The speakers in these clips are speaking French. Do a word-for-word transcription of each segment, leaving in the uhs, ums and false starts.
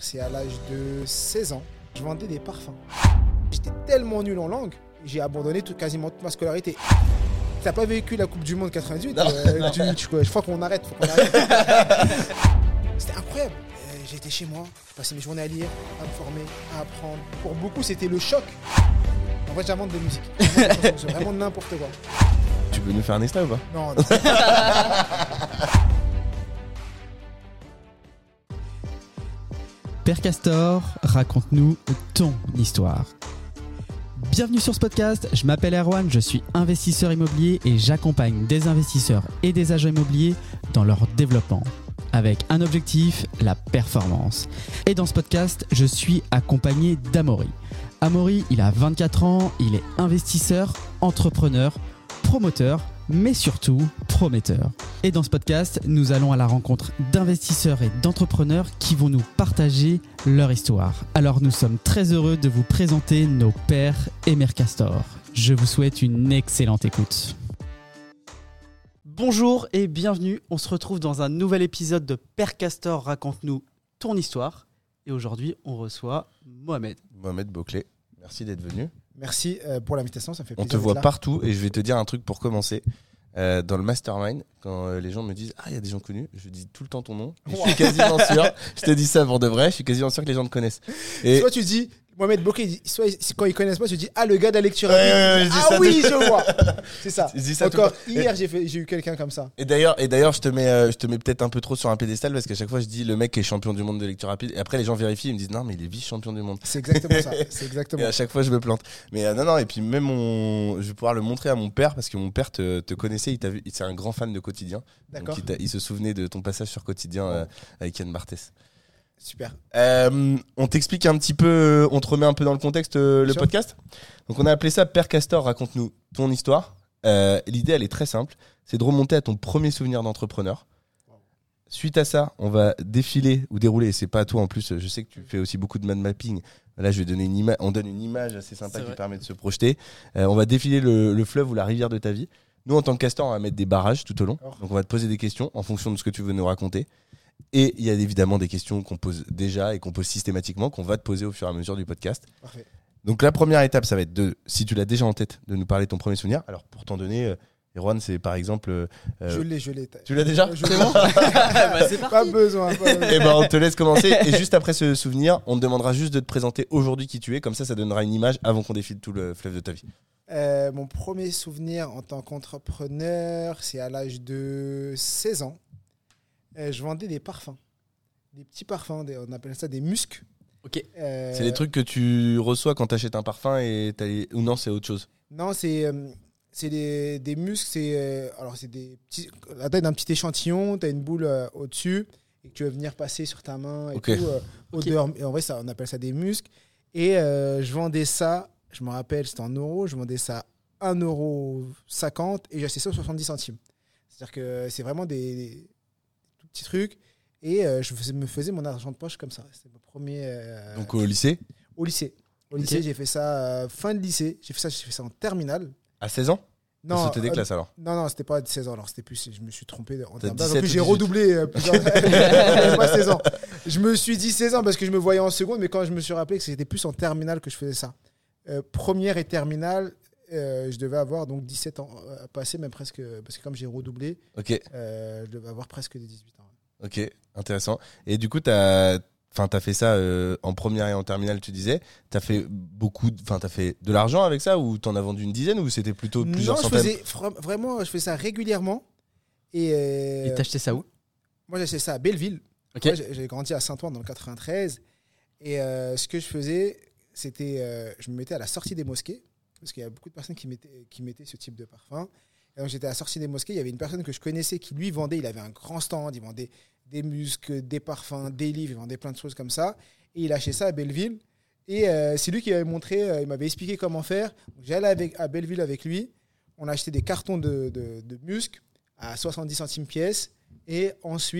c'est à l'âge de seize ans. Je vendais des parfums. J'étais tellement nul en langue, j'ai abandonné tout, quasiment toute ma scolarité. T'as pas vécu la Coupe du Monde quatre-vingt-dix-huit euh, tu, tu, Je crois qu'on arrête, faut qu'on arrête. C'était incroyable. Euh, j'étais chez moi, je passais mes journées à lire, à me former, à apprendre. Pour beaucoup, c'était le choc. En vrai, j'invente de musique. C'est vraiment n'importe quoi. Tu peux nous faire un extrait ou pas? Non, non. Père Castor, raconte-nous ton histoire. Bienvenue sur ce podcast, je m'appelle Erwan, je suis investisseur immobilier et j'accompagne des investisseurs et des agents immobiliers dans leur développement. Avec un objectif, la performance. Et dans ce podcast, je suis accompagné d'Amaury. Amaury, il a vingt-quatre ans, il est investisseur, entrepreneur, promoteur, mais surtout prometteur. Et dans ce podcast, nous allons à la rencontre d'investisseurs et d'entrepreneurs qui vont nous partager leur histoire. Alors nous sommes très heureux de vous présenter nos pères et mères Castor. Je vous souhaite une excellente écoute. Bonjour et bienvenue, on se retrouve dans un nouvel épisode de Père Castor, raconte-nous ton histoire. Et aujourd'hui, on reçoit Mohamed. Mohamed Bouclé, merci d'être venu. Merci euh, pour l'invitation, ça me fait On plaisir. te voit là. partout et je vais te dire un truc pour commencer. Euh, dans le mastermind, quand euh, les gens me disent « Ah, il y a des gens connus », je dis tout le temps ton nom. Et Wow. je suis quasiment sûr, je te dis ça pour de vrai, je suis quasiment sûr que les gens te connaissent. Et Soit tu dis, Mohamed Bouclé, soit quand ils connaissent pas, tu dis, ah, le gars de la lecture. Ouais, ouais, ouais, je dis ah ça oui, tout- je vois. C'est ça. Je dis ça tout Encore le temps. hier, j'ai, fait, j'ai eu quelqu'un comme ça. Et d'ailleurs, et d'ailleurs, je te mets, euh, je te mets peut-être un peu trop sur un pédestal parce qu'à chaque fois je dis le mec qui est champion du monde de lecture rapide. Et après les gens vérifient, ils me disent non mais il est vice-champion du monde. C'est exactement ça. C'est exactement Et à chaque fois je me plante. Mais euh, non non et puis même mon, je vais pouvoir le montrer à mon père parce que mon père te, te connaissait, il t'a vu, c'est un grand fan de Quotidien. D'accord. Donc il, t'a- il se souvenait de ton passage sur Quotidien euh, avec Yann Barthès. Super. Euh, on t'explique un petit peu, euh, on te remet un peu dans le contexte euh, le Sûr. podcast. Donc on a appelé ça Père Castor, raconte-nous ton histoire. Euh, l'idée elle est très simple, c'est de remonter à ton premier souvenir d'entrepreneur. Suite à ça, on va défiler ou dérouler, et c'est pas à toi en plus, je sais que tu fais aussi beaucoup de mind mapping. Là, je vais donner une image, on donne une image assez sympa C'est qui vrai. permet de se projeter. Euh, on va défiler le, le fleuve ou la rivière de ta vie. Nous, en tant que castor, on va mettre des barrages tout au long. D'accord. Donc, on va te poser des questions en fonction de ce que tu veux nous raconter. Et il y a évidemment des questions qu'on pose déjà et qu'on pose systématiquement, qu'on va te poser au fur et à mesure du podcast. Parfait. Donc, la première étape, ça va être de, si tu l'as déjà en tête, de nous parler de ton premier souvenir. Alors, pour t'en donner, euh, Erwan, c'est par exemple. euh, Je l'ai, je l'ai. tu l'as déjà? Je C'est l'ai. bon Bah, c'est Pas parti. besoin. Pas besoin. Eh ben, on te laisse commencer. Et juste après ce souvenir, on te demandera juste de te présenter aujourd'hui qui tu es. Comme ça, ça donnera une image avant qu'on défile tout le fleuve de ta vie. Euh, mon premier souvenir en tant qu'entrepreneur, c'est à l'âge de seize ans. Euh, je vendais des parfums. Des petits parfums, des- on appelle ça des muscs. Ok. Euh, C'est les trucs que tu reçois quand tu achètes un parfum et t'as les- ou non, c'est autre chose. Non, c'est euh, c'est des, des muscles. C'est euh, alors c'est des petits, la taille d'un petit échantillon. Tu as une boule euh, au-dessus et que tu vas venir passer sur ta main et Ok. tout. euh, Ok. odeur. Et en vrai, ça, on appelle ça des muscles. Et euh, je vendais ça. Je me rappelle, c'était en euros. Je vendais ça un euro cinquante et j'achetais ça soixante-dix centimes. C'est-à-dire que c'est vraiment des, des tout petits trucs. Et euh, je faisais- me faisais mon argent de poche comme ça. C'était mon premier. euh, Donc au lycée, au lycée. Au Ok. lycée, j'ai fait ça euh, fin de lycée. J'ai fait ça, j'ai fait ça en terminale. à seize ans, Non, t'as sauté des euh, classes alors. non, non, c'était pas seize ans. Alors, c'était plus. Je me suis trompé en T'as termes d'âge. En dix-sept plus, ou j'ai dix-huit. redoublé euh, plusieurs. J'avais pas seize ans. Je me suis dit seize ans parce que je me voyais en seconde, mais quand je me suis rappelé que c'était plus en terminale que je faisais ça. Euh, première et terminale, euh, je devais avoir donc dix-sept ans euh, à passer, même presque. Parce que comme j'ai redoublé, Ok, euh, je devais avoir presque des dix-huit ans. ok, intéressant. Et du coup, t'as, enfin, t'as fait ça euh, en première et en terminale, tu disais. T'as fait beaucoup, de- enfin, t'as fait de l'argent avec ça ou t'en as vendu une dizaine ou c'était plutôt plusieurs Non, je centaines? faisais fra- vraiment, je faisais ça régulièrement. Et, euh, Et t'as acheté ça où? moi, j'ai acheté ça à Belleville. Ok. Moi, j'ai j'ai grandi à Saint-Ouen dans le quatre-vingt-treize. Et euh, ce que je faisais, c'était. euh, je me mettais à la sortie des mosquées. Parce qu'il y a beaucoup de personnes qui mettaient, qui mettaient ce type de parfum. Et donc, j'étais à la sortie des mosquées. Il y avait une personne que je connaissais qui, lui, vendait. Il avait un grand stand. Il vendait des muscs, des parfums, des livres. Il vendait plein de choses comme ça. Et il achetait ça à Belleville. Et euh, c'est lui qui m'avait montré, euh, il m'avait expliqué comment faire. Donc, j'allais avec, à Belleville avec lui. On a acheté des cartons de, de, de musc à soixante-dix centimes pièce. Et ensuite,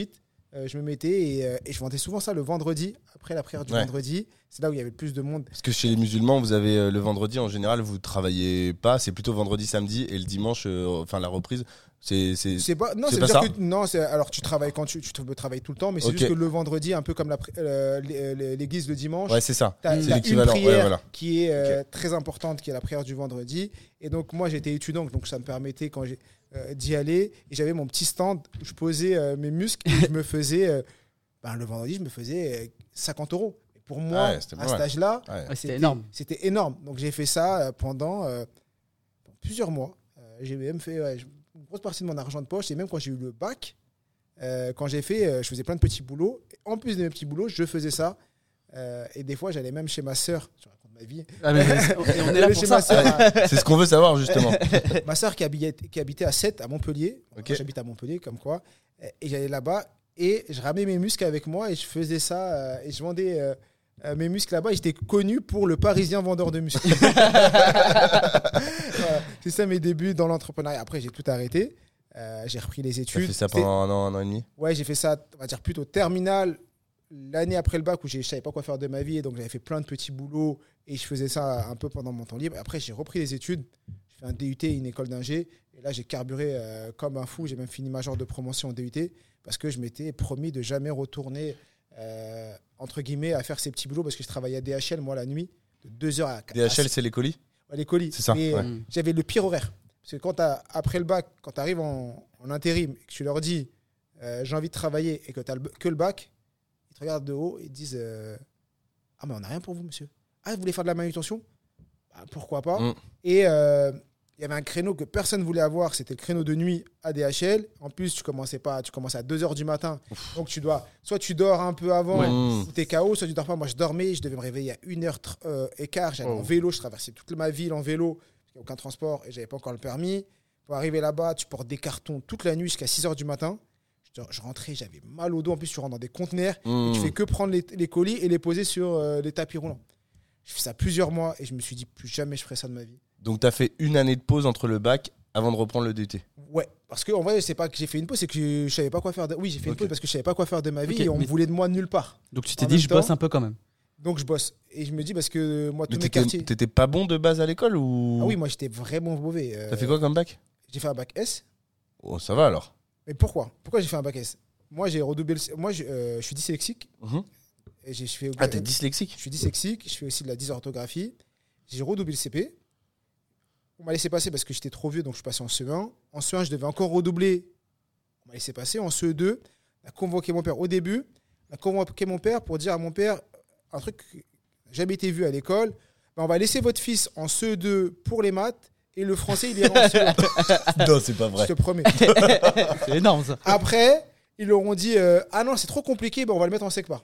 euh, je me mettais et, euh, et je vendais souvent ça le vendredi, après la prière du Ouais. vendredi. C'est là où il y avait le plus de monde. Parce que chez les musulmans, vous avez euh, le vendredi, en général, vous travaillez pas. C'est plutôt vendredi, samedi et le dimanche, euh, enfin la reprise. C'est, c'est... C'est pas, non, C'est c'est pas dire ça que non, c'est alors tu travailles quand tu, tu peux travailler tout le temps, mais c'est Ok. juste que le vendredi, un peu comme la, pri- euh, l'é- l'é- l'église le dimanche, Ouais, c'est ça. t'as, C'est t'as une l'équivalent. prière Ouais, voilà. qui est euh, très importante, qui est la prière du vendredi. Et donc moi j'étais étudiant, donc ça me permettait quand j'ai euh, d'y aller. Et j'avais mon petit stand où je posais euh, mes muscles et je me faisais, euh, ben, le vendredi, je me faisais euh, cinquante euros. Et pour moi, Ouais, c'était pas à mal. cet âge-là, Ouais. Ouais, c'était énorme. C'était énorme. Donc j'ai fait ça euh, pendant euh, plusieurs mois. Euh, j'ai même fait ouais, une grosse partie de mon argent de poche. Et même quand j'ai eu le bac, euh, quand j'ai fait, euh, je faisais plein de petits boulots. Et en plus de mes petits boulots, je faisais ça. Euh, et des fois, j'allais même chez ma sœur. Je raconte ma vie. Ah, mais, mais- on est là J'allais pour chez ça. ma sœur, à- C'est ce qu'on veut savoir, justement. ma sœur qui habitait, qui habitait à Sète, à Montpellier. Ok. Moi, j'habite à Montpellier, comme quoi. Et j'allais là-bas et je ramenais mes muscles avec moi et je faisais ça. euh, et je vendais euh, euh, mes muscles là-bas. Et j'étais connu pour le Parisien vendeur de muscles. Voilà. C'est ça mes débuts dans l'entrepreneuriat. Après, j'ai tout arrêté. Euh, j'ai repris les Tu as études. fait ça C'était- pendant un an, un an et demi. Ouais, j'ai fait ça, on va dire plutôt terminale, l'année après le bac où j'ai- je savais pas quoi faire de ma vie. Et donc, j'avais fait plein de petits boulots et je faisais ça un peu pendant mon temps libre. Après, j'ai repris les études. J'ai fait un D U T, une école d'ingé. Et là, j'ai carburé euh, comme un fou. J'ai même fini major de promotion en D U T parce que je m'étais promis de jamais retourner, euh, entre guillemets, à faire ces petits boulots parce que je travaillais à D H L, moi, la nuit, de deux heures à D H L, c'est les colis. à les colis. C'est ça, Mais, ouais. euh, j'avais le pire horaire. Parce que quand t'as- après le bac, quand tu arrives en, en intérim et que tu leur dis euh, j'ai envie de travailler et que tu n'as que le bac, ils te regardent de haut et ils te disent euh, ah, mais on n'a rien pour vous, monsieur. Ah, vous voulez faire de la manutention? Bah, pourquoi pas. Mm. Et euh, il y avait un créneau que personne ne voulait avoir, c'était le créneau de nuit à D H L. En plus, tu commençais pas, tu commençais à deux heures du matin. Donc, tu dois, soit tu dors un peu avant, Ouais. Mm. ou tu es K O, soit tu dors pas. Moi, je dormais, je devais me réveiller à une heure quinze. J'allais Oh. en vélo, je traversais toute ma ville en vélo, parce qu'il n'y a aucun transport et j'avais pas encore le permis. Pour arriver là-bas, tu portes des cartons toute la nuit jusqu'à six heures du matin. Je, je rentrais, j'avais mal au dos. En plus, tu rentres dans des conteneurs Mm. et tu fais que prendre les, les colis et les poser sur euh, les tapis roulants. Je fais ça plusieurs mois et je me suis dit plus jamais je ferai ça de ma vie. Donc, tu as fait une année de pause entre le bac avant de reprendre le D U T. Ouais, parce que en vrai, c'est pas que j'ai fait une pause, c'est que je, je savais pas quoi faire. De... Oui, j'ai fait une Ok. pause parce que je savais pas quoi faire de ma vie Ok, et on mais- voulait de moi nulle part. Donc tu t'es En dit, même je bosse temps- un peu quand même. Donc je bosse et je me dis parce que moi Mais tous mes t'étais, quartiers. t'étais pas bon de base à l'école ou Ah oui, moi j'étais vraiment mauvais. euh, T'as fait quoi comme bac? J'ai fait un bac S. Oh, ça va alors. Mais pourquoi Pourquoi j'ai fait un bac S? Moi j'ai redoublé. Le... Moi je, euh, je suis dyslexique Mhm. et j'ai je fais. Ah, t'es dyslexique? Je suis dyslexique, je fais aussi de la dysorthographie. J'ai redoublé le C P. On m'a laissé passer parce que j'étais trop vieux, donc je suis passé en C E un. En C E un, je devais encore redoubler. On m'a laissé passer. En C E deux, on a convoqué mon père au début. On a convoqué mon père pour dire à mon père un truc qui n'a jamais été vu à l'école. Ben, on va laisser votre fils en C E deux pour les maths et le français, il est en C E un. Non, c'est pas vrai. Je te promets. C'est énorme ça. Après, ils leur ont dit euh, ah non, c'est trop compliqué, ben, on va le mettre en SECPA.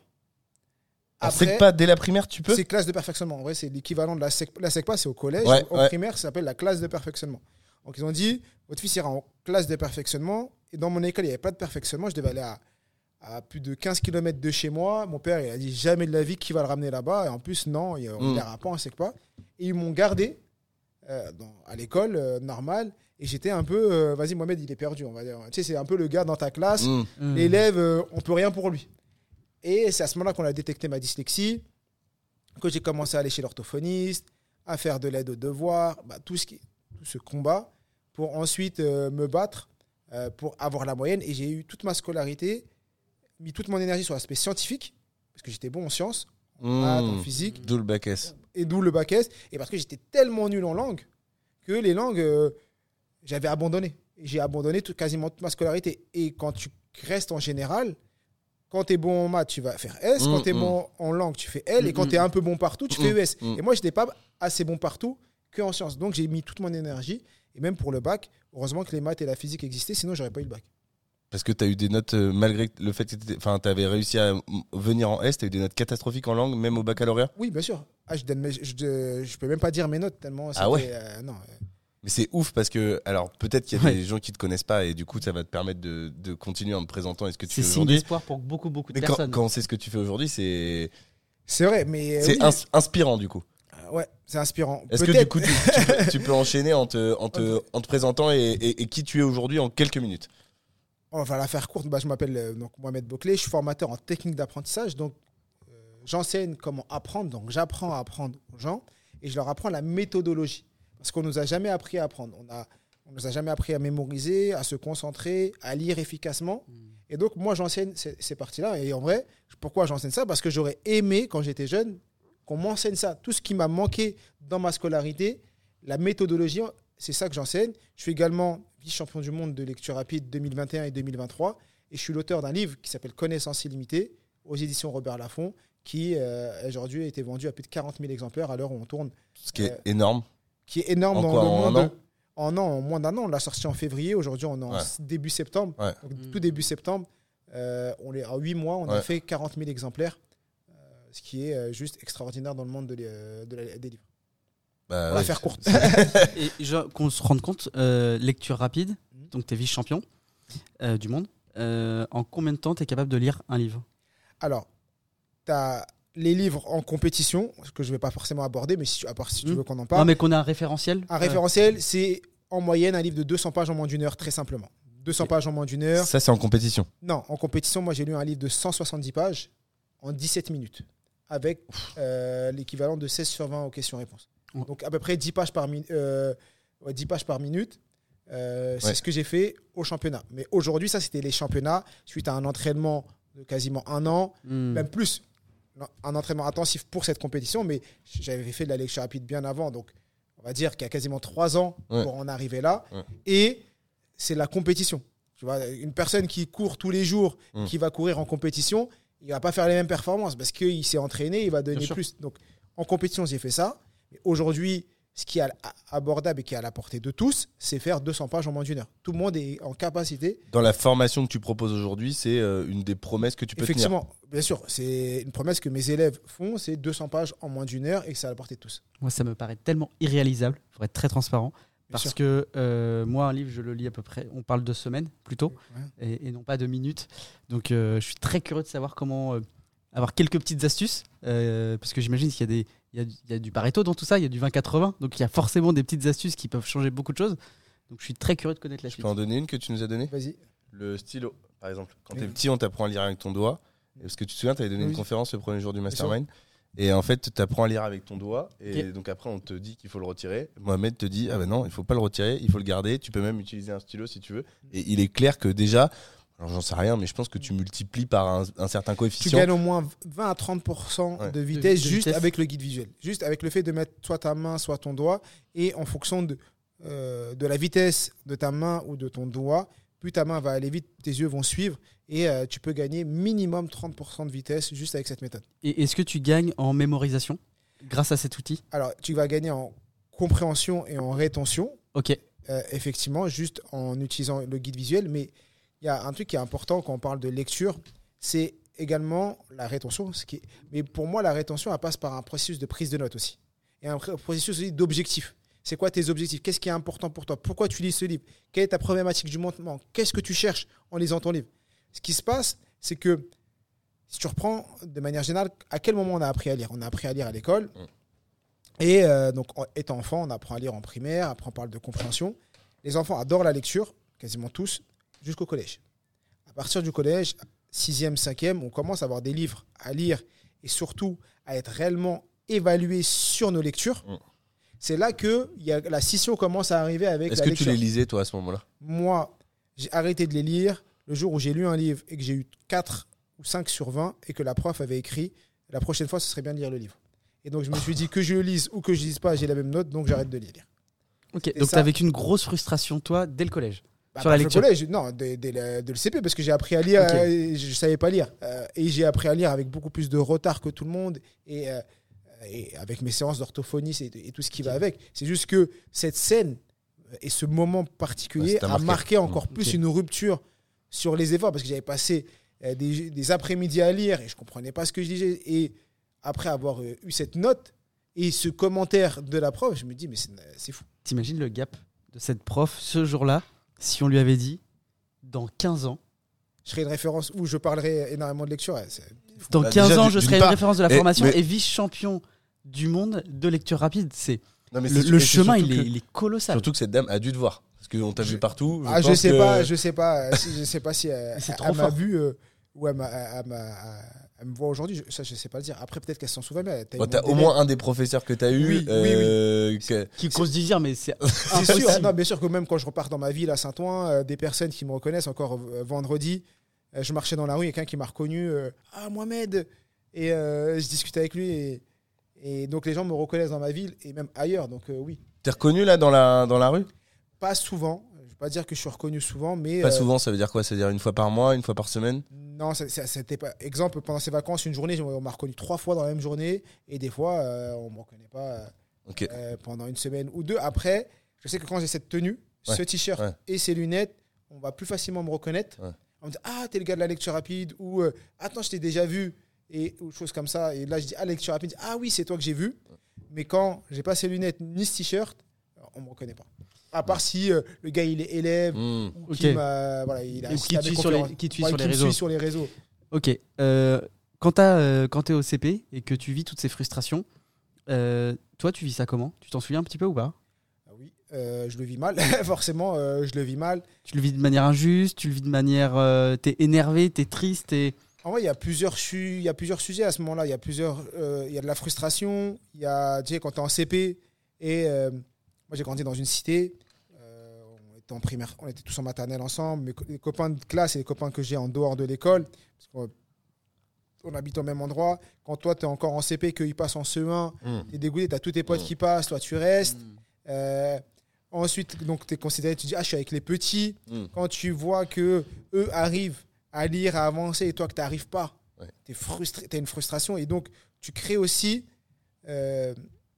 On sait que pas dès la primaire, tu peux? C'est classe de perfectionnement. En vrai, c'est l'équivalent de la SECPA. La SECPA, c'est au collège. Ouais, Au ouais. primaire, ça s'appelle la classe de perfectionnement. Donc, ils ont dit, votre fils ira en classe de perfectionnement. Et dans mon école, il n'y avait pas de perfectionnement. Je devais aller à, à plus de quinze kilomètres de chez moi. Mon père, il a dit, jamais de la vie qui va le ramener là-bas. Et en plus, non, il- on ne Mm. l'ira pas en SECPA. Et ils m'ont gardé euh, dans- à l'école euh, normale. Et j'étais un peu, euh, vas-y, Mohamed, il est perdu, on va dire. Tu sais, c'est un peu le gars dans ta classe. Mm. Hmm. L'élève, euh, on peut rien pour lui. Et c'est à ce moment-là qu'on a détecté ma dyslexie, que j'ai commencé à aller chez l'orthophoniste, à faire de l'aide aux devoirs, bah, tout, ce qui, tout ce combat, pour ensuite euh, me battre euh, pour avoir la moyenne. Et j'ai eu toute ma scolarité, mis toute mon énergie sur l'aspect scientifique, parce que j'étais bon en sciences, en maths, en Mm. physique, D'où le bac S. et d'où le bac S, et parce que j'étais tellement nul en langue que les langues, euh, j'avais abandonné. Et J'ai abandonné tout- quasiment toute ma scolarité. Et quand tu restes en général, quand tu es bon en maths, tu vas faire S. Mm, Quand tu es mm. bon en langue, tu fais L. Et quand Mm, tu es un peu bon partout, tu fais Mm, E S. mm. Et moi, je n'étais pas assez bon partout qu'en sciences. Donc, j'ai mis toute mon énergie. Et même pour le bac, heureusement que les maths et la physique existaient, sinon, j'aurais pas eu le bac. Parce que t'as eu des notes, euh, malgré le fait que t'étais- enfin, t'avais réussi à mm, venir en S, t'as eu des notes catastrophiques en langue, même au baccalauréat. Oui, bien sûr. Ah, je donne mes- je, je, je peux même pas dire mes notes tellement. Ah ouais c'était, euh, Non. euh, Mais c'est ouf parce que, alors peut-être qu'il y a Ouais. des gens qui te connaissent pas et du coup ça va te permettre de, de continuer en te présentant et ce que tu C'est fais signe aujourd'hui. d'espoir pour beaucoup, beaucoup de Mais quand, personnes. quand on sait ce que tu fais aujourd'hui, c'est C'est vrai, mais. euh, c'est oui. ins- inspirant du coup. Euh, Ouais, c'est inspirant. Est-ce que Peut-être- du coup tu, tu peux, tu peux enchaîner en te, en te, en te présentant et, et- et qui tu es aujourd'hui en quelques minutes? on va la faire courte. Bah, je m'appelle euh, donc Mohamed Bouclé, je suis formateur en technique d'apprentissage. Donc, euh, j'enseigne comment apprendre. Donc, j'apprends à apprendre aux gens et je leur apprends la méthodologie. Parce qu'on ne nous a jamais appris à apprendre. On a, on nous a jamais appris à mémoriser, à se concentrer, à lire efficacement. Mmh. Et donc, moi, j'enseigne ces, ces parties-là. Et en vrai, pourquoi j'enseigne ça ? Parce que j'aurais aimé, quand j'étais jeune, qu'on m'enseigne ça. Tout ce qui m'a manqué dans ma scolarité, la méthodologie, c'est ça que j'enseigne. Je suis également vice-champion du monde de lecture rapide deux mille vingt et un et deux mille vingt-trois. Et je suis l'auteur d'un livre qui s'appelle Connaissance illimitée, aux éditions Robert Laffont, qui euh, aujourd'hui a été vendu à plus de quarante mille exemplaires à l'heure où on tourne. Ce qui est euh, énorme. Qui est énorme en dans quoi, le en monde. un an en, an, en moins d'un an. On l'a sorti en février. Aujourd'hui, on est en ouais. début septembre. Ouais. Donc, mmh. Tout début septembre. Euh, on est, en huit mois, on ouais. a fait quarante mille exemplaires. Euh, ce qui est euh, juste extraordinaire dans le monde de, de la, des livres. Bah, on va ouais, faire courte. Et genre, qu'on se rende compte, euh, lecture rapide, mmh. donc tu es vice-champion euh, du monde. Euh, en combien de temps tu es capable de lire un livre ? Alors, tu as les livres en compétition, que je ne vais pas forcément aborder, mais si tu, à part si tu mmh. veux qu'on en parle. Non, mais qu'on a un référentiel. Un euh... référentiel, c'est en moyenne un livre de deux cents pages en moins d'une heure, très simplement. deux cents pages en moins d'une heure. Ça, c'est en compétition ? Non, en compétition, moi, j'ai lu un livre de cent soixante-dix pages en dix-sept minutes, avec euh, l'équivalent de seize sur vingt aux questions-réponses. Mmh. Donc, à peu près dix pages par, mi- euh, ouais, dix pages par minute. Euh, c'est ouais. ce que j'ai fait au championnat. Mais aujourd'hui, ça, c'était les championnats suite à un entraînement de quasiment un an, mmh. même plus. Un entraînement intensif pour cette compétition, mais j'avais fait de la lecture rapide bien avant. Donc, on va dire qu'il y a quasiment trois ans ouais. pour en arriver là. Ouais. Et c'est la compétition. Tu vois, une personne qui court tous les jours, mmh. qui va courir en compétition, il ne va pas faire les mêmes performances parce qu'il s'est entraîné, il va donner plus. Donc, en compétition, j'ai fait ça. Mais aujourd'hui, ce qui est abordable et qui est à la portée de tous, c'est faire deux cents pages en moins d'une heure. Tout le monde est en capacité. Dans la formation que tu proposes aujourd'hui, c'est euh, une des promesses que tu peux Effectivement, tenir. Effectivement, bien sûr. C'est une promesse que mes élèves font, c'est deux cents pages en moins d'une heure et que c'est à la portée de tous. Moi, ça me paraît tellement irréalisable, pour être très transparent. Bien parce sûr. que euh, moi, un livre, je le lis à peu près, on parle de semaines plutôt, ouais. et, et non pas de minutes. Donc, euh, je suis très curieux de savoir comment euh, avoir quelques petites astuces, euh, parce que j'imagine qu'il y a des Il y, a, il y a du Pareto dans tout ça, il y a du vingt quatre-vingts, donc il y a forcément des petites astuces qui peuvent changer beaucoup de choses. Donc je suis très curieux de connaître la suite. Je peux en donner une que tu nous as donnée ? Vas-y. Le stylo, par exemple. Quand oui. tu es petit, on t'apprend à lire avec ton doigt. Parce que tu te souviens, tu avais donné oui. une conférence le premier jour du Mastermind. Et en fait, tu apprends à lire avec ton doigt. Et okay. donc après, on te dit qu'il faut le retirer. Mohamed te dit, ah ben non, il ne faut pas le retirer, il faut le garder. Tu peux même utiliser un stylo si tu veux. Et il est clair que déjà... Alors j'en sais rien, mais je pense que tu multiplies par un, un certain coefficient. Tu gagnes au moins vingt à trente pour cent ouais. de vitesse de, de juste vitesse. Avec le guide visuel. Juste avec le fait de mettre soit ta main, soit ton doigt. Et en fonction de, euh, de la vitesse de ta main ou de ton doigt, plus ta main va aller vite, tes yeux vont suivre. Et euh, tu peux gagner minimum trente pour cent de vitesse juste avec cette méthode. Et est-ce que tu gagnes en mémorisation grâce à cet outil ? Alors, tu vas gagner en compréhension et en rétention. Ok. Euh, effectivement, juste en utilisant le guide visuel. Mais il y a un truc qui est important quand on parle de lecture, c'est également la rétention. Ce qui est... Mais pour moi, la rétention, elle passe par un processus de prise de notes aussi. Et un processus aussi d'objectifs. C'est quoi tes objectifs ? Qu'est-ce qui est important pour toi ? Pourquoi tu lis ce livre ? Quelle est ta problématique du moment ? Qu'est-ce que tu cherches en lisant ton livre ? Ce qui se passe, c'est que si tu reprends de manière générale, à quel moment on a appris à lire ? On a appris à lire à l'école. Et euh, donc, étant enfant, on apprend à lire en primaire. Après, on parle de compréhension. Les enfants adorent la lecture, quasiment tous, jusqu'au collège. À partir du collège, sixième, cinquième, on commence à avoir des livres à lire et surtout à être réellement évalués sur nos lectures. Mmh. C'est là que y a, la scission commence à arriver avec Est-ce la que lecture. tu les lisais, toi, à ce moment-là ? Moi, j'ai arrêté de les lire le jour où j'ai lu un livre et que j'ai eu quatre ou cinq sur vingt et que la prof avait écrit « La prochaine fois, ce serait bien de lire le livre ». Et donc, je me suis dit que je le lise ou que je ne lise pas, j'ai la même note, donc j'arrête de lire. Ok, et donc tu as vécu une grosse frustration, toi, dès le collège ? Bah, sur la lecture. Le collège, non, dès, dès le, dès le C P, parce que j'ai appris à lire, okay. euh, je ne savais pas lire. Euh, et j'ai appris à lire avec beaucoup plus de retard que tout le monde, et, euh, et avec mes séances d'orthophonie et, et tout ce qui okay. va avec. C'est juste que cette scène et ce moment particulier ouais, a marqué, marqué encore mmh. plus okay. une rupture sur les efforts, parce que j'avais passé euh, des, des après-midi à lire, et je ne comprenais pas ce que je disais. Et après avoir euh, eu cette note et ce commentaire de la prof, je me dis, mais c'est, c'est fou. T'imagines le gap de cette prof ce jour-là ? Si on lui avait dit, dans quinze ans... Je serai une référence où je parlerai énormément de lecture. Ouais, dans bah, quinze déjà, ans, je serai part, une référence de la et, formation mais... et vice-champion du monde de lecture rapide. C'est non, mais le, c'est, le chemin, il est, que, il est colossal. Surtout que cette dame a dû te voir. Parce qu'on t'a vu partout. Je ah, je sais, que... pas, je sais pas. Je sais pas si elle, c'est elle m'a vu euh, ou elle, m'a, elle, m'a, elle me voit aujourd'hui. Ça, je sais pas le dire. Après, peut-être qu'elle s'en souvient. Mais t'as, bon, t'as au moins un des professeurs que t'as eu. Oui, euh, oui, oui. Que... Qui cause d'y dire, mais c'est. C'est sûr. Non, bien sûr que même quand je repars dans ma ville à Saint-Ouen, euh, des personnes qui me reconnaissent encore euh, vendredi, euh, je marchais dans la rue, il y a quelqu'un qui m'a reconnu. Euh, ah, Mohamed. Et euh, je discutais avec lui. Et, et donc, les gens me reconnaissent dans ma ville et même ailleurs. Donc, euh, oui. T'es reconnu là dans la, dans la rue ? Pas souvent. Je ne vais pas dire que je suis reconnu souvent, mais. Pas euh, souvent, ça veut dire quoi ? Ça veut dire une fois par mois, une fois par semaine ? Non, ça, ça, c'était pas. Exemple, pendant ces vacances, une journée, on m'a reconnu trois fois dans la même journée. Et des fois, euh, on ne me reconnaît pas euh, okay. euh, pendant une semaine ou deux. Après, je sais que quand j'ai cette tenue, ouais. ce t-shirt ouais. et ces lunettes, on va plus facilement me reconnaître. Ouais. On me dit ah, t'es le gars de la lecture rapide. Ou euh, attends, je t'ai déjà vu. Et, ou choses comme ça. Et là, je dis ah, lecture rapide. Ah oui, c'est toi que j'ai vu. Mais quand j'ai pas ces lunettes ni ce t-shirt, on ne me reconnaît pas. À part si euh, le gars il est élève mmh. ou okay. qui m'a voilà, il a ou qui te suit sur les qui te suit ouais, sur, les réseaux. sur les réseaux. OK. Euh, quand tu euh, quand tu es au C P et que tu vis toutes ces frustrations, euh, toi tu vis ça comment ? Tu t'en souviens un petit peu ou pas ? Ah oui, euh, je le vis mal forcément, euh, je le vis mal. Tu le vis de manière injuste, tu le vis de manière euh, t'es énervé, t'es triste et en vrai, il y a plusieurs il y a plusieurs sujets à ce moment-là, il y a plusieurs euh, il y a de la frustration, il y a tu sais quand tu es en C P et euh, moi j'ai grandi dans une cité. En primaire, on était tous en maternelle ensemble, mes co- les copains de classe et les copains que j'ai en dehors de l'école, parce qu'on on habite au même endroit. Quand toi, tu es encore en C P, qu'ils passent en C E un, mmh. tu es dégoûté, tu as tous tes potes mmh. qui passent, toi, tu restes. Mmh. Euh, ensuite, tu es considéré, tu dis, ah, je suis avec les petits. Mmh. Quand tu vois qu'eux arrivent à lire, à avancer, et toi, que tu n'arrives pas, ouais. tu es frustré, tu as une frustration. Et donc, tu crées aussi, euh,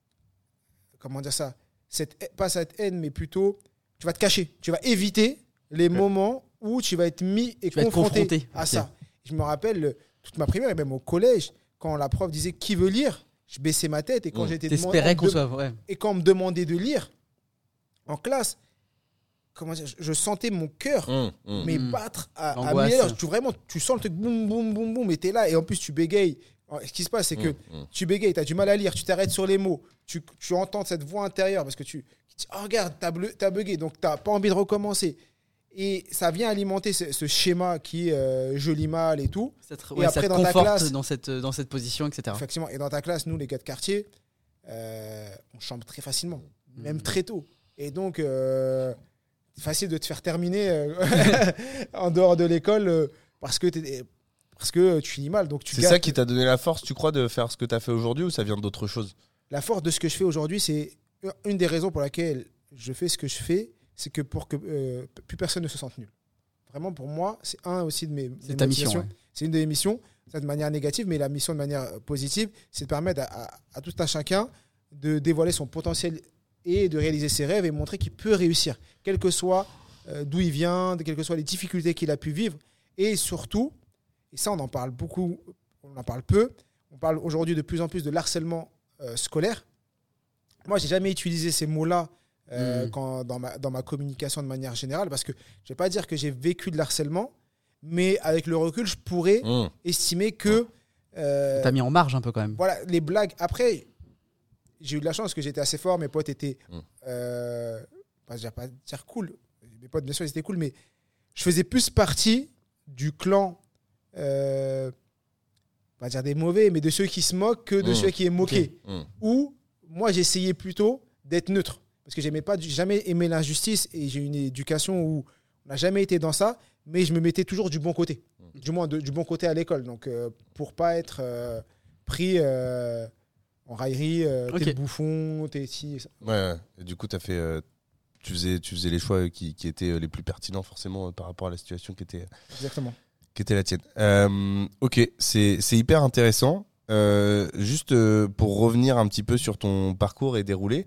comment dire ça, cette, pas cette haine, mais plutôt... Tu vas te cacher, tu vas éviter les ouais. moments où tu vas être mis et confronté, confronté à okay. ça. Je me rappelle toute ma primaire et même au collège, quand la prof disait qui veut lire, je baissais ma tête et quand mmh. j'étais demandé, qu'on soit vrai. Et quand on me demandait de lire en classe, comment dire, je sentais mon cœur mmh. Mmh. mais battre à, à mille heures. Tu vraiment, tu sens le truc boum boum boum boum, et t'es là et en plus tu bégayes. Ce qui se passe, c'est que mmh. tu bégayes, tu as du mal à lire, tu t'arrêtes sur les mots, tu, tu entends cette voix intérieure parce que tu oh, regarde, t'as, bleu, t'as bugué, donc t'as pas envie de recommencer. Et ça vient alimenter ce, ce schéma qui est euh, je lis mal et tout. Cette, et ouais, après, ça te dans ta classe, dans cette, dans cette position, et cetera. Effectivement. Et dans ta classe, nous, les gars de quartier, euh, on chambre très facilement, mmh. même très tôt. Et donc, euh, c'est facile de te faire terminer euh, en dehors de l'école euh, parce que t'es... Parce que tu lis mal. Donc tu c'est gardes... ça qui t'a donné la force, tu crois, de faire ce que tu as fait aujourd'hui ou ça vient d'autre chose ? La force de ce que je fais aujourd'hui, c'est une des raisons pour laquelle je fais ce que je fais, c'est que pour que euh, plus personne ne se sente nul. Vraiment, pour moi, c'est un aussi de mes c'est ta mission. Ouais. C'est une de mes missions, c'est de manière négative, mais la mission de manière positive, c'est de permettre à, à, à tout un chacun de dévoiler son potentiel et de réaliser ses rêves et montrer qu'il peut réussir, quel que soit euh, d'où il vient, quelles que soient les difficultés qu'il a pu vivre. Et surtout, et ça, on en parle beaucoup, on en parle peu. On parle aujourd'hui de plus en plus de l'harcèlement euh, scolaire. Moi, j'ai jamais utilisé ces mots-là euh, mmh. quand, dans, ma, dans ma communication de manière générale, parce que je vais pas dire que j'ai vécu de l'harcèlement, mais avec le recul, je pourrais mmh. estimer que... Euh, T'as mis en marge un peu quand même. Voilà, les blagues. Après, j'ai eu de la chance parce que j'étais assez fort. Mes potes étaient... Mmh. Euh, pas dire, pas dire cool. Mes potes, bien sûr, ils étaient cool, mais je faisais plus partie du clan... Euh, on va dire des mauvais, mais de ceux qui se moquent que de mmh. ceux qui est moqué. Okay. Mmh. Ou moi, j'essayais plutôt d'être neutre. Parce que j'aimais pas, jamais aimé l'injustice et j'ai une éducation où on n'a jamais été dans ça, mais je me mettais toujours du bon côté. Mmh. Du moins, de, du bon côté à l'école. Donc, euh, pour pas être euh, pris euh, en raillerie, euh, okay. t'es le bouffon, t'es ici. Ouais, ouais. Et du coup, t'as fait, euh, tu, faisais, tu faisais les choix qui, qui étaient les plus pertinents, forcément, par rapport à la situation qui était. Exactement. Qui était la tienne. Euh, ok, c'est, c'est hyper intéressant. Euh, juste euh, pour revenir un petit peu sur ton parcours et déroulé.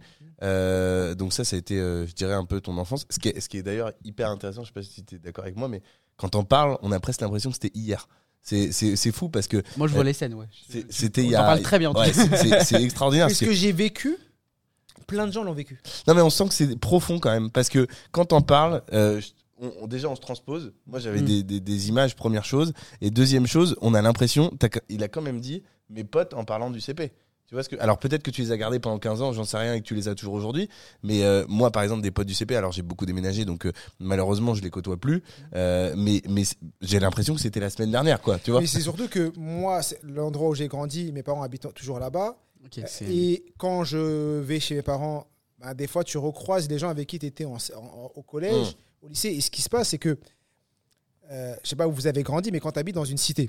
Euh, donc ça, ça a été, euh, je dirais, un peu ton enfance. Ce qui est, ce qui est d'ailleurs hyper intéressant, je sais pas si tu es d'accord avec moi, mais quand on parle, on a presque l'impression que c'était hier. C'est, c'est, c'est fou parce que... Moi, je vois euh, les scènes, ouais. C'est, c'était on il y a... en parle très bien. Ouais, c'est, c'est, c'est extraordinaire. Parce que, que j'ai vécu, plein de gens l'ont vécu. Non, mais on sent que c'est profond quand même. Parce que quand on parle... Euh, On, on, déjà on se transpose. Moi j'avais mmh. des, des, des images, première chose, et deuxième chose, on a l'impression, il a quand même dit mes potes en parlant du C P. Tu vois ce que... Alors peut-être que tu les as gardés pendant quinze ans, j'en sais rien, et que tu les as toujours aujourd'hui. Mais euh, moi, par exemple, des potes du C P, alors j'ai beaucoup déménagé, donc euh, malheureusement, je les côtoie plus. Euh, mais mais j'ai l'impression que c'était la semaine dernière, quoi. Tu vois. Mais c'est surtout que moi, c'est l'endroit où j'ai grandi, mes parents habitent toujours là-bas. Okay, c'est... Et quand je vais chez mes parents, bah, des fois, tu recroises les gens avec qui tu étais en, en, au collège, mmh. au lycée. Et ce qui se passe, c'est que, euh, je sais pas où vous avez grandi, mais quand tu habites dans une cité,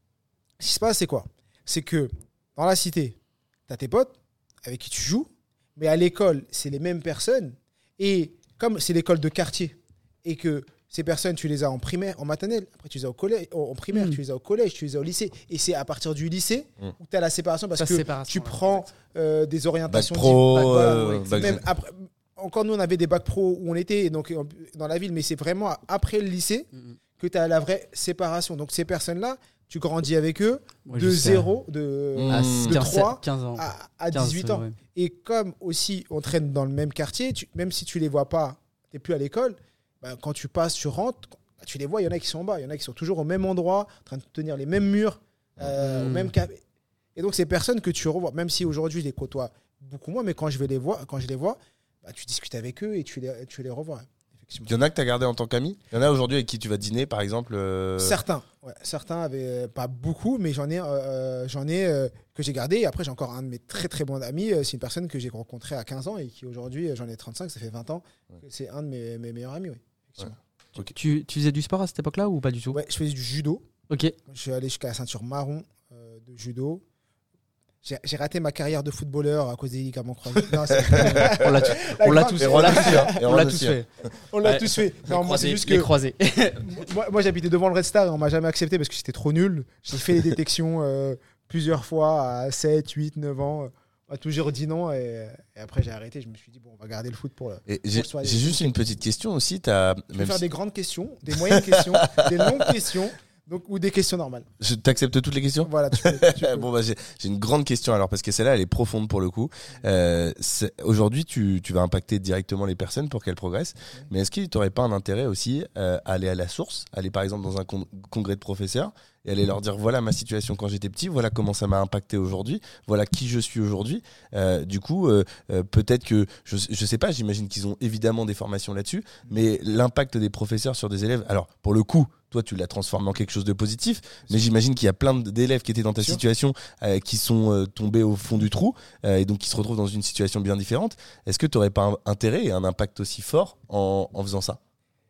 ce qui se passe, c'est quoi? C'est que dans la cité, tu as tes potes avec qui tu joues, mais à l'école, c'est les mêmes personnes. Et comme c'est l'école de quartier, et que ces personnes, tu les as en primaire, en maternelle, après tu les as au collège, en primaire, mmh. tu les as au collège, tu les as au lycée. Et c'est à partir du lycée mmh. où tu as la séparation parce la que séparation, tu ouais, prends euh, des orientations. Bac pro, bac, voilà, euh, ouais, bac même après, encore nous, on avait des bacs pro où on était donc, dans la ville, mais c'est vraiment après le lycée mmh. que tu as la vraie séparation. Donc ces personnes-là, tu grandis avec eux ouais, de zéro, de, mmh. de trois quinze ans. à, à dix-huit ans. Ouais. Et comme aussi on traîne dans le même quartier, tu, même si tu les vois pas, tu n'es plus à l'école, bah, quand tu passes, tu rentres, bah, tu les vois, il y en a qui sont en bas, il y en a qui sont toujours au même endroit, en train de tenir les mêmes murs, euh, mmh. au même cap. Et donc ces personnes que tu revois, même si aujourd'hui je les côtoie beaucoup moins, mais quand je, vais les voir, quand je les vois, bah, tu discutes avec eux et tu les, tu les revois. Il y en a que tu as gardé en tant qu'ami? Il y en a aujourd'hui avec qui tu vas dîner, par exemple euh... Certains. Ouais, certains avaient pas beaucoup, mais j'en ai, euh, j'en ai euh, que j'ai gardé. Et après, j'ai encore un de mes très très bons amis. Euh, c'est une personne que j'ai rencontrée à quinze ans et qui aujourd'hui, j'en ai trente-cinq, ça fait vingt ans. Ouais. C'est un de mes, mes meilleurs amis. Oui, ouais. Okay. Tu, tu faisais du sport à cette époque-là ou pas du tout? Ouais, je faisais du judo. Ok. Je suis allé jusqu'à la ceinture marron euh, de judo. J'ai, j'ai raté ma carrière de footballeur à cause des ligaments croisés. Non, on l'a, tu... on l'a tous fait. On l'a tous fait. On l'a tous fait. On l'a tous fait. Non, moi, c'est juste que. Croisés. moi, moi, j'habitais devant le Red Star et on m'a jamais accepté parce que j'étais trop nul. J'ai fait les détections euh, plusieurs fois à sept, huit, neuf ans. On m'a toujours dit non et, et après j'ai arrêté. Je me suis dit, bon, on va garder le foot pour. Et pour j'ai, j'ai juste une petite question aussi. T'as tu peux faire si... des grandes questions, des moyennes questions, des longues questions. Donc, ou des questions normales. Je t'accepte toutes les questions. Voilà. Tu peux, tu peux. Bon bah j'ai, j'ai une grande question alors parce que celle-là elle est profonde pour le coup. Euh, aujourd'hui tu tu vas impacter directement les personnes pour qu'elles progressent. Mmh. Mais est-ce qu'il t'aurait pas un intérêt aussi euh, à aller à la source, aller par exemple dans un con- congrès de professeurs et aller leur dire voilà ma situation quand j'étais petit, voilà comment ça m'a impacté aujourd'hui, voilà qui je suis aujourd'hui. Euh, du coup euh, euh, peut-être que je je sais pas, j'imagine qu'ils ont évidemment des formations là-dessus, mmh. mais l'impact des professeurs sur des élèves. Alors pour le coup toi, tu l'as transformé en quelque chose de positif, mais j'imagine qu'il y a plein d'élèves qui étaient dans ta Sûr. situation, euh, qui sont euh, tombés au fond du trou, euh, et donc qui se retrouvent dans une situation bien différente. Est-ce que tu n'aurais pas un intérêt et un impact aussi fort en, en faisant ça?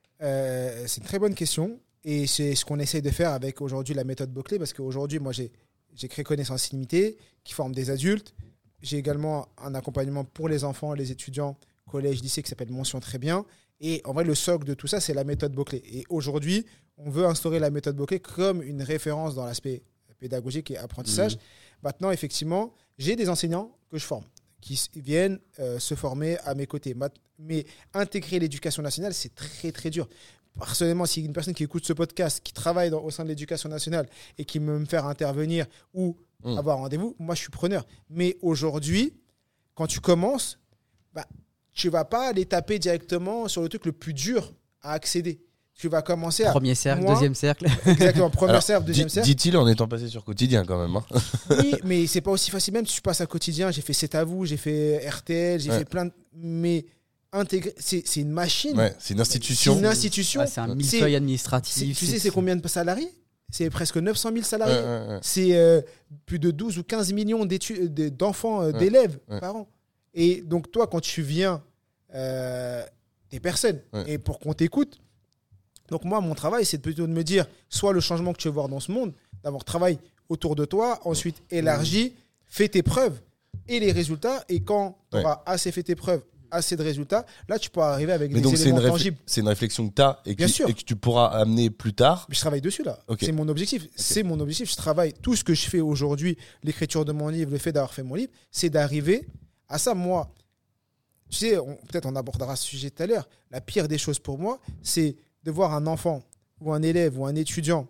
euh, C'est une très bonne question, et c'est ce qu'on essaie de faire avec aujourd'hui la méthode Boclé, parce qu'aujourd'hui, moi, j'ai, j'ai créé Connaissance Illimitée, qui forme des adultes. J'ai également un accompagnement pour les enfants, les étudiants, collège, lycée, qui s'appelle Mention Très Bien. Et en vrai, le socle de tout ça, c'est la méthode Boclé. Et aujourd'hui, on veut instaurer la méthode Boclé comme une référence dans l'aspect pédagogique et apprentissage. Mmh. Maintenant, effectivement, j'ai des enseignants que je forme qui viennent euh, se former à mes côtés. Mais intégrer l'éducation nationale, c'est très, très dur. Personnellement, s'il y a une personne qui écoute ce podcast, qui travaille dans, au sein de l'éducation nationale et qui veut me faire intervenir ou mmh. avoir rendez-vous, moi, je suis preneur. Mais aujourd'hui, quand tu commences, bah, tu ne vas pas aller taper directement sur le truc le plus dur à accéder. Tu vas commencer à... Premier cercle, moi, deuxième cercle. Exactement, premier Alors, cercle, deuxième dit, cercle. Dit-il en étant passé sur Quotidien quand même. Hein. Oui, mais c'est pas aussi facile. Même si tu passes à Quotidien, j'ai fait C'est à vous, j'ai fait R T L, j'ai ouais. fait plein de... Mais intégrer, c'est, c'est une machine. Ouais, c'est une institution. C'est une institution. Ouais, c'est un millefeuille administratif. Tu sais, c'est combien de salariés? C'est presque neuf cent mille salariés. Ouais, ouais, ouais. C'est euh, plus de douze ou quinze millions d'enfants, euh, ouais, d'élèves ouais. par an. Et donc, toi, quand tu viens... Euh, des personnes ouais. et pour qu'on t'écoute. Donc moi, mon travail, c'est plutôt de me dire soit le changement que tu veux voir dans ce monde, d'avoir travail autour de toi, ensuite élargi, fais tes preuves et les résultats. Et quand tu auras ouais. assez fait tes preuves, assez de résultats, là, tu pourras arriver avec Mais des donc éléments c'est réfl- tangibles. C'est une réflexion que tu as et, qui, et que tu pourras amener plus tard. Je travaille dessus, là. Okay. C'est mon objectif. Okay. C'est mon objectif. Je travaille. Tout ce que je fais aujourd'hui, l'écriture de mon livre, le fait d'avoir fait mon livre, c'est d'arriver à ça. Moi, tu sais, on, peut-être on abordera ce sujet tout à l'heure. La pire des choses pour moi, c'est de voir un enfant ou un élève ou un étudiant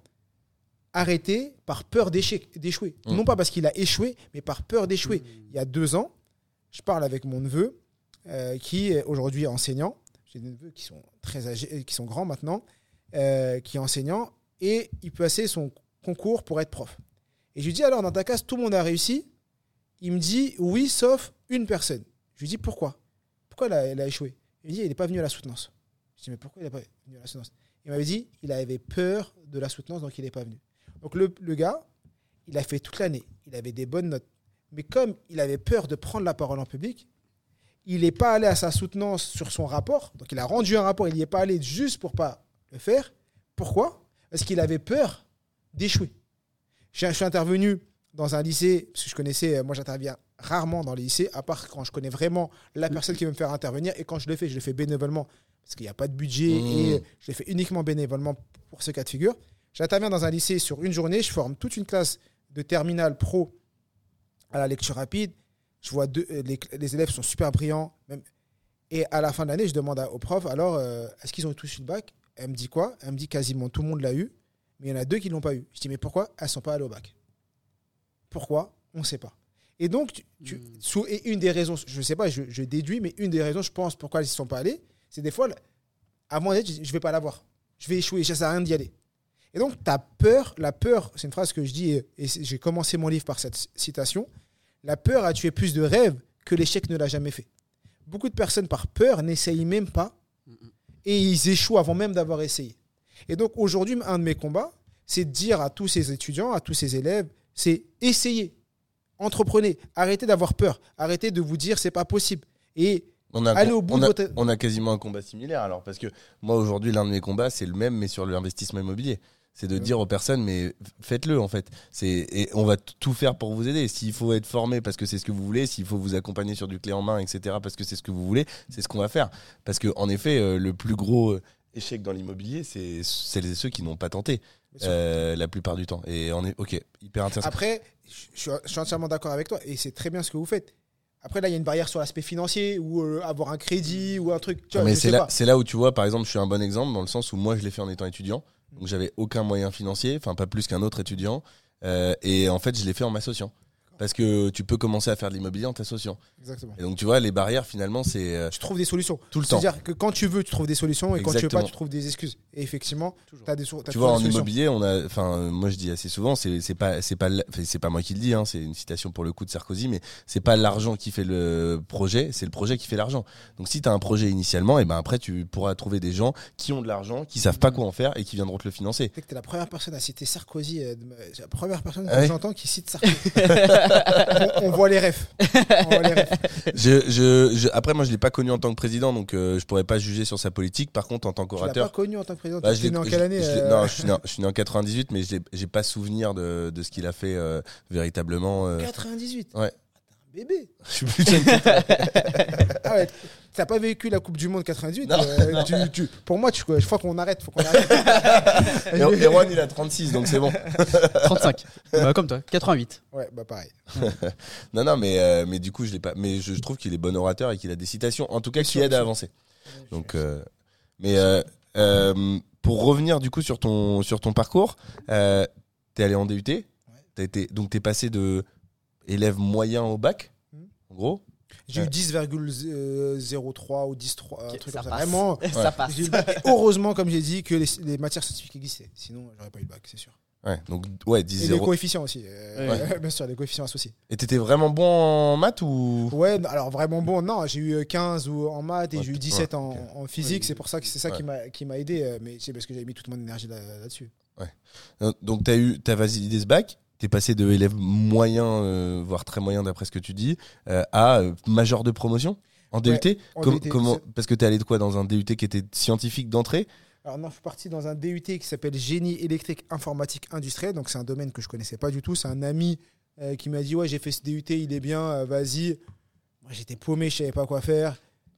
arrêté par peur d'échec, d'échouer. Mmh. Non pas parce qu'il a échoué, mais par peur d'échouer. Mmh. Il y a deux ans, je parle avec mon neveu euh, qui est aujourd'hui enseignant. J'ai des neveux qui sont très âgés, qui sont grands maintenant, euh, qui est enseignant et il peut passer son concours pour être prof. Et je lui dis alors, dans ta classe, tout le monde a réussi. Il me dit oui, sauf une personne. Je lui dis pourquoi Pourquoi elle a, elle a échoué? Il me dit il n'est pas venu à la soutenance. Je dis mais pourquoi il n'est pas venu à la soutenance? Il m'avait dit il avait peur de la soutenance, donc il n'est pas venu. Donc le, le gars, il a fait toute l'année. Il avait des bonnes notes. Mais comme il avait peur de prendre la parole en public, il n'est pas allé à sa soutenance sur son rapport. Donc il a rendu un rapport, il n'y est pas allé juste pour ne pas le faire. Pourquoi? Parce qu'il avait peur d'échouer. Je suis intervenu dans un lycée, parce que je connaissais, moi j'interviens rarement dans les lycées, à part quand je connais vraiment la personne qui veut me faire intervenir. Et quand je le fais, je le fais bénévolement, parce qu'il n'y a pas de budget, mmh. et je le fais uniquement bénévolement pour ce cas de figure. J'interviens dans un lycée sur une journée, je forme toute une classe de terminale pro à la lecture rapide. Je vois deux, les, les élèves sont super brillants. Même, et à la fin de l'année, je demande à, au prof, alors, euh, est-ce qu'ils ont tous eu le bac? Elle me dit quoi? Elle me dit quasiment tout le monde l'a eu, mais il y en a deux qui ne l'ont pas eu. Je dis, mais pourquoi elles ne sont pas allées au bac? Pourquoi? On ne sait pas. Et donc, tu, tu, mmh. sous, et une des raisons, je ne sais pas, je, je déduis, mais une des raisons, je pense, pourquoi elles ne sont pas allées, c'est des fois, avant d'être, je ne vais pas l'avoir. Je vais échouer, ça ne sert à rien d'y aller. Et donc, tu as peur, la peur, c'est une phrase que je dis, et, et j'ai commencé mon livre par cette citation, la peur a tué plus de rêves que l'échec ne l'a jamais fait. Beaucoup de personnes, par peur, n'essayent même pas, mmh. et ils échouent avant même d'avoir essayé. Et donc, aujourd'hui, un de mes combats, c'est de dire à tous ces étudiants, à tous ces élèves, c'est essayer, entreprenez, arrêtez d'avoir peur, arrêtez de vous dire c'est pas possible et on a, allez au bout on de a, votre... on a quasiment un combat similaire alors, parce que moi aujourd'hui l'un de mes combats c'est le même mais sur l'investissement immobilier. C'est de ouais. dire aux personnes mais faites-le en fait. C'est, et on va t- tout faire pour vous aider. S'il faut être formé parce que c'est ce que vous voulez, s'il faut vous accompagner sur du clé en main, et cetera parce que c'est ce que vous voulez, c'est ce qu'on va faire. Parce que en effet, euh, le plus gros échec dans l'immobilier, c'est celles et ceux qui n'ont pas tenté. Euh, la plupart du temps. Et on est ok, hyper intéressant. Après, je suis, je suis entièrement d'accord avec toi et c'est très bien ce que vous faites. Après, là, il y a une barrière sur l'aspect financier ou euh, avoir un crédit ou un truc. Tu vois, mais je c'est, sais là, pas. c'est là où tu vois, par exemple, je suis un bon exemple dans le sens où moi, je l'ai fait en étant étudiant. Donc, j'avais aucun moyen financier, enfin, pas plus qu'un autre étudiant. Euh, et en fait, je l'ai fait en m'associant. Parce que tu peux commencer à faire de l'immobilier en t'associant. Exactement. Et donc, tu vois, les barrières, finalement, c'est. Euh, tu trouves des solutions. Tout le temps. C'est-à-dire que quand tu veux, tu trouves des solutions et Exactement. quand tu veux pas, tu trouves des excuses. Et effectivement, tu as des, t'as tu vois, en solutions. immobilier, on a. Enfin, moi, je dis assez souvent, c'est, c'est, pas, c'est, pas, c'est pas moi qui le dis, hein, c'est une citation pour le coup de Sarkozy, mais c'est pas l'argent qui fait le projet, c'est le projet qui fait l'argent. Donc, si tu as un projet initialement, et ben après, tu pourras trouver des gens qui ont de l'argent, qui savent pas quoi en faire et qui viendront te le financer. Tu es la première personne à citer Sarkozy. Euh, c'est la première personne ah que ouais. j'entends qui cite Sarkozy. on, on voit les refs. je, je, je, après, moi, je l'ai pas connu en tant que président, donc euh, je pourrais pas juger sur sa politique. Par contre, en tant qu'orateur, tu l'as pas connu en tant que président. Bah, tu es né en quelle année je, euh... Non, je suis né, je suis né en quatre-vingt-dix-huit, mais je j'ai pas souvenir de, de ce qu'il a fait euh, véritablement. Euh... quatre-vingt-dix-huit. Ouais. Ah, t'es un bébé. Je suis plus jeune. Ah ouais. T'as pas vécu la Coupe du Monde quatre-vingt-dix-huit. Non. Euh, tu, tu, pour moi, tu, je crois qu'on arrête. Faut qu'on arrête. Et Erwan, il a trente-six, donc c'est bon. trente-cinq. Bah, comme toi, quatre-vingt-huit. Ouais, bah pareil. non, non, mais, euh, mais du coup, je l'ai pas. Mais je, je trouve qu'il est bon orateur et qu'il a des citations, en tout cas, qui aident à avancer. Donc, euh, mais euh, euh, pour revenir du coup sur ton sur ton parcours, euh, t'es allé en D U T. Ouais. T'as été, donc t'es passé de élève moyen au bac, mmh. en gros. J'ai eu dix virgule zéro trois ou dix virgule trois, un truc ça comme passe. ça. Vraiment, ça passe. J'ai eu le bac. Et heureusement, comme j'ai dit, que les, les matières scientifiques existaient. Sinon, j'aurais pas eu le bac, c'est sûr. Ouais, donc ouais, dix Et les coefficients aussi. Euh, ouais. Bien sûr, les coefficients associés. Et t'étais vraiment bon en maths ou? Ouais, alors vraiment bon, non. J'ai eu quinze en maths et ouais, j'ai eu dix-sept ouais, en, okay. en physique. Ouais, c'est pour ça que c'est ça ouais. qui m'a qui m'a aidé. Mais c'est parce que j'avais mis toute mon énergie là, là-dessus. Ouais. Donc t'as eu, t'as validé ce bac. T'es passé de élève moyen, euh, voire très moyen d'après ce que tu dis, euh, à euh, major de promotion en D U T. Ouais, Com- D U T comment, parce que t'es allé de quoi dans un D U T qui était scientifique d'entrée? Alors non, je suis parti dans un D U T qui s'appelle Génie électrique informatique industriel. Donc c'est un domaine que je connaissais pas du tout. C'est un ami euh, qui m'a dit ouais, j'ai fait ce D U T, il est bien, euh, vas-y. Moi j'étais paumé, je savais pas quoi faire.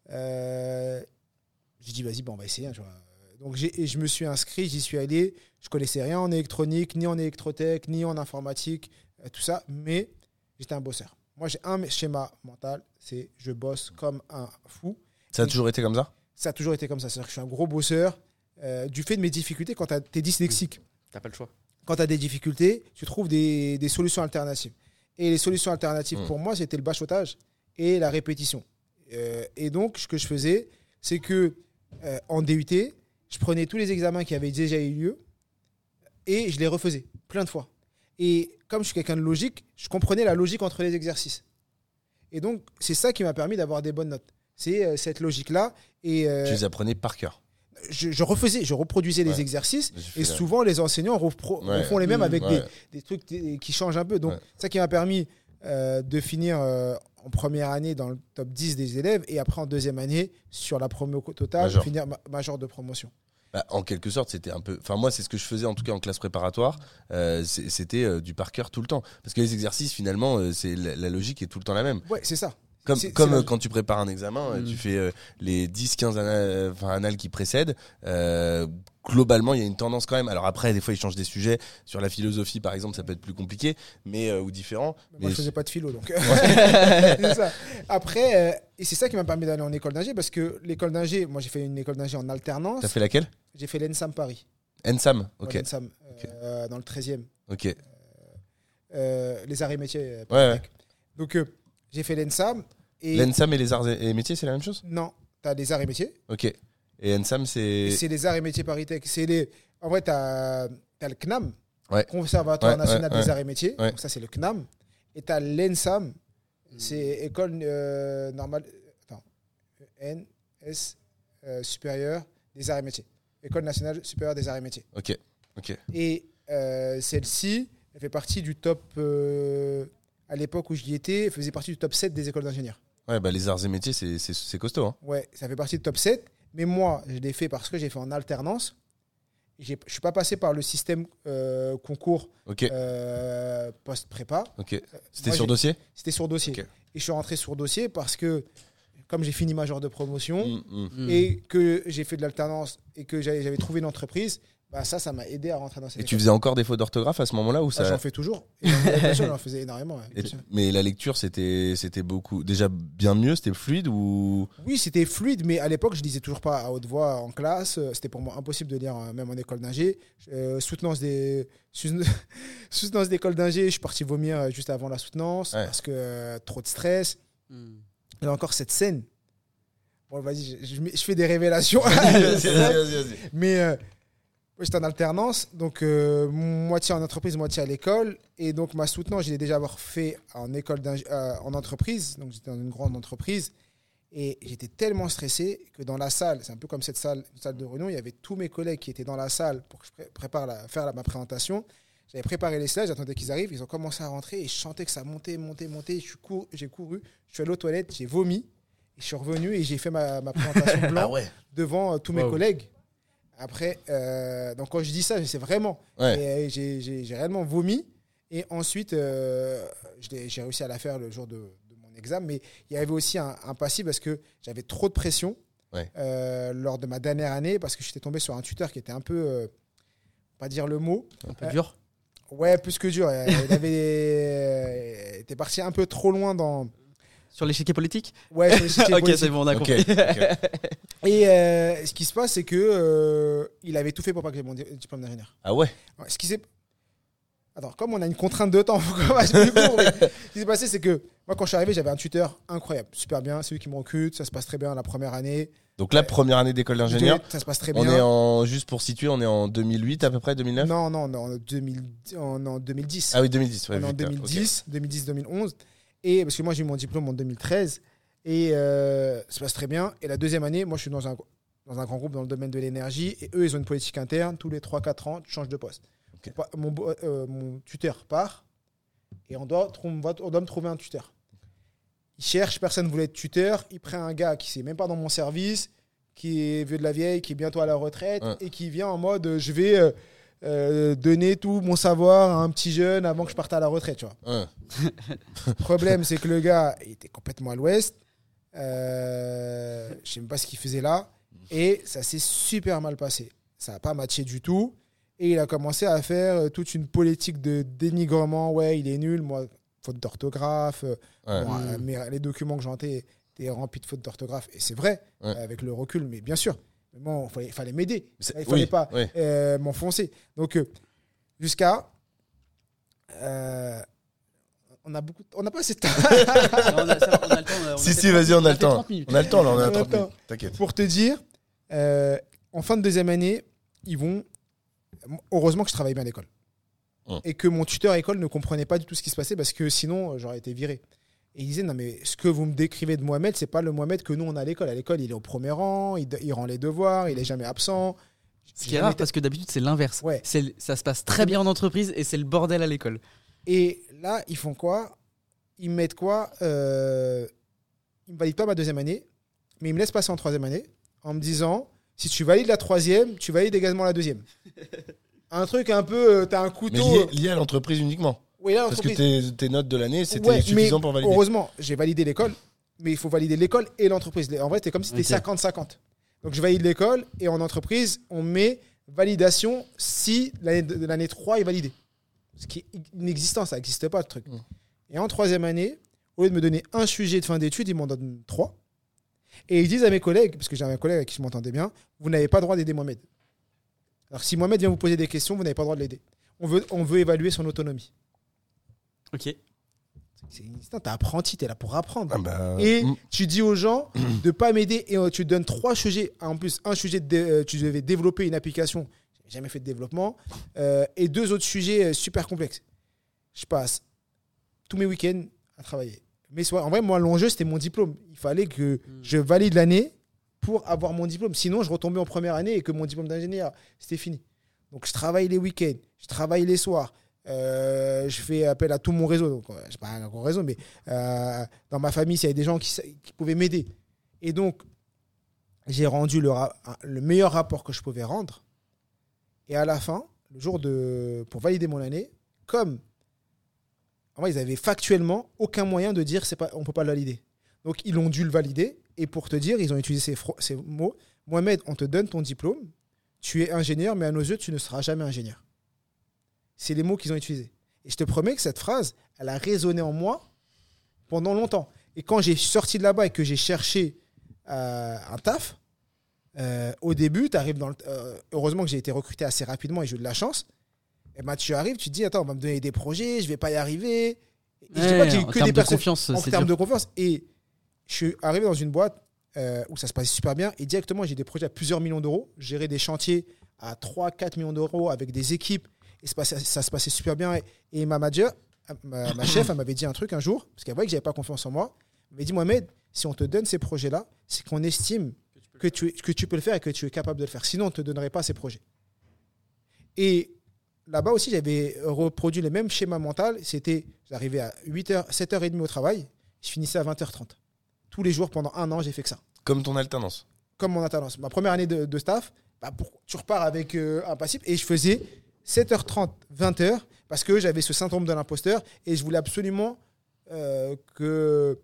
Euh, j'ai dit vas-y, bon, on va essayer. Hein, tu vois. Donc j'ai, et je me suis inscrit, j'y suis allé. Je connaissais rien en électronique, ni en électrotech, ni en informatique, euh, tout ça. Mais j'étais un bosseur. Moi j'ai un schéma mental, c'est je bosse comme un fou. Ça a et toujours été comme ça? Ça a toujours été comme ça. C'est-à-dire que je suis un gros bosseur. Euh, du fait de mes difficultés, quand tu es dyslexique, t'as pas le choix. Quand tu as des difficultés, tu trouves des, des solutions alternatives. Et les solutions alternatives, mmh. pour moi, c'était le bachotage et la répétition. Euh, et donc, ce que je faisais, c'est que euh, en D U T, je prenais tous les examens qui avaient déjà eu lieu et je les refaisais plein de fois. Et comme je suis quelqu'un de logique, je comprenais la logique entre les exercices. Et donc, c'est ça qui m'a permis d'avoir des bonnes notes. C'est euh, cette logique-là. Et, euh, Tu les apprenais par cœur. je, je refaisais, je reproduisais Ouais. les exercices. J'ai fait Et la- souvent, les enseignants refro- Ouais. refont les mêmes avec Ouais. des, des trucs t- qui changent un peu. Donc, Ouais. c'est ça qui m'a permis euh, de finir euh, en première année dans le top dix des élèves. Et après, en deuxième année, sur la promo totale, Major. finir ma- major de promotion. Bah, en quelque sorte, c'était un peu. Enfin, moi, c'est ce que je faisais en tout cas en classe préparatoire. Euh, c'est- c'était euh, du par cœur tout le temps. Parce que les exercices, finalement, euh, c'est la, la logique est tout le temps la même. Ouais, c'est ça. Comme, C'est- comme c'est la- euh, quand tu prépares un examen, euh, Mm. tu fais euh, les dix quinze annales, enfin, annales qui précèdent. Euh, globalement, il y a une tendance quand même. Alors après, des fois, ils changent des sujets. Sur la philosophie, par exemple, ça peut être plus compliqué, mais euh, ou différent. Moi, Mais je faisais pas de philo, donc. C'est ça. Après, euh, et c'est ça qui m'a permis d'aller en école d'ingé, parce que l'école d'ingé, moi, j'ai fait une école d'ingé en alternance. t'as fait laquelle? J'ai fait l'ENSAM Paris. Ensam. Ok. Ouais, l'ENSAM, euh, dans le treizième. Ok. Euh, les arts et métiers. euh, Ouais, Polytech. Donc, euh, j'ai fait l'ENSAM. Et L'Ensam et les arts et et métiers, c'est la même chose? non, tu as les arts et métiers. Ok. Et Ensam, c'est. C'est les arts et métiers Paris-Tech. C'est les... En vrai, tu as, le C N A M, Ouais. Conservatoire Ouais, national ouais, des ouais. arts et métiers. Ouais. Donc, ça, c'est le C N A M. Et tu as l'ENSAM, c'est école euh, normale. Attends. N, S, euh, supérieure des arts et métiers. École nationale supérieure des arts et métiers. Ok. Ok. Et euh, celle-ci, elle fait partie du top. euh, à l'époque où j'y étais, elle faisait partie du top sept des écoles d'ingénieurs. Ouais, bah les arts et métiers, c'est, c'est, c'est costaud. Hein. Ouais, ça fait partie du top sept. Mais moi, je l'ai fait parce que j'ai fait en alternance. J'ai- Je ne suis pas passé par le système euh, concours Ok. euh, post-prépa. Ok. C'était moi, sur j'ai- dossier? C'était sur dossier. Ok. Et je suis rentré sur dossier parce que, comme j'ai fini major de promotion Mm, mm. Mm. et que j'ai fait de l'alternance et que j'avais j'avais trouvé une entreprise, bah ça, ça m'a aidé à rentrer dans cette Et tu école. faisais encore des fautes d'orthographe à ce moment-là ou Ah, ça... J'en fais toujours. Et donc, bien sûr, j'en faisais énormément. ouais. Et tu- Mais la lecture, c'était, c'était beaucoup. Déjà bien mieux, c'était fluide ou. Oui, c'était fluide, mais à l'époque, je lisais toujours pas à haute voix en classe. Euh, C'était pour moi impossible de lire, euh, même en école d'ingé. Euh, soutenance des sou- soutenance d'école d'ingé, je suis parti vomir euh, juste avant la soutenance Ouais. parce que euh, trop de stress. Mm. Il y a encore cette scène. Bon, vas-y, je, je mets- je fais des révélations. Vas-y, vas-y, vas-y. Mais euh, moi, j'étais en alternance, donc euh, moitié en entreprise, moitié à l'école. Et donc, ma soutenance, je l'ai déjà avoir fait en, école d'ing- euh, en entreprise. Donc, j'étais dans une grande entreprise. Et j'étais tellement stressé que dans la salle, c'est un peu comme cette salle, une salle de réunion, il y avait tous mes collègues qui étaient dans la salle pour que je pré- prépare la, faire la- ma présentation. J'avais préparé les slides, j'attendais qu'ils arrivent. Ils ont commencé à rentrer et je sentais que ça montait, montait, montait. Je suis couru, j'ai couru, je suis allé aux toilettes, j'ai vomi. Et je suis revenu et j'ai fait ma, ma présentation blanc Ah ouais. devant euh, tous mes Wow. collègues. Après, euh, donc quand je dis ça, c'est vraiment. Ouais. Et, euh, j'ai, j'ai- j'ai réellement vomi. Et ensuite, euh, je l'ai- j'ai réussi à la faire le jour de, de mon examen. Mais il y avait aussi un, un passif parce que j'avais trop de pression Ouais. euh, lors de ma dernière année parce que j'étais tombé sur un tuteur qui était un peu, euh, pas dire le mot, Un peu dur. ouais, plus que dur. Euh, Il avait, il était parti un peu trop loin dans. Sur l'échiquier politique. Ouais, sur les sites Ok, politiques. c'est bon, on a Ok. compris. ok. Et euh, ce qui se passe, c'est que euh, il avait tout fait pour pas que j'ai mon di- diplôme d'ingénieur. Ah ouais. Ouais, ce qui s'est... Attends, comme on a une contrainte de temps, faut qu'on fasse plus court, mais ce qui s'est passé, c'est que moi, quand je suis arrivé, j'avais un tuteur incroyable, super bien, celui qui me recrute, ça se passe très bien la première année. Donc là, première année d'école d'ingénieur. Ça se passe très On bien. est en. Juste pour situer, on est en deux mille huit à peu près, deux mille neuf. Non, non, non, en, deux mille, en, en deux mille dix. Ah oui, deux mille dix. Ouais, on est en vite, deux mille dix, deux mille dix, deux mille onze. Et parce que moi, j'ai eu mon diplôme en deux mille treize. Et euh, ça se passe très bien. Et la deuxième année, moi, je suis dans un, dans un grand groupe dans le domaine de l'énergie. Et eux, ils ont une politique interne. Tous les trois quatre ans, tu changes de poste. Ok. Mon, bo- euh, mon tuteur part. Et on doit, trou- on va- on doit me trouver un tuteur. Il cherche, personne ne voulait être tuteur. Il prend un gars qui n'est même pas dans mon service, qui est vieux de la vieille, qui est bientôt à la retraite. Ouais. Et qui vient en mode euh, je vais euh, euh, donner tout mon savoir à un petit jeune avant que je parte à la retraite. Tu vois. Ouais. Le problème, c'est que le gars il était complètement à l'ouest. Euh, je sais même pas ce qu'il faisait là. Et ça s'est super mal passé. Ça n'a pas matché du tout. Et il a commencé à faire euh, toute une politique de dénigrement. Ouais, il est nul. Moi, faute d'orthographe. Euh, Ouais. bon, euh, mais les documents que j'ai hantés étaient remplis de fautes d'orthographe. Et c'est vrai, Ouais. euh, avec le recul, mais bien sûr. Mais bon, il fallait, fallait m'aider. C'est- Il fallait oui, pas oui. euh, m'enfoncer. Donc, euh, jusqu'à. euh, on a beaucoup. On n'a pas assez de temps. on, a, ça, on a le temps. on a Si, fait si, vas-y, on a fait le temps. trente minutes. On a le temps, là, on a On a trente le temps. minutes. T'inquiète. Pour te dire, euh, en fin de deuxième année, ils vont. Heureusement que je travaillais bien à l'école. Hum. Et que mon tuteur à l'école ne comprenait pas du tout ce qui se passait parce que sinon, euh, j'aurais été viré. Et il disait, non, mais ce que vous me décrivez de Mohamed, c'est pas le Mohamed que nous, on a à l'école. À l'école, il est au premier rang, il, il rend les devoirs, il est jamais absent. Ce qui est rare été... parce que d'habitude, c'est l'inverse. Ouais. C'est, ça se passe très bien en entreprise et c'est le bordel à l'école. Et là, ils font quoi? Ils me mettent quoi euh... Ils me valident pas ma deuxième année, mais ils me laissent passer en troisième année en me disant, si tu valides la troisième, tu valides également la deuxième. Un truc un peu, euh, t'as un couteau. Mais lié, lié à l'entreprise uniquement. Oui, là, parce que tes, tes notes de l'année, c'était ouais, suffisant pour valider. Heureusement, j'ai validé l'école, mais il faut valider l'école et l'entreprise. En vrai, c'était comme si c'était okay. cinquante cinquante. Donc, je valide l'école et en entreprise, on met validation si l'année, l'année trois est validée. Ce qui est inexistant, ça n'existe pas, le truc. Mmh. Et en troisième année, au lieu de me donner un sujet de fin d'études, ils m'en donnent trois. Et ils disent à mes collègues, parce que j'ai un collègue avec qui je m'entendais bien, vous n'avez pas le droit d'aider Mohamed. Alors, si Mohamed vient vous poser des questions, vous n'avez pas le droit de l'aider. On veut, on veut évaluer son autonomie. Ok. C'est instant, t'es apprenti, t'es là pour apprendre. Ah bah, et mm. tu dis aux gens de pas m'aider et tu te donnes trois sujets. En plus, un sujet, de, euh, tu devais développer une application. J'ai jamais fait de développement. Euh, et deux autres sujets euh, super complexes. Je passe tous mes week-ends à travailler. Mais soit, en vrai, moi, l'enjeu, c'était mon diplôme. Il fallait que mm. je valide l'année pour avoir mon diplôme. Sinon, je retombais en première année et que mon diplôme d'ingénieur, c'était fini. Donc, je travaille les week-ends, je travaille les soirs. Euh, je fais appel à tout mon réseau. Donc, euh, je pas un gros réseau, mais euh, dans ma famille, il y avait des gens qui, qui pouvaient m'aider. Et donc, j'ai rendu le, ra- le meilleur rapport que je pouvais rendre. Et à la fin, le jour de, pour valider mon année, comme en vrai, ils avaient factuellement aucun moyen de dire c'est pas, on ne peut pas le valider. Donc, ils ont dû le valider. Et pour te dire, ils ont utilisé ces, fro- ces mots. Mohamed, on te donne ton diplôme. Tu es ingénieur, mais à nos yeux, tu ne seras jamais ingénieur. C'est les mots qu'ils ont utilisés. Et je te promets que cette phrase, elle a résonné en moi pendant longtemps. Et quand j'ai sorti de là-bas et que j'ai cherché euh, un taf, euh, au début, tu arrives dans le, euh, heureusement que j'ai été recruté assez rapidement et j'ai eu de la chance. Et ben, tu arrives, tu te dis, attends, on va me donner des projets, je ne vais pas y arriver. Et ouais, je dis pas que j'ai eu que des de personnes confiance, en c'est termes dur. de confiance. Et je suis arrivé dans une boîte euh, où ça se passait super bien. Et directement, j'ai des projets à plusieurs millions d'euros. Gérer des chantiers à trois à quatre millions d'euros avec des équipes. Et ça, ça se passait super bien. Et ma manager, ma, ma chef, elle m'avait dit un truc un jour, parce qu'elle voyait que je n'avais pas confiance en moi. Elle m'a dit, Mohamed, si on te donne ces projets-là, c'est qu'on estime que tu, que tu peux le faire et que tu es capable de le faire. Sinon, on ne te donnerait pas ces projets. Et là-bas aussi, j'avais reproduit le même schéma mental. C'était, j'arrivais à huit heures, sept heures trente au travail, je finissais à vingt heures trente. Tous les jours, pendant un an, j'ai fait que ça. Comme ton alternance. Comme mon alternance. Ma première année de, de staff, bah pour, tu repars avec euh, un passif. Et je faisais sept heures trente, vingt heures, parce que j'avais ce syndrome de l'imposteur et je voulais absolument euh, que,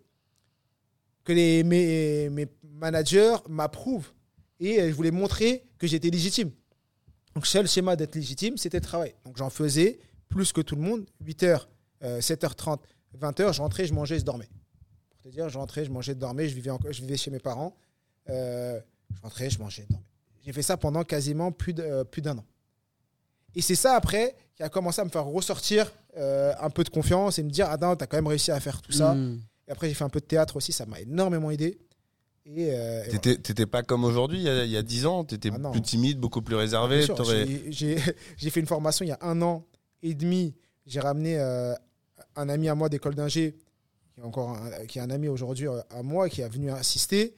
que les, mes, mes managers m'approuvent. Et je voulais montrer que j'étais légitime. Donc, le seul schéma d'être légitime, c'était le travail. Donc, j'en faisais plus que tout le monde. huit heures, euh, sept heures trente, vingt heures, je rentrais, je mangeais, je dormais. Pour te dire, je rentrais, je mangeais, je dormais, je vivais, en, je vivais chez mes parents. Euh, je rentrais, je mangeais, je dormais. J'ai fait ça pendant quasiment plus, de, euh, plus d'un an. Et c'est ça, après, qui a commencé à me faire ressortir euh, un peu de confiance et me dire, ah non, t'as quand même réussi à faire tout ça. Mmh. Et après, j'ai fait un peu de théâtre aussi, ça m'a énormément aidé. Et euh, et t'étais, voilà. T'étais pas comme aujourd'hui, il y a, il y a dix ans, t'étais ah plus timide, beaucoup plus réservé. Sûr, j'ai, j'ai, j'ai fait une formation il y a un an et demi. J'ai ramené euh, un ami à moi d'école d'ingé, qui est, encore un, qui est un ami aujourd'hui à moi, qui est venu assister.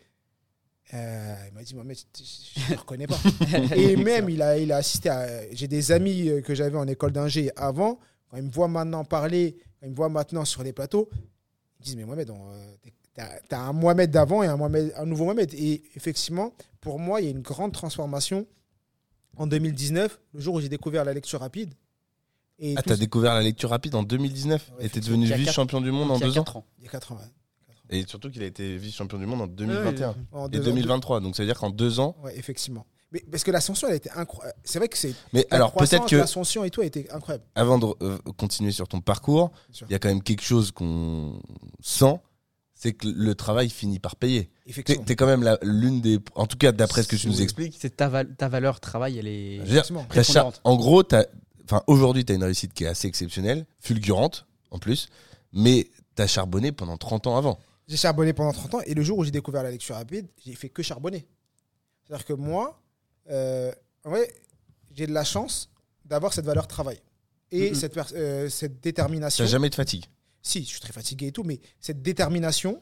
Euh, il m'a dit, Mohamed, je ne le reconnais pas. Et même, il a, il a assisté à... J'ai des amis que j'avais en école d'ingé avant. Quand ils me voient maintenant parler, quand ils me voient maintenant sur les plateaux, ils disent, mais Mohamed, on, t'as, t'as un Mohamed d'avant et un, Mohamed, un nouveau Mohamed. Et effectivement, pour moi, il y a une grande transformation en deux mille dix-neuf, le jour où j'ai découvert la lecture rapide. Et ah, t'as découvert la lecture rapide en deux mille dix-neuf ouais, et t'es devenu vice-champion du monde en deux ans. Il y a quatre ans. Et surtout qu'il a été vice-champion du monde en deux mille vingt et un ouais, en et deux mille vingt-trois. Donc ça veut dire qu'en deux ans. Ouais, effectivement. Mais parce que l'ascension, elle a été incroyable. C'est vrai que c'est. Mais alors peut-être que l'ascension et tout a été incroyable. Avant de euh, continuer sur ton parcours, il y a quand même quelque chose qu'on sent, c'est que le travail finit par payer. Effectivement. T'es, t'es quand même la, l'une des, en tout cas d'après ce que tu nous expliques. C'est ta, val- ta valeur travail, elle est. Je veux dire, t'as char- en gros, t'as, enfin aujourd'hui, t'as une réussite qui est assez exceptionnelle, fulgurante en plus, mais t'as charbonné pendant trente ans avant. J'ai charbonné pendant trente ans et le jour où j'ai découvert la lecture rapide, j'ai fait que charbonner. C'est-à-dire que moi, euh, en vrai, j'ai de la chance d'avoir cette valeur travail et mm-hmm. cette, per- euh, cette détermination. T'as jamais de fatigue. si, je suis très fatigué et tout, mais cette détermination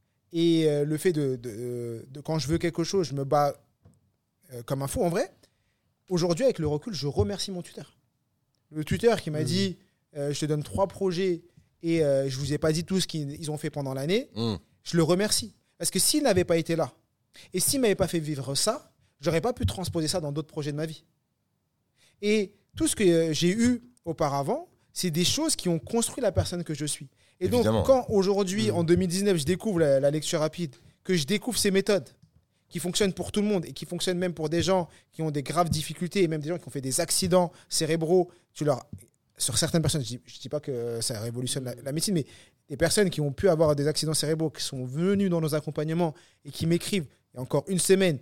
et euh, le fait de, de, de, quand je veux quelque chose, je me bats euh, comme un fou. En vrai, aujourd'hui, avec le recul, je remercie mon tuteur. Le tuteur qui m'a mmh. dit, euh, je te donne trois projets et euh, je vous ai pas dit tout ce qu'ils ont fait pendant l'année, mmh. je le remercie. Parce que s'il n'avait pas été là, et s'il m'avait pas fait vivre ça, j'aurais pas pu transposer ça dans d'autres projets de ma vie. Et tout ce que euh, j'ai eu auparavant, c'est des choses qui ont construit la personne que je suis. Et Évidemment. donc, quand aujourd'hui, mmh. en deux mille dix-neuf, je découvre la, la lecture rapide, que je découvre ces méthodes qui fonctionnent pour tout le monde et qui fonctionnent même pour des gens qui ont des graves difficultés et même des gens qui ont fait des accidents cérébraux, tu leur... sur certaines personnes, je ne dis, dis pas que ça révolutionne la, la médecine, mais des personnes qui ont pu avoir des accidents cérébraux, qui sont venues dans nos accompagnements et qui m'écrivent, il y a encore une semaine,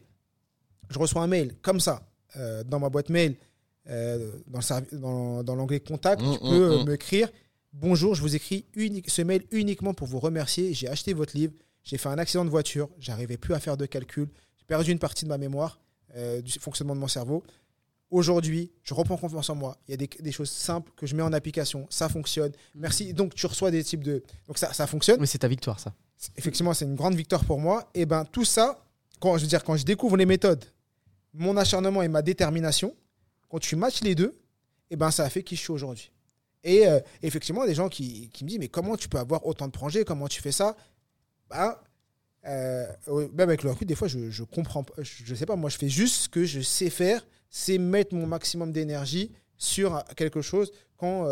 je reçois un mail comme ça, euh, dans ma boîte mail, euh, dans, le, dans, dans l'onglet contact, mmh, tu mmh, peux mmh. m'écrire « Bonjour, je vous écris unique, ce mail uniquement pour vous remercier. J'ai acheté votre livre, j'ai fait un accident de voiture, j'arrivais plus à faire de calcul, j'ai perdu une partie de ma mémoire, euh, du fonctionnement de mon cerveau. Aujourd'hui, je reprends confiance en moi. Il y a des, des choses simples que je mets en application, ça fonctionne. Merci. Donc, tu reçois des types de... Donc, ça, ça fonctionne. Mais c'est ta victoire, ça. Effectivement, c'est une grande victoire pour moi. Et bien, tout ça, quand, je veux dire, quand je découvre les méthodes, mon acharnement et ma détermination, quand tu matches les deux, et ben, ça a fait qui je suis aujourd'hui. Et euh, effectivement, des gens qui, qui me disent, mais comment tu peux avoir autant de projets, comment tu fais ça? Ben, euh, même avec le recul, des fois, je, je comprends pas. Je, je sais pas, moi, je fais juste ce que je sais faire, c'est mettre mon maximum d'énergie sur quelque chose quand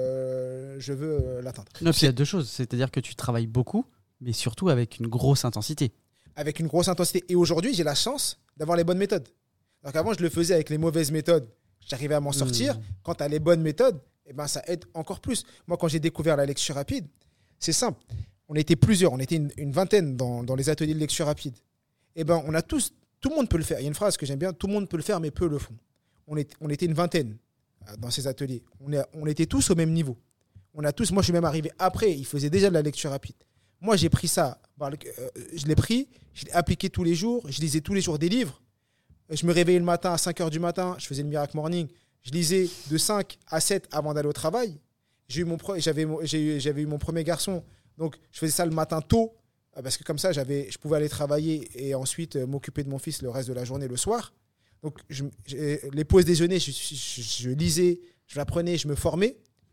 euh, je veux l'atteindre. Non, puis il y a deux choses. C'est-à-dire que tu travailles beaucoup, mais surtout avec une grosse intensité. Avec une grosse intensité. Et aujourd'hui, j'ai la chance d'avoir les bonnes méthodes. Donc avant, je le faisais avec les mauvaises méthodes. J'arrivais à m'en sortir. Mmh. Quand tu as les bonnes méthodes, eh ben, ça aide encore plus. Moi, quand j'ai découvert la lecture rapide, c'est simple. On était plusieurs, on était une, une vingtaine dans, dans les ateliers de lecture rapide. Eh ben, on a tous, tout le monde peut le faire. Il y a une phrase que j'aime bien, tout le monde peut le faire, mais peu le font. On, est, on était une vingtaine dans ces ateliers. On, est, on était tous au même niveau. On a tous, moi, je suis même arrivé après, ils faisaient déjà de la lecture rapide. Moi, j'ai pris ça, euh, je l'ai pris, je l'ai appliqué tous les jours, je lisais tous les jours des livres. Je me réveillais le matin à cinq heures du matin, je faisais le Miracle Morning. Je lisais de cinq à sept avant d'aller au travail. J'ai eu mon pro- j'avais, j'ai, j'avais eu mon premier garçon. Donc, je faisais ça le matin tôt, parce que comme ça, j'avais, je pouvais aller travailler et ensuite euh, m'occuper de mon fils le reste de la journée, le soir. Donc, je, les pauses déjeuner, je, je, je lisais, je l'apprenais, je me formais.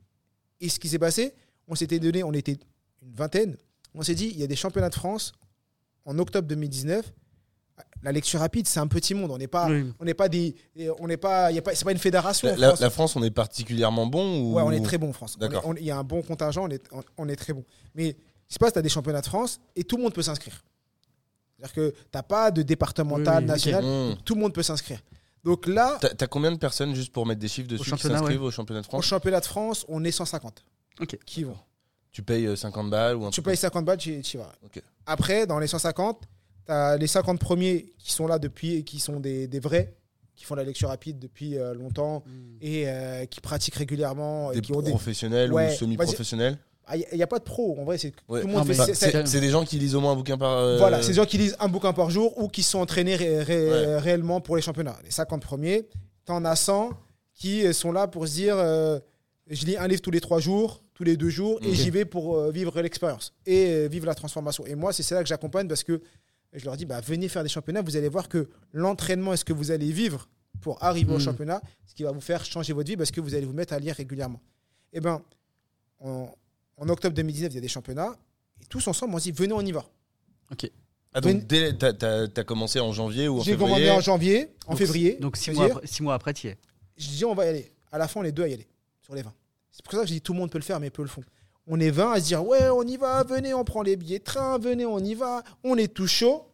Et ce qui s'est passé, on s'était donné, on était une vingtaine, on s'est dit, il y a des championnats de France en octobre deux mille dix-neuf. La lecture rapide, c'est un petit monde. On n'est pas, oui. on n'est pas des, on n'est pas, il y a pas, c'est pas une fédération. La, la, la France, on est particulièrement bon ou... Ouais, on est très bon en France. D'accord. Il y a un bon contingent, on est, on, on est très bon. Mais ce qui se passe, tu as des championnats de France et tout le monde peut s'inscrire. C'est-à-dire que tu n'as pas de départemental, oui, national, okay. mmh. tout le monde peut s'inscrire. Donc là, tu as combien de personnes, juste pour mettre des chiffres dessus, qui s'inscrivent ouais. au championnat de France? Au championnat de France, on est cent cinquante okay. qui vont. Tu payes cinquante balles ou un Tu payes cinquante balles, tu y vas. Okay. Après, dans les cent cinquante, tu as les cinquante premiers qui sont là depuis, qui sont des, des vrais, qui font la lecture rapide depuis euh, longtemps mmh. et euh, qui pratiquent régulièrement. Des et qui ont professionnels des... ou ouais, semi-professionnels? Il n'y a, a pas de pro, en vrai. C'est, ouais. tout le monde non, fait, c'est, c'est, c'est des gens qui lisent au moins un bouquin par... Euh... Voilà, c'est des gens qui lisent un bouquin par jour ou qui sont entraînés ré, ré, ouais. réellement pour les championnats. Les cinquante premiers, tu en as cent qui sont là pour se dire euh, je lis un livre tous les trois jours, tous les deux jours, okay. et j'y vais pour euh, vivre l'expérience et euh, vivre la transformation. Et moi, c'est ça que j'accompagne parce que je leur dis, bah, venez faire des championnats, vous allez voir que l'entraînement est ce que vous allez vivre pour arriver mmh. au championnat, ce qui va vous faire changer votre vie parce que vous allez vous mettre à lire régulièrement. Et ben, en, en octobre deux mille dix-neuf, il y a des championnats, et tous ensemble, on se dit, venez, on y va. Ok. Ah, donc, dès, t'as, t'as, t'as commencé en janvier ou en J'ai février? J'ai commencé en janvier, en donc, février. Donc, six mois, après, six mois après, tu y es. Je dis, on va y aller. À la fin, on est deux à y aller, sur les vingt. C'est pour ça que je dis, tout le monde peut le faire, mais peu le font. On est vingt à se dire, ouais, on y va, venez, on prend les billets de train, venez, on y va, on est tout chaud.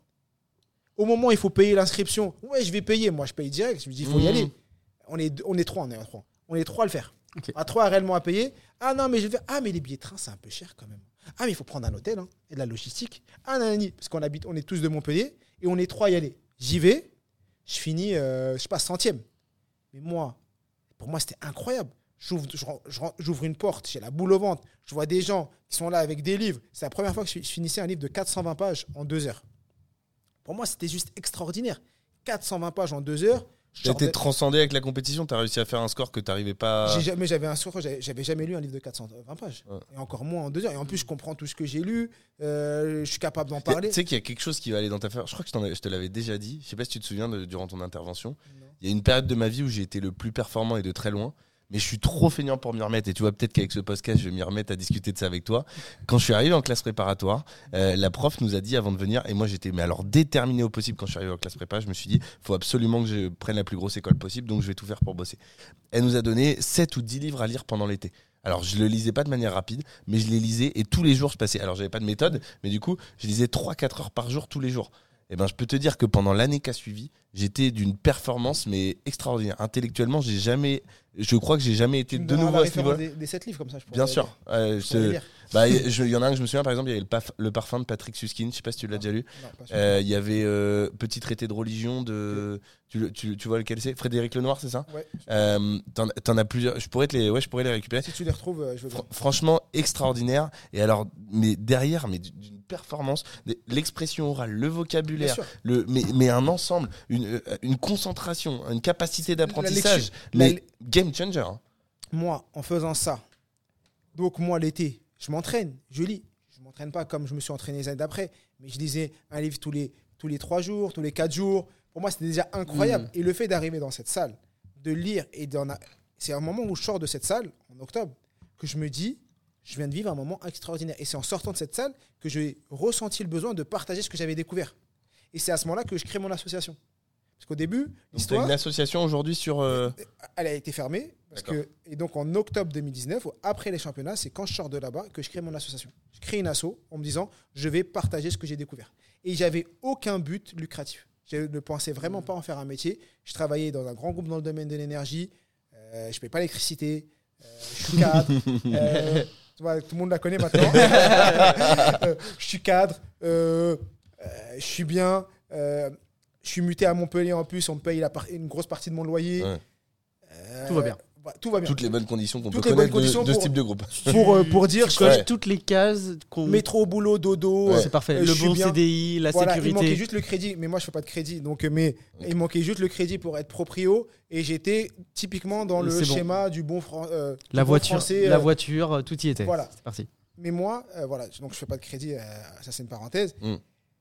Au moment où il faut payer l'inscription, ouais, je vais payer. Moi, je paye direct. Je me dis, il faut mmh. y aller. On est, on est trois, on est à trois. On est trois à le faire. Okay. À trois réellement à payer. Ah non, mais je vais. Ah, mais les billets de train, c'est un peu cher quand même. Ah, mais il faut prendre un hôtel hein, et de la logistique. Ah, non, non, non, parce qu'on habite, on est tous de Montpellier et on est trois à y aller. J'y vais, je finis, euh, je sais pas, centième. Mais moi, pour moi, c'était incroyable. J'ouvre, j'ouvre une porte, j'ai la boule au ventre. Je vois des gens qui sont là avec des livres. C'est la première fois que je finissais un livre de quatre cent vingt pages en deux heures. Pour moi, c'était juste extraordinaire. quatre cent vingt pages en deux heures. T'as été transcendé avec la compétition, t'as réussi à faire un score que t'arrivais pas. J'ai jamais, j'avais un score, j'avais, j'avais jamais lu un livre de quatre cent vingt pages. Ouais. Et encore moins en deux heures. Et en plus, je comprends tout ce que j'ai lu. Euh, je suis capable d'en parler. Tu sais qu'il y a quelque chose qui va aller dans ta faveur. Je crois que je, t'en ai, je te l'avais déjà dit. Je sais pas si tu te souviens de, durant ton intervention. Non. Il y a une période de ma vie où j'ai été le plus performant et de très loin. Mais je suis trop feignant pour m'y remettre. Et tu vois, peut-être qu'avec ce podcast, je vais m'y remettre à discuter de ça avec toi. Quand je suis arrivé en classe préparatoire, euh, la prof nous a dit avant de venir, et moi j'étais mais alors déterminé au possible quand je suis arrivé en classe prépa, je me suis dit, il faut absolument que je prenne la plus grosse école possible, donc je vais tout faire pour bosser. Elle nous a donné sept ou dix livres à lire pendant l'été. Alors je le lisais pas de manière rapide, mais je les lisais et tous les jours je passais. Alors j'avais pas de méthode, mais du coup, je lisais trois à quatre heures par jour tous les jours. Eh ben, je peux te dire que pendant l'année qui a suivi, j'étais d'une performance mais extraordinaire. Intellectuellement, j'ai jamais, je crois que j'ai jamais été de nouveau à ce niveau. Des, des sept livres comme ça, je pourrais. Bien sûr. Euh, je, bah, il y en a un que je me souviens, par exemple, il y avait le, paf, le parfum de Patrick Suskind. Je sais pas si tu l'as non, déjà lu. Il euh, y avait euh, Petit traité de religion de, tu, tu, tu vois lequel c'est, Frédéric Lenoir, c'est ça? Ouais. Euh, t'en, t'en as plusieurs. Je pourrais te les, ouais, je pourrais les récupérer. Si tu les retrouves, je veux bien. Fr- franchement, extraordinaire. Et alors, mais derrière, mais d'une performance, l'expression orale, le vocabulaire, le, mais, mais un ensemble, une, une concentration, une capacité d'apprentissage, mais la... game changer. Hein. Moi, en faisant ça, donc moi l'été, je m'entraîne, je lis. Je ne m'entraîne pas comme je me suis entraîné les années d'après, mais je lisais un livre tous les, tous les trois jours, tous les quatre jours. Pour moi, c'était déjà incroyable. Mmh. Et le fait d'arriver dans cette salle, de lire, et d'en a... c'est un moment où je sors de cette salle, en octobre, que je me dis, je viens de vivre un moment extraordinaire. Et c'est en sortant de cette salle que j'ai ressenti le besoin de partager ce que j'avais découvert. Et c'est à ce moment-là que je crée mon association. Parce qu'au début, l'histoire... Donc, tu as une association aujourd'hui sur... Euh... Elle a été fermée. Parce que, et donc, en octobre deux mille dix-neuf, après les championnats, c'est quand je sors de là-bas que je crée mon association. Je crée une asso en me disant, je vais partager ce que j'ai découvert. Et j'avais aucun but lucratif. Je ne pensais vraiment pas en faire un métier. Je travaillais dans un grand groupe dans le domaine de l'énergie. Euh, je ne paye pas l'électricité. Euh, je suis cadre. euh, tu vois, tout le monde la connaît maintenant. euh, je suis cadre. Euh, euh, je suis bien. Euh, je suis muté à Montpellier en plus. On me paye la par- une grosse partie de mon loyer. Ouais. Euh, tout va bien. Bah, tout va bien. Toutes les bonnes conditions qu'on toutes peut connaître de, de ce type de groupe. Pour, euh, pour dire, tu coches ouais. toutes les cases. Qu'on... Métro, boulot, dodo. Ouais. C'est parfait. Euh, le bon bien. C D I, la voilà, sécurité. Il manquait juste le crédit. Mais moi, je fais pas de crédit. Donc, mais okay. Il manquait juste le crédit pour être proprio. Et j'étais typiquement dans le c'est schéma bon. du bon, fran- euh, du la bon voiture, français. La euh, voiture, tout y était. Voilà. C'est parti. Mais moi, euh, voilà. Donc, je fais pas de crédit. Euh, ça, c'est une parenthèse. Mm.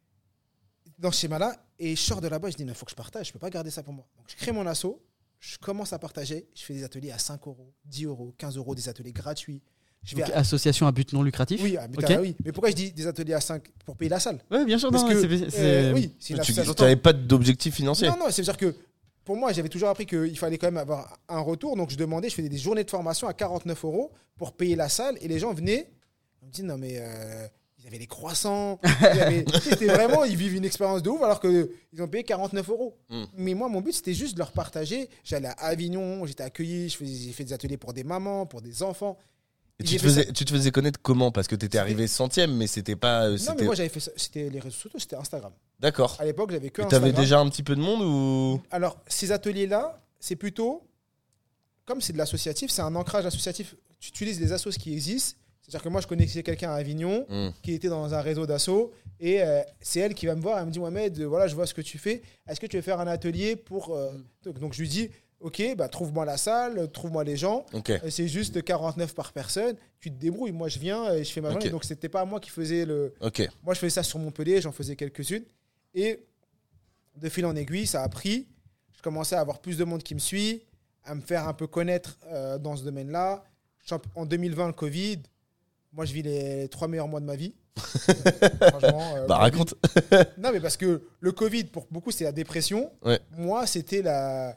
Dans ce schéma-là. Et je sors de là-bas. Je dis, il faut que je partage. Je peux pas garder ça pour moi. Donc, je crée mon asso. Je commence à partager. Je fais des ateliers à cinq euros, dix euros, quinze euros, des ateliers gratuits. Je vais Donc, à... association à but non lucratif. Oui, à but okay. à, oui. Mais pourquoi je dis des ateliers à cinq pour payer la salle? Oui, bien sûr. Parce non, que, c'est, c'est... Euh, oui, c'est tu n'avais pas d'objectif financier. Non, non, c'est-à-dire que pour moi, j'avais toujours appris qu'il fallait quand même avoir un retour. Donc, je demandais, je faisais des journées de formation à quarante-neuf euros pour payer la salle. Et les gens venaient. On me dit, non, mais euh, ils avaient des croissants. Ils avaient... C'était vraiment, ils vivent une expérience de ouf alors qu'ils ont payé quarante-neuf euros. Mm. Mais moi, mon but, c'était juste de leur partager. J'allais à Avignon, j'étais accueilli, je faisais, j'ai fait des ateliers pour des mamans, pour des enfants. Et tu, te faisais, tu te faisais connaître comment? Parce que tu étais arrivé centième, mais c'était pas. Euh, non, c'était... mais moi, j'avais fait ça. C'était les réseaux sociaux, c'était Instagram. D'accord. À l'époque, j'avais que et Instagram. Tu avais déjà un petit peu de monde ou? Alors, ces ateliers-là, c'est plutôt. Comme c'est de l'associatif, c'est un ancrage associatif. Tu utilises les assos qui existent. C'est-à-dire que moi, je connaissais quelqu'un à Avignon mmh. qui était dans un réseau d'assos et euh, c'est elle qui va me voir. Elle me dit, Mohamed, euh, voilà, je vois ce que tu fais. Est-ce que tu veux faire un atelier pour. Euh... Mmh. Donc, je lui dis, OK, bah, trouve-moi la salle, trouve-moi les gens. Okay. C'est juste quarante-neuf par personne. Tu te débrouilles. Moi, je viens et je fais ma journée. Okay. Donc, ce n'était pas moi qui faisais le. Okay. Moi, je faisais ça sur Montpellier, j'en faisais quelques-unes. Et de fil en aiguille, ça a pris. Je commençais à avoir plus de monde qui me suit, à me faire un peu connaître euh, dans ce domaine-là. En deux mille vingt, le Covid. Moi, je vis les trois meilleurs mois de ma vie. Franchement. Euh, bah, raconte. Non, mais parce que le Covid, pour beaucoup, c'est la dépression. Ouais. Moi, c'était la.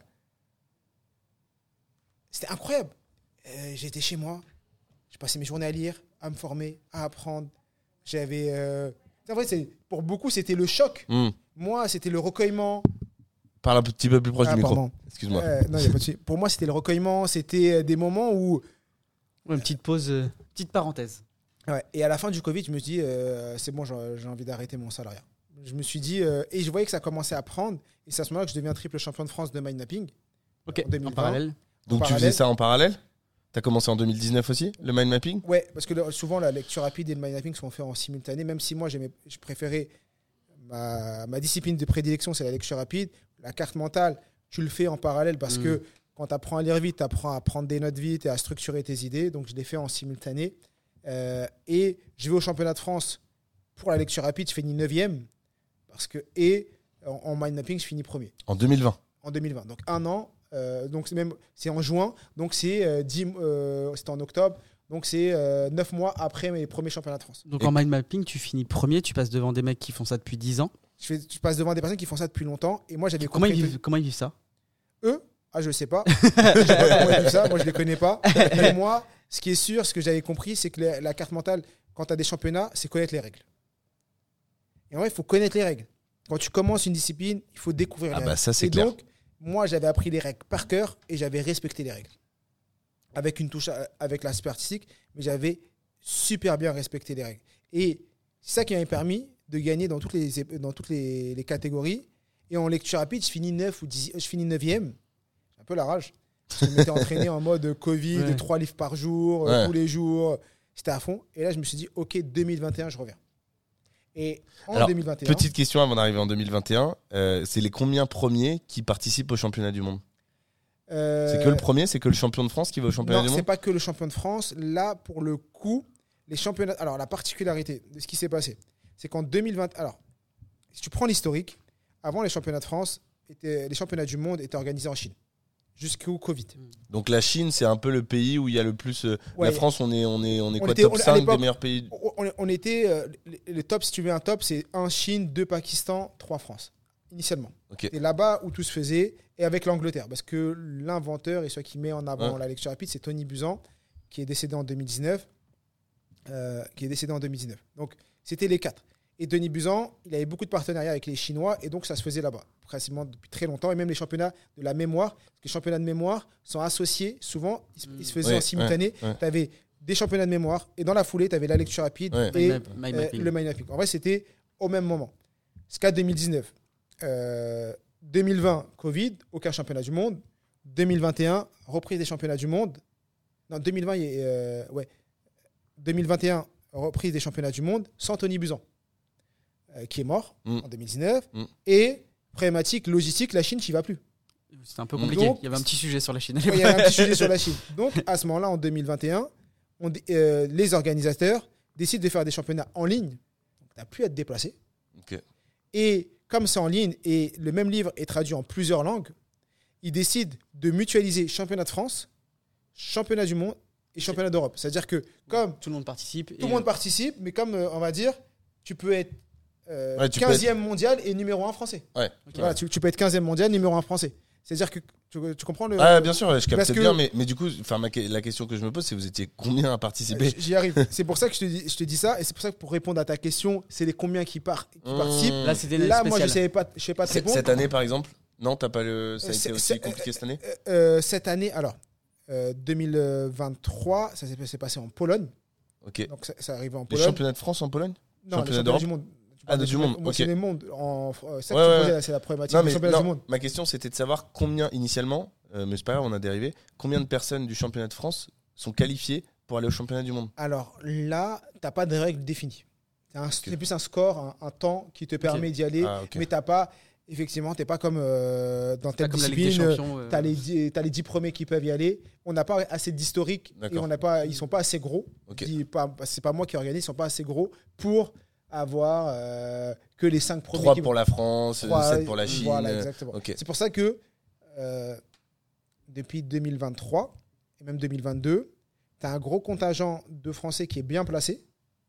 C'était incroyable. Euh, j'étais chez moi. Je passais mes journées à lire, à me former, à apprendre. J'avais. Euh... En vrai, c'est... pour beaucoup, c'était le choc. Mm. Moi, c'était le recueillement. Parle un petit peu plus proche ah, du micro. Pardon. Excuse-moi. Euh, non, y a pas de... Pour moi, c'était le recueillement. C'était des moments où. Ouais, une petite pause, euh, petite parenthèse. Ouais. Et à la fin du Covid, je me suis dit, euh, c'est bon, j'ai, j'ai envie d'arrêter mon salariat. Je me suis dit, euh, et je voyais que ça commençait à prendre. Et c'est à ce moment-là que je deviens triple champion de France de mind mapping. Ok, en, en parallèle. Donc en tu parallèle. faisais ça en parallèle? Tu as commencé en deux mille dix-neuf aussi, le mind mapping? Ouais, parce que le, souvent la lecture rapide et le mind mapping sont faits en simultané, même si moi j'aimais, je préférais ma, ma discipline de prédilection, c'est la lecture rapide. La carte mentale, tu le fais en parallèle parce Mm. que quand tu apprends à lire vite, tu apprends à prendre des notes vite et à structurer tes idées. Donc, je l'ai fait en simultané. Euh, et je vais au championnat de France pour la lecture rapide, je finis neuvième. Parce que, et en, en mind mapping, je finis premier En deux mille vingt. en deux mille vingt. Donc, un an. Euh, donc, c'est, même, c'est en juin. Donc, c'est euh, dix, euh, c'était en octobre. Donc, c'est euh, neuf mois après mes premiers championnats de France. Donc Et- en mind mapping, tu finis premier, tu passes devant des mecs qui font ça depuis dix ans. Je, fais, je passe devant des personnes qui font ça depuis longtemps. Et moi, j'avais Comment ils, compris. vivent, comment ils vivent ça? Eux, ah, je ne sais pas. Je sais pas comment ils font ça. Moi, je ne les connais pas. Mais moi, ce qui est sûr, ce que j'avais compris, c'est que la, la carte mentale, quand tu as des championnats, c'est connaître les règles. Et en vrai, il faut connaître les règles. Quand tu commences une discipline, il faut découvrir Ah les bah règles. ça, c'est et clair. donc, moi, j'avais appris les règles par cœur et j'avais respecté les règles. Avec une touche à- avec l'aspect artistique, mais j'avais super bien respecté les règles. Et c'est ça qui m'avait permis de gagner dans toutes les, ép- dans toutes les, les catégories. Et en lecture rapide, je finis neuf ou dix, je finis neuvième. J'ai un peu la rage. Parce que je m'étais entraîné en mode Covid, Ouais. trois livres par jour, euh, Ouais. tous les jours. C'était à fond. Et là, je me suis dit, OK, deux mille vingt et un, je reviens. Et en Alors, deux mille vingt et un, Petite question avant d'arriver en deux mille vingt et un. Euh, c'est les combien premiers qui participent au championnat du monde? euh, C'est que le premier, c'est que le champion de France qui va au championnat non, du c'est monde? pas que le champion de France. Là, pour le coup, les championnats. Alors, la particularité de ce qui s'est passé, c'est qu'en deux mille vingt. Alors, si tu prends l'historique, avant les championnats de France, étaient, les championnats du monde étaient organisés en Chine. Jusqu'au Covid. Donc la Chine, c'est un peu le pays où il y a le plus. euh, Ouais. La France, on est, on est, on est On quoi, était- top on- à cinq des l'époque- meilleurs pays? On, on- on était. euh, les, les tops, si tu veux un top, c'est un Chine, deux Pakistan, trois France. Initialement. Ok. C'est là-bas où tout se faisait. Et avec l'Angleterre. Parce que l'inventeur et celui qui met en avant Ouais. la lecture rapide, c'est Tony Buzan, qui est décédé en deux mille dix-neuf. euh, qui est décédé en deux mille dix-neuf. Donc, c'était les quatre. Et Tony Buzan, il avait beaucoup de partenariats avec les Chinois. Et donc, ça se faisait là-bas. Principalement depuis très longtemps. Et même les championnats de la mémoire. Parce que les championnats de mémoire sont associés. Souvent, ils, se- ils se faisaient Ouais, en simultané. ouais, ouais. Tu avais des championnats de mémoire. Et dans la foulée, tu avais la lecture rapide. Ouais. Et Mind map- mind euh, mapping. le mind mapping. En vrai, c'était au même moment. Jusqu'à deux mille dix-neuf. Euh, deux mille vingt, Covid, aucun championnat du monde. deux mille vingt et un, reprise des championnats du monde. Non, deux mille vingt, il y a, euh, ouais. deux mille vingt et un, reprise des championnats du monde sans Tony Buzan, euh, qui est mort Mm. en deux mille dix-neuf. Mm. Et problématique logistique, la Chine, n'y va plus. C'était un peu compliqué. Donc- Il y avait un petit sujet sur la Chine. Ouais, il y avait un petit sujet sur la Chine. Donc, à ce moment-là, en deux mille vingt et un, on dé- euh, les organisateurs décident de faire des championnats en ligne. Donc, tu n'as plus à te déplacer. Ok. Et comme c'est en ligne et le même livre est traduit en plusieurs langues, ils décident de mutualiser championnat de France, championnat du monde et championnat d'Europe. C'est-à-dire que comme Tout le monde participe. tout le monde participe, mais comme euh, on va dire, tu peux être euh, Ouais, tu peux quinzième mondial et numéro un français. Ouais. Ok. Voilà, tu, tu peux être quinzième mondial, numéro un français. C'est-à-dire que tu, tu comprends le. Ah, bien sûr, je parce capte que- bien, mais, mais du coup, enfin, ma que- la question que je me pose, c'est vous étiez combien à participer? J'y arrive. C'est pour ça que je te, dis, je te dis ça, et c'est pour ça que pour répondre à ta question, c'est les combien qui, part, qui Mmh. participent. Là, c'était une Là, année moi, je ne spéciale. savais pas, je sais pas te C'est- répondre. Cette année, par exemple? Non, t'as pas le. Ça a Euh, été c'est- aussi c'est- compliqué cette année? Euh, euh, cette année, alors, euh, deux mille vingt-trois, ça s'est s'est passé en Pologne. Ok. Donc, ça, ça arrivait en Les Pologne. championnats de France en Pologne? Non, championnat les championnats d'Europe du monde. Tu Ah, parles de des du monde, championnats- moi, ok. C'est le monde. En, euh, c'est ça Ouais, que tu ouais, posais, ouais. là, c'est la problématique. Non, des mais championnats non, du monde. ma question c'était de savoir combien initialement, euh, mais c'est pas grave, on a dérivé, combien de personnes du championnat de France sont qualifiées pour aller au championnat du monde? Alors là, tu n'as pas de règles définies. C'est un- c'est plus un score, un, un temps qui te permet d'y aller, Ah, ok. mais tu n'as pas, effectivement, tu n'es pas comme euh, dans Pas telle comme la Ligue des discipline. Champions. euh, Tu as les, dix- t'as les dix premiers qui peuvent y aller. On n'a pas assez d'historique et D'accord. on n'a pas, ils ne sont pas assez gros. Ok. Dis pas- C'est pas moi qui organise, ils ne sont pas assez gros pour avoir euh, que les cinq premiers. trois qui- pour la France, Trois, sept pour la Chine. Voilà, euh, exactement. ok. C'est pour ça que euh, depuis deux mille vingt-trois et même deux mille vingt-deux, tu as un gros contingent de Français qui est bien placé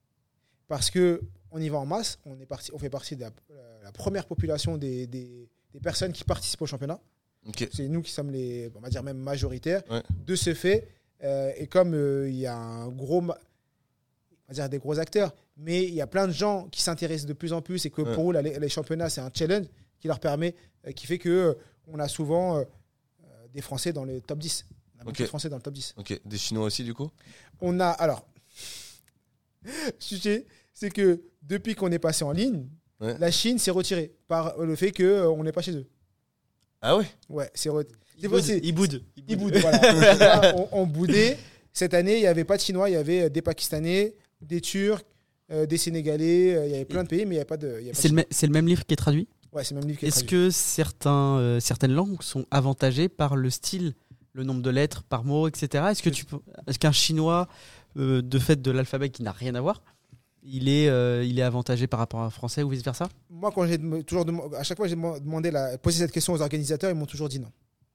parce que on y va en masse. On, est parti, on fait partie de la, la première population des, des- des personnes qui participent au championnat. Ok. C'est nous qui sommes les, on va dire même majoritaires. Ouais. De ce fait, euh, et comme euh, il y a un gros, ma- on va dire des gros acteurs, mais il y a plein de gens qui s'intéressent de plus en plus et que Ouais. pour eux, la- les championnats, c'est un challenge qui leur permet, euh, qui fait que euh, on a souvent euh, euh, des Français dans le top dix. On a beaucoup Ok. de Français dans le top dix. Ok. Des Chinois aussi, du coup? On a, alors, sujet, c'est que depuis qu'on est passé en ligne, Ouais. la Chine s'est retirée par le fait qu'on n'est pas chez eux. Ah ouais? Ouais, c'est re- Il c'est vrai, boude. c'est- Il boude. Ils boudent, voilà. on, on boudait. Cette année, il n'y avait pas de Chinois, il y avait des Pakistanais, des Turcs, euh, des Sénégalais, euh, il y avait plein de pays, mais il n'y avait pas de. il y avait pas C'est de le, me- c'est le même livre qui est traduit? Chinois. Ouais, c'est le même livre qui est Est-ce traduit. que certains, euh, certaines langues sont avantagées par le style, le nombre de lettres par mot, et cetera. Est-ce que tu peux- est-ce qu'un chinois, euh, de fait de l'alphabet qui n'a rien à voir, il est, euh, il est avantagé par rapport à un français ou vice versa? Moi, quand j'ai dem- toujours dem- à chaque fois j'ai dem- demandé la, posé cette question aux organisateurs, ils m'ont toujours dit non.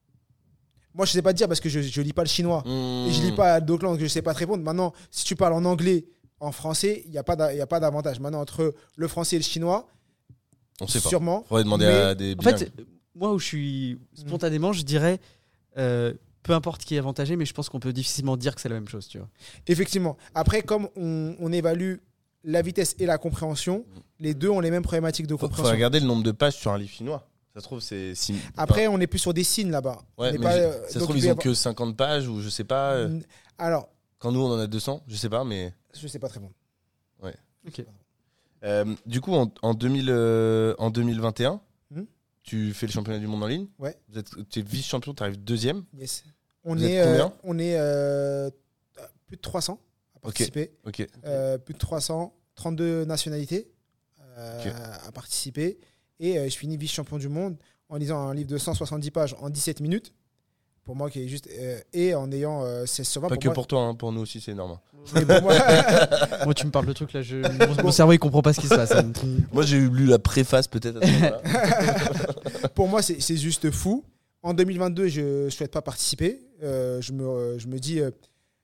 Moi, je sais pas te dire parce que je, je lis pas le chinois Mmh. et je lis pas d'autres langues, je sais pas te répondre. Maintenant, si tu parles en anglais, en français, il y a pas d'a- il y a pas d'avantage. Maintenant, entre le français et le chinois, On sait pas. sûrement. Faudrait demander mais- à des En bilingues. fait, moi où je suis spontanément, je dirais euh, peu importe qui est avantagé, mais je pense qu'on peut difficilement dire que c'est la même chose, tu vois. Effectivement. Après, comme on, on évalue la vitesse et la compréhension, les deux ont les mêmes problématiques de Faut, faut compréhension. regarder le nombre de pages sur un livre chinois. Ça se trouve, c'est. si- Après, on est plus sur des signes là-bas. Ouais, On n'est mais pas, j'ai- euh, ça se donc trouve, il ils peut y ont avoir- que cinquante pages ou je sais pas. euh, Alors, Quand nous, on en a deux cents, je sais pas, mais. je sais pas très bon. Ok. Euh, du coup, en, en, deux mille, euh, en deux mille vingt et un, Hmm. tu fais le championnat du monde en ligne. Ouais. Vous êtes, tu es vice-champion, tu arrives deuxième. Yes. On Vous est, êtes combien euh, on est euh, plus de trois cents à participer. Ok. Euh, plus de trois cents, trente-deux nationalités euh, Ok. à participer. Et euh, je finis vice-champion du monde en lisant un livre de cent soixante-dix pages en dix-sept minutes. Pour moi, qui est juste. euh, et en ayant euh, seize sur vingt. Pas pour que moi, pour toi, hein, pour nous aussi, c'est énorme. mais pour moi, Moi, tu me parles de trucs là, je... mon, mon cerveau il comprend pas ce qui se passe. hein. Moi, j'ai lu la préface peut-être. à ce moment-là. pour moi, c'est c'est juste fou. En deux mille vingt-deux, je ne souhaite pas participer. Euh, je, me, je me dis euh,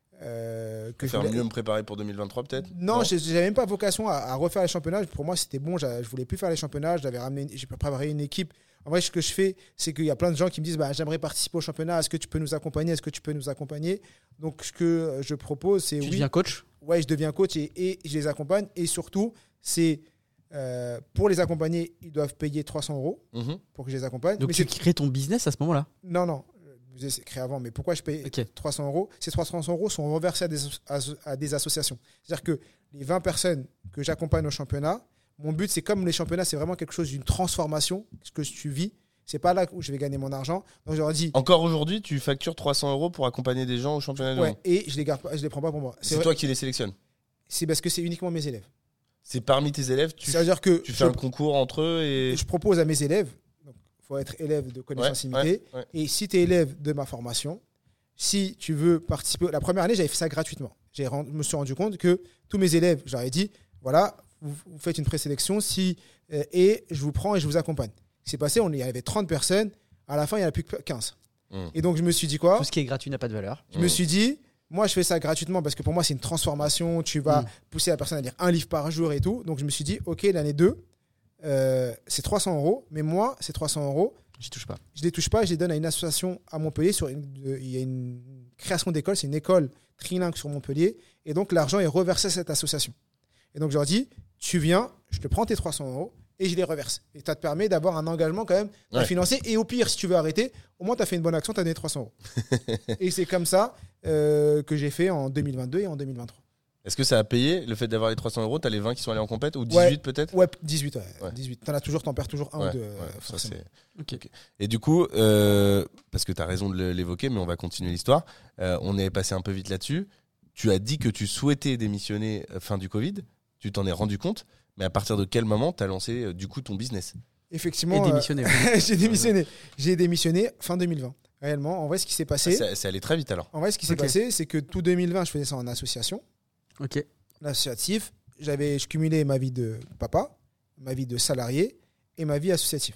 euh, que je Faire voulais- mieux me préparer pour deux mille vingt-trois peut-être. Non, je n'avais même pas vocation à, à refaire les championnats. Pour moi, c'était bon. j'a- Je voulais plus faire les championnats. J'avais ramené, j'ai préparé une équipe. En vrai, ce que je fais, c'est qu'il y a plein de gens qui me disent bah, j'aimerais participer au championnat. Est-ce que tu peux nous accompagner Est-ce que tu peux nous accompagner Donc, ce que je propose, c'est Tu oui. deviens coach? Ouais, je deviens coach et, et je les accompagne. Et surtout, c'est euh, pour les accompagner, ils doivent payer trois cents euros Mhm. pour que je les accompagne. Donc Mais tu c'est- crées ton business à ce moment-là? non, non. Je vous ai créé avant, mais pourquoi je paye Ok. trois cents euros Ces trois cents euros sont reversés à des, asso- à des associations. C'est-à-dire que les vingt personnes que j'accompagne au championnat, mon but, c'est comme les championnats, c'est vraiment quelque chose d'une transformation, ce que tu vis. C'est pas là où je vais gagner mon argent. Donc je leur dis, Encore aujourd'hui, tu factures trois cents euros pour accompagner des gens au championnat du ouais, monde. et je les garde pas, je les prends pas pour moi. C'est C'est vrai- toi qui les sélectionnes. c'est parce que c'est uniquement mes élèves. C'est parmi tes élèves, tu, C'est-à-dire que tu je, fais un concours entre eux et. je propose à mes élèves, il faut être élève de connaissances Ouais, limitées, ouais, ouais. et si tu es élève de ma formation, si tu veux participer, la première année, j'avais fait ça gratuitement. J'ai rend- je me suis rendu compte que tous mes élèves, je leur ai dit, voilà, vous, vous faites une présélection si, euh, et je vous prends et je vous accompagne. Ce qui s'est passé, on, il y avait trente personnes, à la fin, il n'y en a plus que quinze. Mm. Et donc, je me suis dit quoi Tout ce qui est gratuit n'a pas de valeur. Je me suis dit, moi, je fais ça gratuitement parce que pour moi, c'est une transformation. Tu vas Mm. pousser la personne à lire un livre par jour et tout. Donc, je me suis dit, OK, l'année deux, euh, c'est trois cents euros. Mais moi, ces trois cents euros, J'y touche pas. je les touche pas. Je les donne à une association à Montpellier. Sur une- de- il y a une création d'école. C'est une école trilingue sur Montpellier. Et donc, l'argent est reversé à cette association. Et donc, je leur dis, tu viens, je te prends tes trois cents euros et je les reverse. Et ça te permet d'avoir un engagement quand même à Ouais. financer. Et au pire, si tu veux arrêter, au moins, tu as fait une bonne action, tu as donné trois cents euros. Et c'est comme ça euh, que j'ai fait en deux mille vingt-deux et en deux mille vingt-trois. Est-ce que ça a payé le fait d'avoir les trois cents euros? T'as les vingt qui sont allés en compète ou dix-huit Ouais. peut-être? Ouais, dix-huit. Ouais, Ouais. dix-huit. T'en as toujours, t'en perds toujours un Ouais, ou deux. ouais, euh, ça, forcément. c'est- Ok. Ok. Et du coup, euh, parce que tu as raison de le- l'évoquer, mais on va continuer l'histoire. Euh, on est passé un peu vite là-dessus. Tu as dit que tu souhaitais démissionner euh, fin du Covid. Tu t'en es rendu compte. Mais à partir de quel moment tu as lancé euh, du coup ton business? Effectivement, Et démissionner. euh, j'ai démissionné. J'ai démissionné fin deux mille vingt. Réellement, en vrai, ce qui s'est Ah, passé, c'est c'est allé très vite alors. en vrai, ce qui s'est Ok. passé, c'est que tout deux mille vingt, je faisais ça en association, Ok. l'associatif. J'avais, je cumulais ma vie de papa, ma vie de salarié et ma vie associative.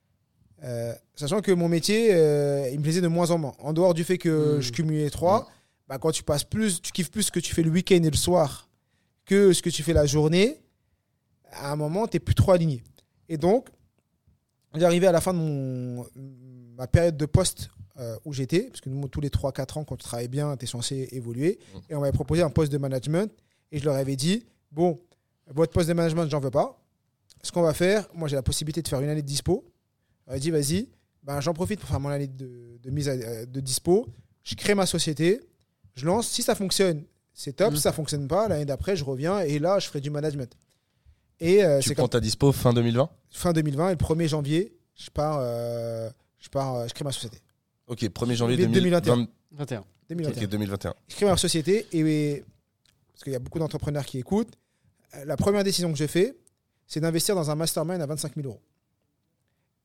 Euh, sachant que mon métier, euh, il me plaisait de moins en moins. En dehors du fait que Mmh. je cumulais les trois, bah, quand tu passes plus, tu kiffes plus ce que tu fais le week-end et le soir que ce que tu fais la journée, à un moment, tu n'es plus trop aligné. Et donc, j'arrivais à la fin de mon, ma période de poste euh, où j'étais, parce que nous, tous les trois quatre ans, quand tu travailles bien, tu es censé évoluer. Mmh. Et on m'avait proposé un poste de management. Et je leur avais dit, bon, votre poste de management, j'en veux pas. Ce qu'on va faire, moi, j'ai la possibilité de faire une année de dispo. On m'a dit, vas-y, ben, j'en profite pour faire mon année de, de mise à, euh, de dispo. Je crée ma société, je lance. Si ça fonctionne, c'est top. Mmh. Si ça fonctionne pas, l'année d'après, je reviens et là, je ferai du management. Et euh, Tu c'est prends comme ta dispo fin deux mille vingt? fin deux mille vingt et le premier janvier, je pars, euh, je pars, euh, je crée ma société. Ok, premier janvier deux mille vingt et un. deux mille vingt. vingt et un. deux mille vingt et un. Ok, deux mille vingt et un. Je crée ma société et parce qu'il y a beaucoup d'entrepreneurs qui écoutent, euh, la première décision que je fais, c'est d'investir dans un mastermind à vingt-cinq mille euros.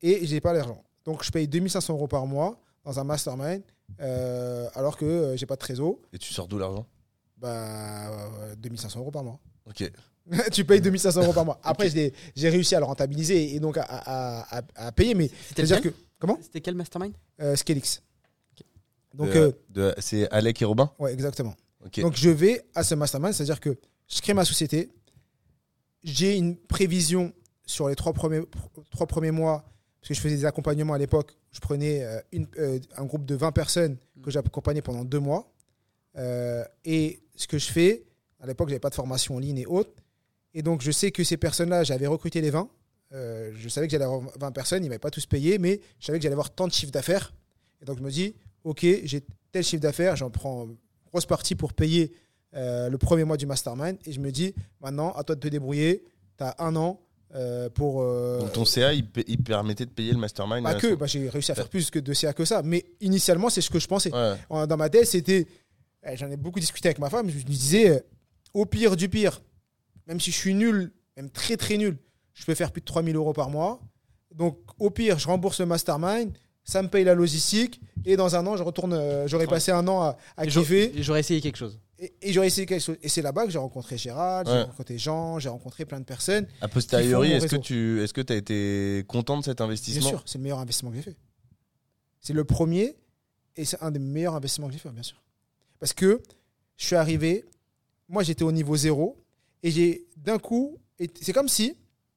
et j'ai pas l'argent. Donc je paye deux mille cinq cents euros par mois dans un mastermind euh, alors que euh, j'ai pas de trésor. Et tu sors d'où l'argent? Bah, euh, deux mille cinq cents euros par mois. Ok. Tu payes deux mille cinq cents euros par mois. Après, okay. j'ai réussi à le rentabiliser et donc à, à, à, à payer. Mais c'est-à-dire que. Comment? C'était quel mastermind? euh, Scalix. Okay. Donc, de, euh, de, c'est Alec et Robin? Ouais, exactement. Okay. Donc, je vais à ce mastermind, c'est-à-dire que je crée ma société. J'ai une prévision sur les trois premiers, trois premiers mois, parce que je faisais des accompagnements à l'époque. Je prenais euh, une, euh, un groupe de vingt personnes que j'accompagnais pendant deux mois. Euh, et ce que je fais, à l'époque, je n'avais pas de formation en ligne et autres. Et donc, je sais que ces personnes-là, j'avais recruté les vingt. Euh, je savais que j'allais avoir vingt personnes. Ils ne m'avaient pas tous payé, mais je savais que j'allais avoir tant de chiffre d'affaires. Et donc, je me dis, OK, j'ai tel chiffre d'affaires. J'en prends une grosse partie pour payer euh, le premier mois du mastermind. Et je me dis, maintenant, à toi de te débrouiller. Tu as un an euh, pour... Euh... Donc, ton C A, il, il permettait de payer le mastermind? Pas que. Bah, j'ai réussi à faire plus que de C A que ça. Mais initialement, c'est ce que je pensais. Ouais. Dans ma tête, c'était... J'en ai beaucoup discuté avec ma femme. Je me disais, euh, au pire du pire, même si je suis nul, même très très nul, je peux faire plus de trois mille euros par mois. Donc, au pire, je rembourse le mastermind, ça me paye la logistique, et dans un an, je retourne, euh, j'aurais passé un an à, à et kiffer. Et j'aurais essayé quelque chose. Et, et j'aurais essayé quelque chose. Et c'est là-bas que j'ai rencontré Gérald, ouais. j'ai rencontré Jean, j'ai rencontré plein de personnes. A posteriori, est-ce que tu est-ce que tu as été content de cet investissement? Bien sûr, c'est le meilleur investissement que j'ai fait. C'est le premier, et c'est un des meilleurs investissements que j'ai fait, bien sûr. Parce que je suis arrivé, moi j'étais au niveau zéro, et j'ai d'un coup, c'est comme si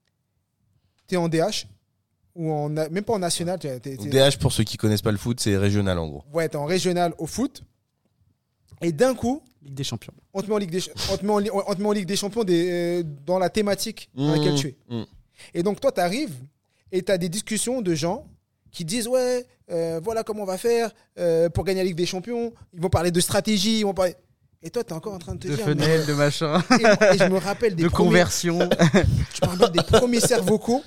tu es en D H, ou en, même pas en national. T'es, t'es, D H, pour ceux qui connaissent pas le foot, c'est régional en gros. Ouais, tu es en régional au foot, et d'un coup, Ligue des Champions. On te met en Ligue des, on te met en, on te met en Ligue des Champions des, euh, dans la thématique mmh, dans laquelle tu es. Mmh. Et donc toi, tu arrives, et tu as des discussions de gens qui disent ouais, euh, voilà comment on va faire euh, pour gagner la Ligue des Champions. Ils vont parler de stratégie, ils vont parler... Et toi, tu es encore en train de te de dire... De fenêtres, mais... de machin. Et, et je me rappelle des de premiers... conversion. Je me rappelle des premiers cerveaux vocaux.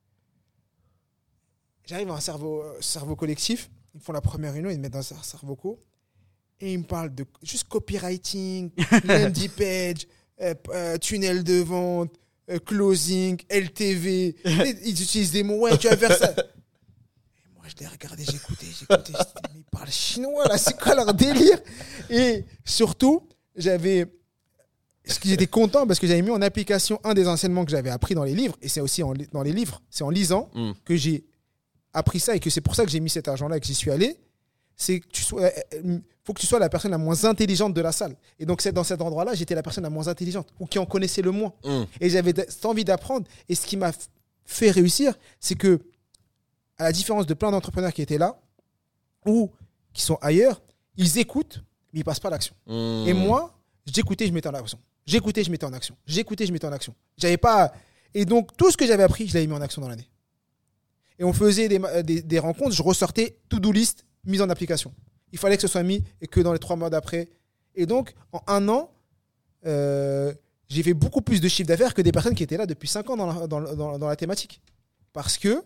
J'arrive à un cerveau, cerveau collectif. Ils me font la première réunion, ils me mettent dans un cerveau vocaux. Et ils me parlent de juste copywriting, landing page, euh, euh, tunnel de vente, euh, closing, L T V. Ils utilisent des mots. Ouais, tu vas faire ça. Je les regardais, j'écoutais, j'écoutais. Ils parlent chinois, là, c'est quoi leur délire? Et surtout, j'avais. J'étais content parce que j'avais mis en application un des enseignements que j'avais appris dans les livres. Et c'est aussi en, dans les livres, c'est en lisant mm. que j'ai appris ça et que c'est pour ça que j'ai mis cet argent-là et que j'y suis allé. C'est que tu sois. Faut que tu sois la personne la moins intelligente de la salle. Et donc, c'est dans cet endroit-là, j'étais la personne la moins intelligente ou qui en connaissait le moins. Mm. Et j'avais cette envie d'apprendre. Et ce qui m'a fait réussir, c'est que, à la différence de plein d'entrepreneurs qui étaient là ou qui sont ailleurs, ils écoutent, mais ils ne passent pas à l'action. Mmh. Et moi, j'écoutais, je mettais en action. J'écoutais, je mettais en action. J'écoutais, je mettais en action. J'avais pas... Et donc, tout ce que j'avais appris, je l'avais mis en action dans l'année. Et on faisait des, des, des rencontres, je ressortais to-do list mise en application. Il fallait que ce soit mis et que dans les trois mois d'après. Et donc, en un an, euh, j'ai fait beaucoup plus de chiffre d'affaires que des personnes qui étaient là depuis cinq ans dans la, dans, dans, dans la thématique. Parce que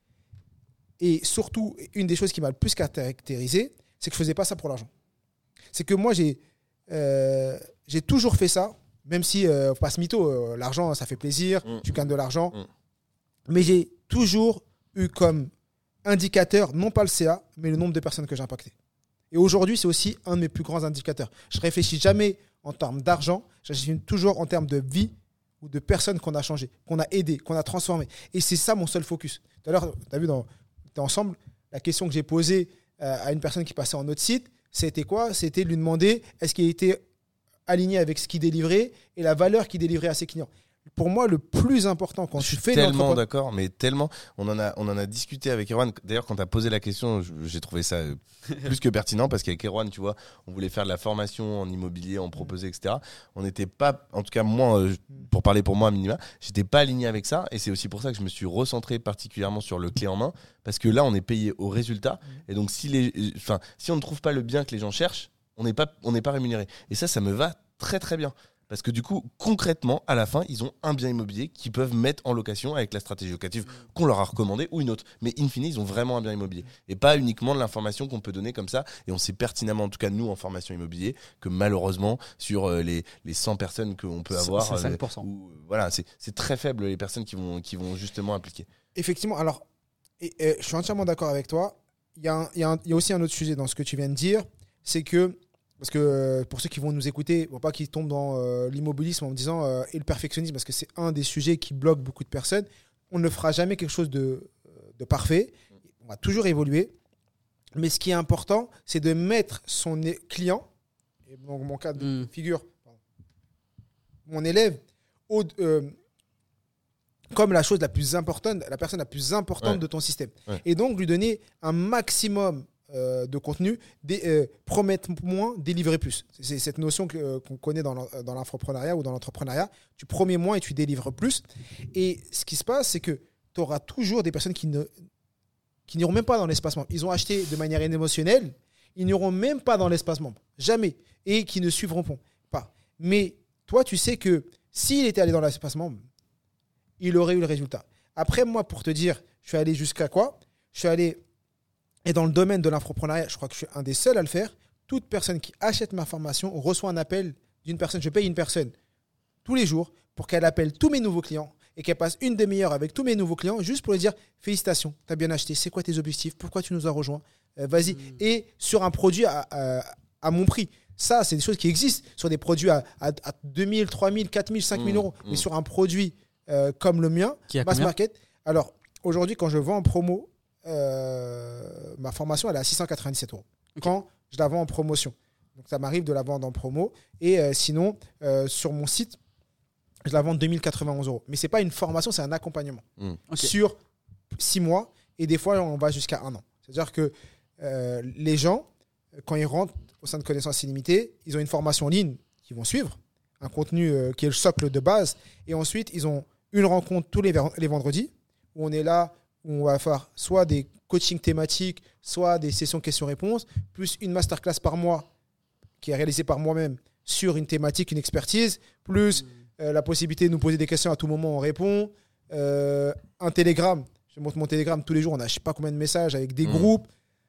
Et surtout, une des choses qui m'a le plus caractérisé, c'est que je ne faisais pas ça pour l'argent. C'est que moi, j'ai, euh, j'ai toujours fait ça, même si, euh, pas ce mytho, euh, l'argent, ça fait plaisir, mmh. tu gagnes de l'argent. Mmh. Mais j'ai toujours eu comme indicateur, non pas le C A, mais le nombre de personnes que j'ai impactées. Et aujourd'hui, c'est aussi un de mes plus grands indicateurs. Je ne réfléchis jamais en termes d'argent, je réfléchis toujours en termes de vie ou de personnes qu'on a changées, qu'on a aidées, qu'on a transformées. Et c'est ça mon seul focus. Tout à l'heure, tu as vu dans... ensemble, la question que j'ai posée euh, à une personne qui passait en notre site, c'était quoi? C'était de lui demander est-ce qu'il était aligné avec ce qu'il délivrait et la valeur qu'il délivrait à ses clients. Pour moi, le plus important quand je suis tu fais tellement d'accord, mais tellement. On en a, on en a discuté avec Erwan. D'ailleurs, quand tu as posé la question, j'ai trouvé ça plus que pertinent parce qu'avec Erwan, tu vois, on voulait faire de la formation en immobilier, on proposait, et cetera. On n'était pas, en tout cas moi, pour parler pour moi à minima, j'étais pas aligné avec ça. Et c'est aussi pour ça que je me suis recentré particulièrement sur le clé en main parce que là, on est payé au résultat. Et donc, si les, enfin, si on ne trouve pas le bien que les gens cherchent, on n'est pas, on n'est pas rémunéré. Et ça, ça me va très très bien. Parce que du coup, concrètement, à la fin, ils ont un bien immobilier qu'ils peuvent mettre en location avec la stratégie locative qu'on leur a recommandée ou une autre. Mais in fine, ils ont vraiment un bien immobilier. Et pas uniquement de l'information qu'on peut donner comme ça. Et on sait pertinemment, en tout cas nous, en formation immobilier, que malheureusement, sur les, les cent personnes qu'on peut avoir, c'est cinq pour cent. Euh, où, voilà, c'est, c'est très faible les personnes qui vont, qui vont justement appliquer. Effectivement. Alors, et, et, je suis entièrement d'accord avec toi. Il y, a un, il, y a un, il y a aussi un autre sujet dans ce que tu viens de dire, c'est que, parce que euh, pour ceux qui vont nous écouter, il ne faut pas qu'ils tombent dans euh, l'immobilisme en me disant euh, et le perfectionnisme, parce que c'est un des sujets qui bloque beaucoup de personnes. On ne fera jamais quelque chose de, de parfait. On va toujours évoluer. Mais ce qui est important, c'est de mettre son client, et dans mon cas de mmh. figure, mon élève, au, euh, comme la chose la plus importante, la personne la plus importante ouais. de ton système. Ouais. Et donc, lui donner un maximum euh, de contenu, des, euh, promettre moins, délivrer plus. C'est cette notion que, euh, qu'on connaît dans l'infoprenariat ou dans l'entrepreneuriat. Tu promets moins et tu délivres plus. Et ce qui se passe, c'est que tu auras toujours des personnes qui, ne, qui n'iront même pas dans l'espace membre. Ils ont acheté de manière émotionnelle, ils n'iront même pas dans l'espace membre. Jamais. Et qui ne suivront pas. Mais toi, tu sais que s'il était allé dans l'espace membre, il aurait eu le résultat. Après, moi, pour te dire, je suis allé jusqu'à quoi ? Je suis allé, et dans le domaine de l'infoprenariat, je crois que je suis un des seuls à le faire. Toute personne qui achète ma formation reçoit un appel d'une personne. Je paye une personne tous les jours pour qu'elle appelle tous mes nouveaux clients et qu'elle passe une demi-heure avec tous mes nouveaux clients juste pour lui dire « Félicitations, tu as bien acheté, c'est quoi tes objectifs, pourquoi tu nous as rejoints euh, Vas-y. Mmh. » Et sur un produit à, à, à mon prix. Ça, c'est des choses qui existent sur des produits à, à, à deux mille, trois mille, quatre mille, cinq mille mmh. euros. Mmh. Mais sur un produit euh, comme le mien, mass market. Alors, aujourd'hui, quand je vends en promo, euh, ma formation, elle est à six cent quatre-vingt-dix-sept euros. Okay. Quand je la vends en promotion. Donc, ça m'arrive de la vendre en promo. Et euh, sinon, euh, sur mon site, je la vends deux mille quatre-vingt-onze euros. Mais ce n'est pas une formation, c'est un accompagnement. Mmh. Okay. Sur six mois. Et des fois, on va jusqu'à un an. C'est-à-dire que euh, les gens, quand ils rentrent au sein de Connaissances Illimitées, ils ont une formation en ligne qu'ils vont suivre, un contenu euh, qui est le socle de base. Et ensuite, ils ont une rencontre tous les, les vendredis où on est là, où on va faire soit des coachings thématiques, soit des sessions questions-réponses, plus une masterclass par mois qui est réalisée par moi-même sur une thématique, une expertise, plus mmh. euh, la possibilité de nous poser des questions à tout moment, on répond. Euh, un Telegram, je monte mon Telegram tous les jours, on a je ne sais pas combien de messages avec des mmh. groupes.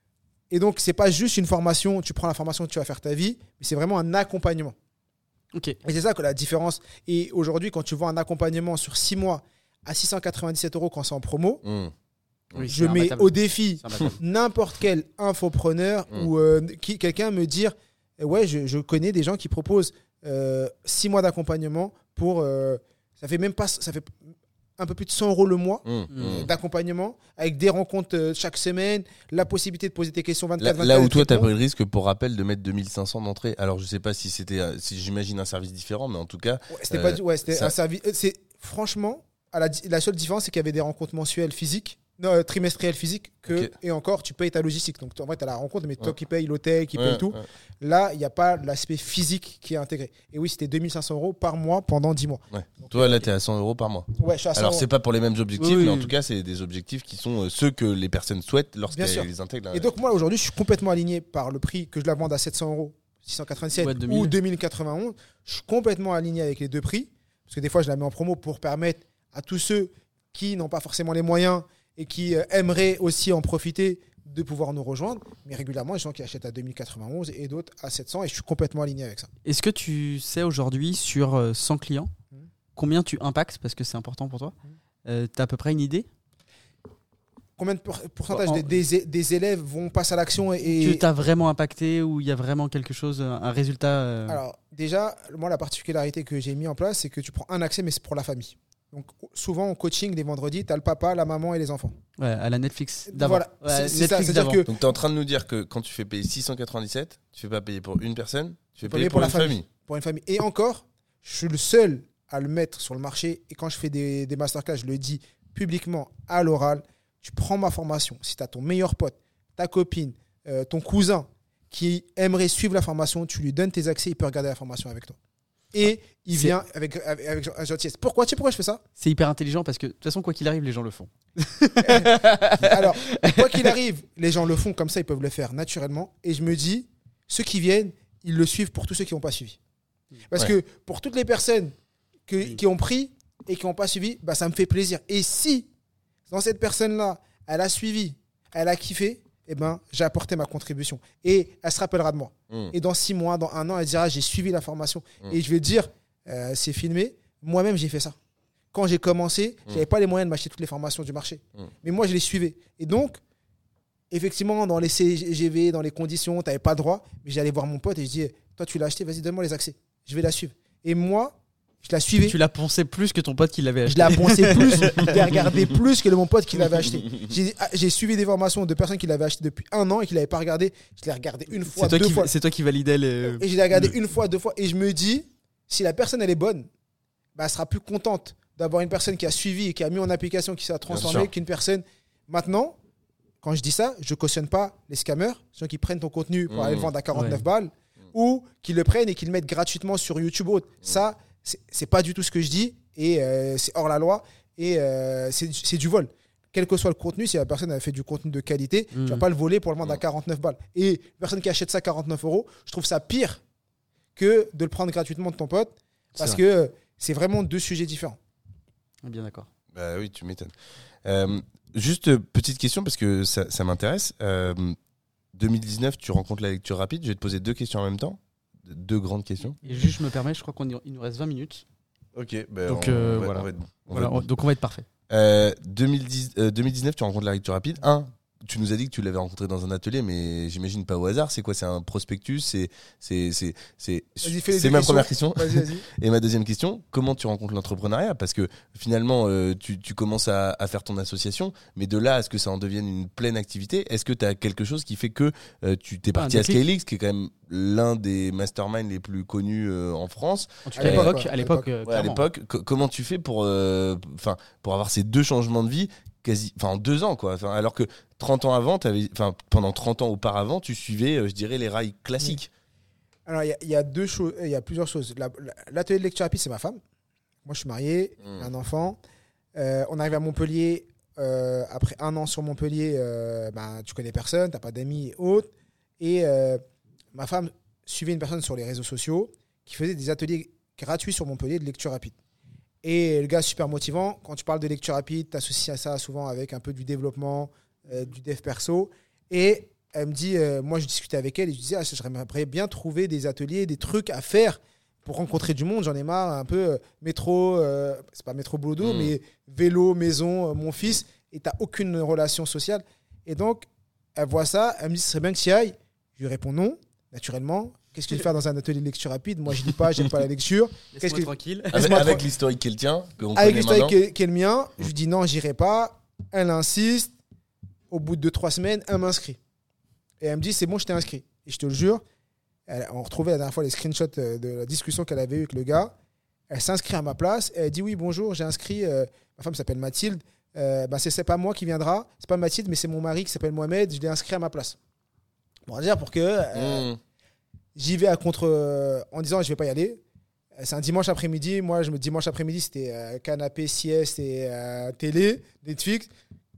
Et donc, ce n'est pas juste une formation, tu prends la formation, tu vas faire ta vie, mais c'est vraiment un accompagnement. Okay. Et c'est ça que la différence. Et aujourd'hui, quand tu vois un accompagnement sur six mois à six cent quatre-vingt-dix-sept euros quand c'est en promo, mmh. oui, je mets au défi n'importe quel infopreneur mmh. ou euh, qui, quelqu'un me dire ouais, je, je connais des gens qui proposent euh, six mois d'accompagnement pour. Euh, ça fait même pas. Ça fait un peu plus de cent euros le mois mmh, mmh. d'accompagnement avec des rencontres euh, chaque semaine, la possibilité de poser tes questions vingt-quatre vingt-quatre. Là, là où toi, tu as pris le risque, pour rappel, de mettre deux mille cinq cents d'entrée. Alors, je sais pas si c'était, si j'imagine un service différent, mais en tout cas. Ouais, c'était, euh, pas, ouais, c'était ça... un service. C'est, franchement, à la, la seule différence, c'est qu'il y avait des rencontres mensuelles physiques, non, euh, trimestrielles physiques, que, okay. et encore, tu payes ta logistique. Donc, en vrai, tu as la rencontre, mais toi ouais. qui payes l'hôtel, qui ouais, paye tout. Ouais. Là, il n'y a pas l'aspect physique qui est intégré. Et oui, c'était deux mille cinq cents euros par mois pendant dix mois. Ouais. Donc, toi, là, tu es à cent euros par mois. Ouais, je suis à cent Alors, euros. c'est pas pour les mêmes objectifs, oui, mais oui. en tout cas, c'est des objectifs qui sont euh, ceux que les personnes souhaitent lorsqu'elles les intègrent. Et donc, moi, aujourd'hui, je suis complètement aligné par le prix que je la vende à sept cents euros, six cent quatre-vingt-dix-sept ouais, deux mille. Ou deux mille quatre-vingt-onze. Je suis complètement aligné avec les deux prix. Parce que des fois, je la mets en promo pour permettre à tous ceux qui n'ont pas forcément les moyens et qui euh, aimeraient aussi en profiter de pouvoir nous rejoindre. Mais régulièrement, il y a des gens qui achètent à deux mille quatre-vingt-onze et d'autres à sept cents et je suis complètement aligné avec ça. Est-ce que tu sais aujourd'hui, sur cent clients, mmh. combien tu impactes, parce que c'est important pour toi mmh. euh, Tu as à peu près une idée ? Combien de pour- pourcentage en... des, des, des élèves vont passer à l'action et... Tu t'as vraiment impacté ou il y a vraiment quelque chose, un résultat euh... Alors déjà, moi la particularité que j'ai mis en place, c'est que tu prends un accès mais c'est pour la famille. Donc souvent en coaching les vendredis, tu as le papa, la maman et les enfants. Ouais, à la Netflix d'avant. Voilà, ouais, c'est, c'est ça, c'est-à-dire que... Donc tu es en train de nous dire que quand tu fais payer six cent quatre-vingt-dix-sept, tu fais pas payer pour une personne, tu fais payer, payer pour, pour la une famille. famille. Pour une famille. Et encore, je suis le seul à le mettre sur le marché et quand je fais des, des masterclass, je le dis publiquement à l'oral. Tu prends ma formation. Si tu as ton meilleur pote, ta copine, euh, ton cousin qui aimerait suivre la formation, tu lui donnes tes accès, il peut regarder la formation avec toi. Et il c'est... vient avec, avec, avec gentillesse. Pourquoi, tu sais pourquoi je fais ça ? C'est hyper intelligent parce que de toute façon, quoi qu'il arrive, les gens le font. Alors, quoi qu'il arrive, les gens le font comme ça, ils peuvent le faire naturellement. Et je me dis, ceux qui viennent, ils le suivent pour tous ceux qui n'ont pas suivi. Parce ouais. que pour toutes les personnes que, oui. qui ont pris et qui n'ont pas suivi, bah, ça me fait plaisir. Et si dans cette personne-là, elle a suivi, elle a kiffé, eh ben, j'ai apporté ma contribution. Et elle se rappellera de moi. Mmh. Et dans six mois, dans un an, elle dira, j'ai suivi la formation. Mmh. Et je vais dire, euh, c'est filmé, moi-même, j'ai fait ça. quand j'ai commencé, Mmh. je n'avais pas les moyens de m'acheter toutes les formations du marché. Mmh. Mais moi, je les suivais. Et donc, effectivement, dans les C G V, dans les conditions, tu n'avais pas droit. Mais j'allais voir mon pote et je dis, toi, tu l'as acheté, vas-y, donne-moi les accès. Je vais la suivre. Et moi, je la suivais. Tu l'as poncé plus que ton pote qui l'avait Je acheté. l'ai poncé plus, je l'ai regardé plus que le, mon pote qui l'avait acheté. J'ai, j'ai suivi des formations de personnes qui l'avaient acheté depuis un an et qui ne l'avaient pas regardé. Je l'ai regardé une fois, C'est toi, deux qui, fois. c'est toi qui validais les. Et je l'ai regardé le- une fois, deux fois. Et je me dis, si la personne, elle est bonne, bah, elle sera plus contente d'avoir une personne qui a suivi et qui a mis en application, qui s'est transformée, sûr. qu'une personne. Maintenant, quand je dis ça, je cautionne pas les scammers, ceux qui prennent ton contenu pour Mmh. aller le vendre à quarante-neuf Ouais. balles, ou qui le prennent et qui le mettent gratuitement sur YouTube ou autre. Ça, c'est, c'est pas du tout ce que je dis, et euh, c'est hors la loi, et euh, c'est, c'est du vol. Quel que soit le contenu, si la personne a fait du contenu de qualité, Mmh. tu vas pas le voler pour le vendre à Mmh. quarante-neuf balles. Et une personne qui achète ça à quarante-neuf euros, je trouve ça pire que de le prendre gratuitement de ton pote, parce C'est que euh, c'est vraiment deux sujets différents. Bien d'accord. Bah oui, tu m'étonnes. Euh, juste euh, petite question parce que ça, ça m'intéresse. Euh, deux mille dix-neuf, tu rencontres la lecture rapide. Je vais te poser deux questions en même temps. Deux grandes questions. Et juste, je me permets, je crois qu'il nous reste vingt minutes. Ok, bah Donc, on, euh, on va, voilà. on va être bon. On Voilà, va être bon. donc on va être parfait. Euh, deux mille dix, euh, deux mille dix-neuf, tu rencontres la lecture rapide. Un, tu nous as dit que tu l'avais rencontré dans un atelier, mais j'imagine pas au hasard. C'est quoi? C'est un prospectus? C'est, c'est, c'est, c'est, Vas-y, fais les c'est deux ma questions. première question. Vas-y, vas-y. Et ma deuxième question, comment tu rencontres l'entrepreneuriat? Parce que finalement, euh, tu, tu commences à, à faire ton association, mais de là à ce que ça en devienne une pleine activité, est-ce que tu as quelque chose qui fait que euh, tu t'es Pas un parti à déclic. Scalix, qui est quand même l'un des masterminds les plus connus euh, en France? En tout À cas, à l'époque, l'époque, quoi. à l'époque, euh, Ouais, à clairement. l'époque, co- comment tu fais pour, euh, enfin, pour avoir ces deux changements de vie quasi, enfin, en deux ans, quoi. Enfin, alors que trente ans avant, t'avais, enfin, pendant trente ans auparavant, tu suivais, euh, je dirais, les rails classiques. Alors, il y a- il y, a deux choses, il y a plusieurs choses. La- la- L'atelier de lecture rapide, c'est ma femme. Moi, je suis marié, Mm. un enfant. Euh, on arrive à Montpellier. euh, après un an sur Montpellier, euh, ben, tu connais personne, tu n'as pas d'amis et autres. Et euh, ma femme suivait une personne sur les réseaux sociaux qui faisait des ateliers gratuits sur Montpellier de lecture rapide. Et le gars, super motivant. Quand tu parles de lecture rapide, tu associes à ça souvent avec un peu du développement, euh, du dev perso. Et elle me dit, euh, moi, je discutais avec elle et je disais, ah, j'aimerais bien trouver des ateliers, des trucs à faire pour rencontrer du monde. J'en ai marre, un peu euh, métro, euh, c'est pas métro boulot dodo, Mm. mais vélo, maison, euh, mon fils, et tu n'as aucune relation sociale. Et donc, elle voit ça, elle me dit, ce serait bien que tu y ailles. Je lui réponds non, naturellement. Qu'est-ce que tu veux faire dans un atelier de lecture rapide? Moi, je lis pas, j'aime pas la lecture. Qu'est-ce Laisse-moi que- tranquille. Avec, Laisse-moi avec tra- l'historique qui est le tien, qu'on Avec connaît l'historique maintenant. qui est, qui est le mien, je lui dis non, j'irai pas. Elle insiste. Au bout de deux, trois semaines, elle m'inscrit. Et elle me dit, c'est bon, je t'ai inscrit. Et je te le jure, elle- on retrouvait la dernière fois les screenshots euh, de la discussion qu'elle avait eue avec le gars. Elle s'inscrit à ma place. Et elle dit, oui, bonjour, j'ai inscrit. euh, ma femme s'appelle Mathilde. Euh, bah, c'est, c'est pas moi qui viendra. C'est pas Mathilde, mais c'est mon mari qui s'appelle Mohamed. Je l'ai inscrit à ma place. Bon, dire pour que euh, Mm. j'y vais à contre euh, en disant je vais pas y aller. Euh, C'est un dimanche après-midi. Moi, je me dimanche après-midi, c'était euh, canapé, sieste et euh, télé, Netflix.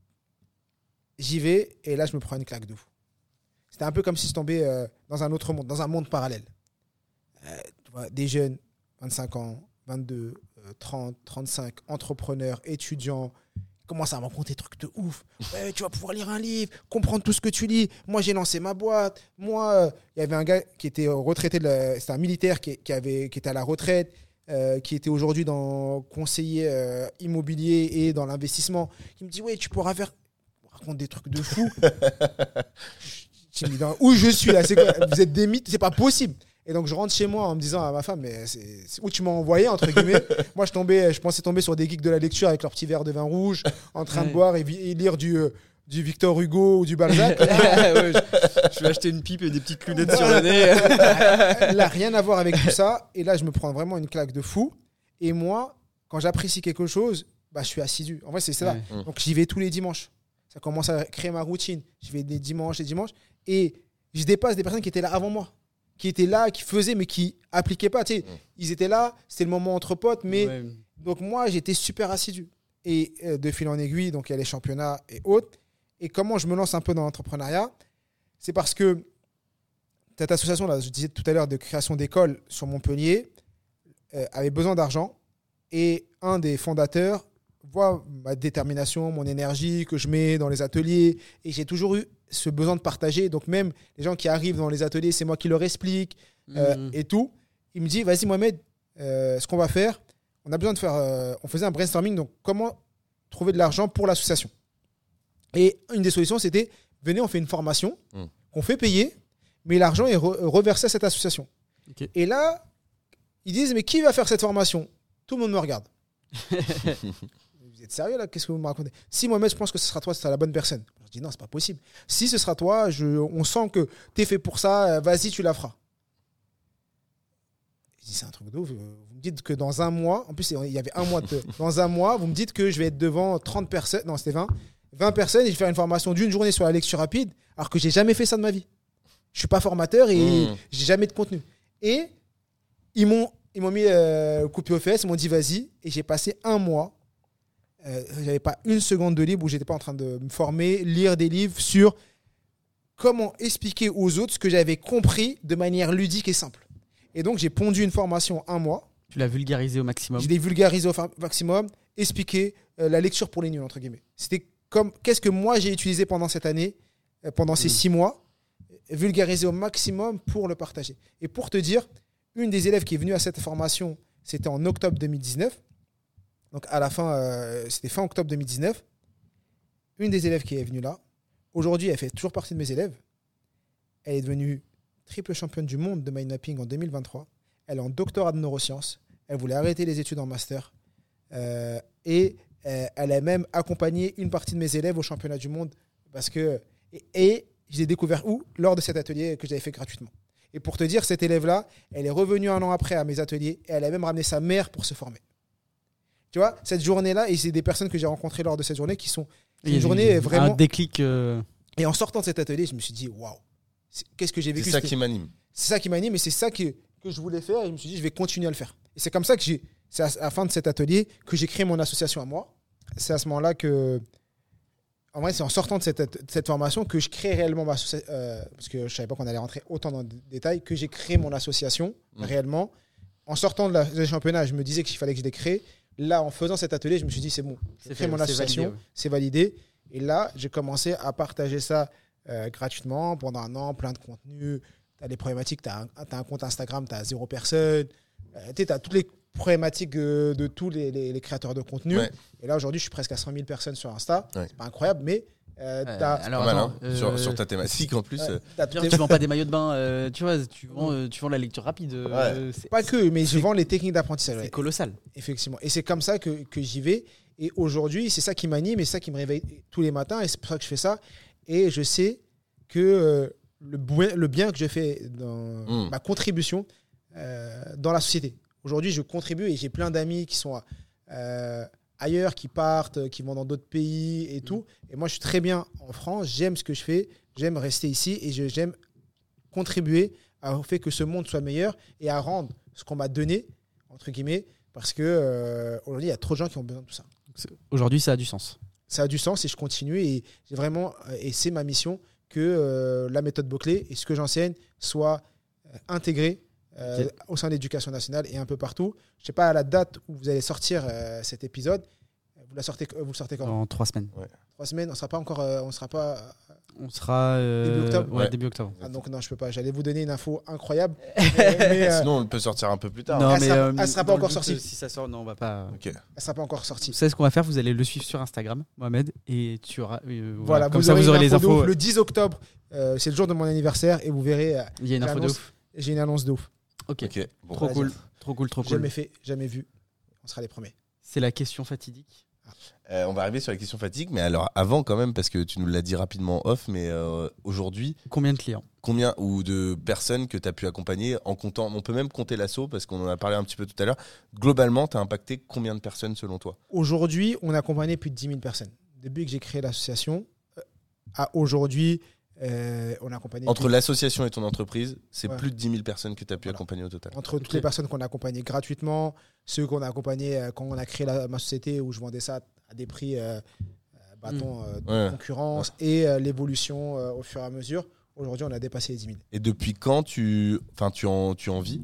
J'y vais et là, je me prends une claque de fou. C'était un peu comme si je tombais euh, dans un autre monde, dans un monde parallèle. Euh, tu vois, des jeunes, vingt-cinq ans, vingt-deux, euh, trente, trente-cinq, entrepreneurs, étudiants, commencent à me raconter des trucs de ouf. Ouais, tu vas pouvoir lire un livre, comprendre tout ce que tu lis. Moi, j'ai lancé ma boîte. Moi, euh, il y avait un gars qui était retraité, de la- c'était un militaire qui, qui, avait, qui était à la retraite, euh, qui était aujourd'hui dans conseiller euh, immobilier et dans l'investissement, qui me dit, ouais, tu pourras faire... Il me raconte des trucs de fou. Je me dis, dans- où je suis là, c'est quoi? Vous êtes des mythes, c'est pas possible. Et donc je rentre chez moi en me disant à ma femme, mais c'est c'est où tu m'as envoyé entre guillemets. Moi je tombais, je pensais tomber sur des geeks de la lecture avec leur petit verre de vin rouge, en train Ouais. de boire et, vi- et lire du, euh, du Victor Hugo ou du Balzac. Ouais, je, je vais acheter une pipe et des petites lunettes sur le nez. Là, rien à voir avec tout ça. Et là, je me prends vraiment une claque de fou. Et moi, quand j'apprécie quelque chose, bah, je suis assidu. En vrai, c'est ça. Ouais. Donc, j'y vais tous les dimanches. Ça commence à créer ma routine. J'y vais des dimanches, les dimanches. Et je dépasse des personnes qui étaient là avant moi. Qui étaient là, qui faisaient, mais qui appliquaient pas. Tu sais, ils étaient là, c'était le moment entre potes. Mais Ouais. donc, moi, j'étais super assidu. Et euh, de fil en aiguille, donc il y a les championnats et autres. Et comment je me lance un peu dans l'entrepreneuriat? C'est parce que cette association, là, je disais tout à l'heure, de création d'écoles sur Montpellier, euh, avait besoin d'argent. Et un des fondateurs voit ma détermination, mon énergie que je mets dans les ateliers. Et j'ai toujours eu ce besoin de partager. Donc même les gens qui arrivent dans les ateliers, c'est moi qui leur explique euh, Mhm. et tout. Il me dit, vas-y Mohamed, euh, ce qu'on va faire, on a besoin de faire. Euh, on faisait un brainstorming, donc comment trouver de l'argent pour l'association. Et une des solutions, c'était venez, on fait une formation, mmh. qu'on fait payer, mais l'argent est re- reversé à cette association. Okay. Et là, ils disent mais qui va faire cette formation ? Tout le monde me regarde. Vous êtes sérieux là ? Qu'est-ce que vous me racontez ? Si Mohamed, je pense que ce sera toi, ce sera la bonne personne. Je dis non, c'est pas possible. Si ce sera toi, je, on sent que tu es fait pour ça, vas-y, tu la feras. Je dis c'est un truc de ouf. Vous me dites que dans un mois, en plus il y avait un mois, de, dans un mois, vous me dites que je vais être devant trente personnes, non c'était vingt, vingt personnes et je vais faire une formation d'une journée sur la lecture rapide, alors que j'ai jamais fait ça de ma vie. Je suis pas formateur et mmh. j'ai jamais de contenu. Et ils m'ont, ils m'ont mis euh, le coup de pied aux fesses, ils m'ont dit vas-y, et j'ai passé un mois. Euh, j'avais pas une seconde de libre où j'étais pas en train de me former, lire des livres sur comment expliquer aux autres ce que j'avais compris de manière ludique et simple. Et donc j'ai pondu une formation un mois. Tu l'as vulgarisé au maximum. Je l'ai vulgarisé au maximum, expliqué euh, la lecture pour les nuls entre guillemets. C'était comme qu'est-ce que moi j'ai utilisé pendant cette année, euh, pendant ces mmh. six mois, vulgarisé au maximum pour le partager. Et pour te dire, une des élèves qui est venue à cette formation, c'était en octobre deux mille dix-neuf. Donc à la fin, euh, c'était fin octobre deux mille dix-neuf. Une des élèves qui est venue là, aujourd'hui, elle fait toujours partie de mes élèves. Elle est devenue triple championne du monde de mind mapping en deux mille vingt-trois. Elle est en doctorat de neurosciences. Elle voulait arrêter les études en master. Euh, et euh, elle a même accompagné une partie de mes élèves au championnat du monde. Parce que, et, et je l'ai découvert où ? Lors de cet atelier que j'avais fait gratuitement. Et pour te dire, cette élève-là, elle est revenue un an après à mes ateliers et elle a même ramené sa mère pour se former. Tu vois, cette journée-là, et c'est des personnes que j'ai rencontrées lors de cette journée qui sont... C'est une journée vraiment... Un déclic... Euh... Et en sortant de cet atelier, je me suis dit, waouh, qu'est-ce que j'ai vécu ? C'est ça qui m'anime. C'est ça qui m'anime et c'est ça que, que je voulais faire. Et je me suis dit, je vais continuer à le faire. Et c'est comme ça que j'ai... C'est à la fin de cet atelier que j'ai créé mon association à moi. C'est à ce moment-là que... En vrai, c'est en sortant de cette, de cette formation que je crée réellement ma association. Euh, parce que je ne savais pas qu'on allait rentrer autant dans le détail, que j'ai créé mon association mmh. réellement. En sortant de la, des championnats, je me disais qu'il fallait que je les crée. Là, en faisant cet atelier, je me suis dit, c'est bon, j'ai créé mon association, validé, ouais. c'est validé. Et là, j'ai commencé à partager ça euh, gratuitement pendant un an, plein de contenu. Tu as des problématiques, tu as un, un compte Instagram, tu as zéro personne. Euh, tu as toutes les problématiques euh, de tous les, les, les créateurs de contenu. Ouais. Et là, aujourd'hui, je suis presque à cent mille personnes sur Insta. Ouais. C'est pas incroyable, mais... Euh, euh, alors, mal, hein. euh, sur, sur ta thématique en plus. Euh, euh, tu vends pas des maillots de bain, euh, tu vois, tu vends, euh, tu vends la lecture rapide. Euh, ouais. c'est, pas que, mais je vends les techniques d'apprentissage. C'est ouais. colossal. Effectivement. Et c'est comme ça que, que j'y vais. Et aujourd'hui, c'est ça qui m'anime et c'est ça qui me réveille tous les matins. Et c'est pour ça que je fais ça. Et je sais que euh, le, bu- le bien que je fais dans mmh. ma contribution euh, dans la société. Aujourd'hui, je contribue et j'ai plein d'amis qui sont euh, ailleurs, qui partent, qui vont dans d'autres pays et mmh. tout. Et moi, je suis très bien en France. J'aime ce que je fais. J'aime rester ici et je, j'aime contribuer au fait que ce monde soit meilleur et à rendre ce qu'on m'a donné, entre guillemets, parce que euh, aujourd'hui, il y a trop de gens qui ont besoin de tout ça. Aujourd'hui, ça a du sens. Ça a du sens et je continue et j'ai vraiment et c'est ma mission que euh, la méthode Boclé et ce que j'enseigne soit euh, intégré euh, okay. au sein de l'éducation nationale et un peu partout. Je ne sais pas à la date où vous allez sortir euh, cet épisode. Vous la sortez, vous le sortez quand ? Dans trois semaines. Ouais. Trois semaines. On sera pas encore. Euh, on sera pas. Euh, on sera euh, début octobre. Ouais, ouais. début octobre. Ah, donc non, je peux pas. J'allais vous donner une info incroyable. euh, mais, euh, sinon, on peut sortir un peu plus tard. Non, elle mais sera, euh, elle sera pas encore sortie. Si ça sort, non, on va pas. Okay. Elle sera pas encore sortie. Vous savez ce qu'on va faire ? Vous allez le suivre sur Instagram, Mohamed, et tu auras. Euh, voilà, voilà, comme vous ça, aurez vous aurez les info infos. Le dix octobre, euh, c'est le jour de mon anniversaire et vous verrez. Euh, Il y a une info de ouf. J'ai une annonce de ouf. Ok. okay. Bon, trop, cool. trop cool, trop cool. Jamais fait, jamais vu. On sera les premiers. C'est la question fatidique. Euh, on va arriver sur la question fatigue, mais alors avant quand même, parce que tu nous l'as dit rapidement off, mais euh, aujourd'hui... Combien de clients ? Combien ou de personnes que tu as pu accompagner en comptant, on peut même compter l'assaut, parce qu'on en a parlé un petit peu tout à l'heure. Globalement, tu as impacté combien de personnes selon toi ? Aujourd'hui, on a accompagné plus de dix mille personnes. Depuis que j'ai créé l'association, euh, à aujourd'hui, euh, on a accompagné... Entre plus... l'association et ton entreprise, c'est ouais. plus de dix mille personnes que tu as pu voilà. accompagner au total. Entre toutes okay. les personnes qu'on a accompagnées gratuitement, ceux qu'on a accompagnés euh, quand on a créé la, ma société où je vendais ça à des prix euh, bâtons euh, de ouais. concurrence ouais. et euh, l'évolution euh, au fur et à mesure. Aujourd'hui, on a dépassé les dix mille. Et depuis quand tu, enfin, tu, en, tu en vis ?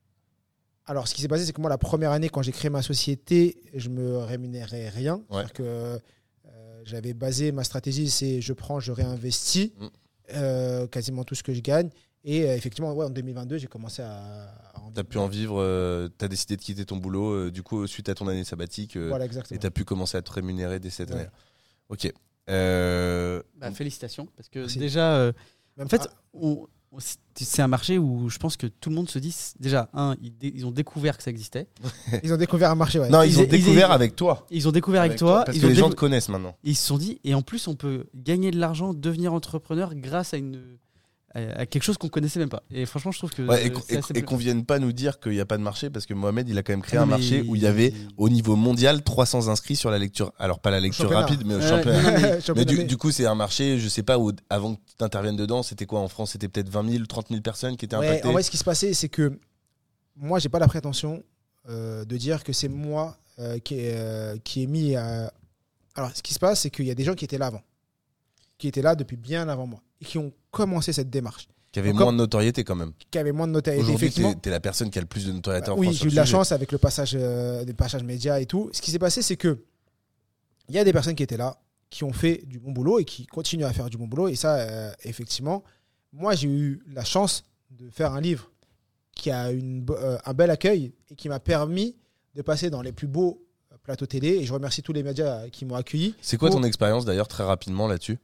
Alors, ce qui s'est passé, c'est que moi, la première année, quand j'ai créé ma société, je me rémunérais rien. Ouais. C'est-à-dire que euh, j'avais basé ma stratégie, c'est je prends, je réinvestis mmh. euh, quasiment tout ce que je gagne. Et euh, effectivement, ouais, en deux mille vingt-deux, j'ai commencé à, à en vivre. T'as pu en vivre, euh, t'as décidé de quitter ton boulot, euh, du coup, suite à ton année sabbatique, euh, Voilà, exactement. et t'as pu commencer à te rémunérer dès cette Ouais. année. Ok. Euh, Bah, félicitations, parce que Merci. déjà, euh, Même en fait, pas- on- on- c'est un marché où je pense que tout le monde se dit, c'est- déjà, un, ils, dé- ils ont découvert que ça existait. ils ont découvert un marché. Ouais. Non, ils, Ils- ont ils- découvert ils- avec toi. Ils ont découvert avec, toi, Parce ils que ont les gens décou- te connaissent maintenant. ils se sont dit, et en plus, on peut gagner de l'argent, devenir entrepreneur grâce à une à à quelque chose qu'on connaissait même pas. Et franchement, je trouve que Ouais, et euh, qu'on- c'est et, assez et qu'on vienne pas nous dire qu'il n'y a pas de marché, parce que Mohamed, il a quand même créé Ah, un mais marché où il y avait, au niveau mondial, trois cents inscrits sur la lecture. Alors, pas la lecture championnat. rapide, mais au Ouais, championnat. non, non, mais- Mais Championnat, du, mais- du coup, c'est un marché, je sais pas, où, avant que tu interviennes dedans, c'était quoi en France? C'était peut-être vingt mille, trente mille personnes qui étaient Ouais, impactées. en vrai, ce qui se passait, c'est que moi, j'ai pas la prétention euh, de dire que c'est moi euh, qui, ai, euh, qui ai mis. à- Alors, ce qui se passe, c'est qu'il y a des gens qui étaient là avant, qui étaient là depuis bien avant moi, et qui ont commencé cette démarche, Qui avait Donc, moins comme- de notoriété quand même. qui avaient moins de notoriété. Aujourd'hui, Effectivement, t'es, t'es la personne qui a le plus de notoriété en oui, France. j'ai sur eu le de la sujet. chance avec le passage, euh, des passages médias et tout. Ce qui s'est passé, c'est que il y a des personnes qui étaient là, qui ont fait du bon boulot et qui continuent à faire du bon boulot. Et ça, euh, effectivement, moi, j'ai eu la chance de faire un livre qui a une, bo- euh, un bel accueil et qui m'a permis de passer dans les plus beaux euh, plateaux télé. Et je remercie tous les médias qui m'ont accueilli. C'est quoi Pour- ton expérience d'ailleurs, très rapidement là-dessus?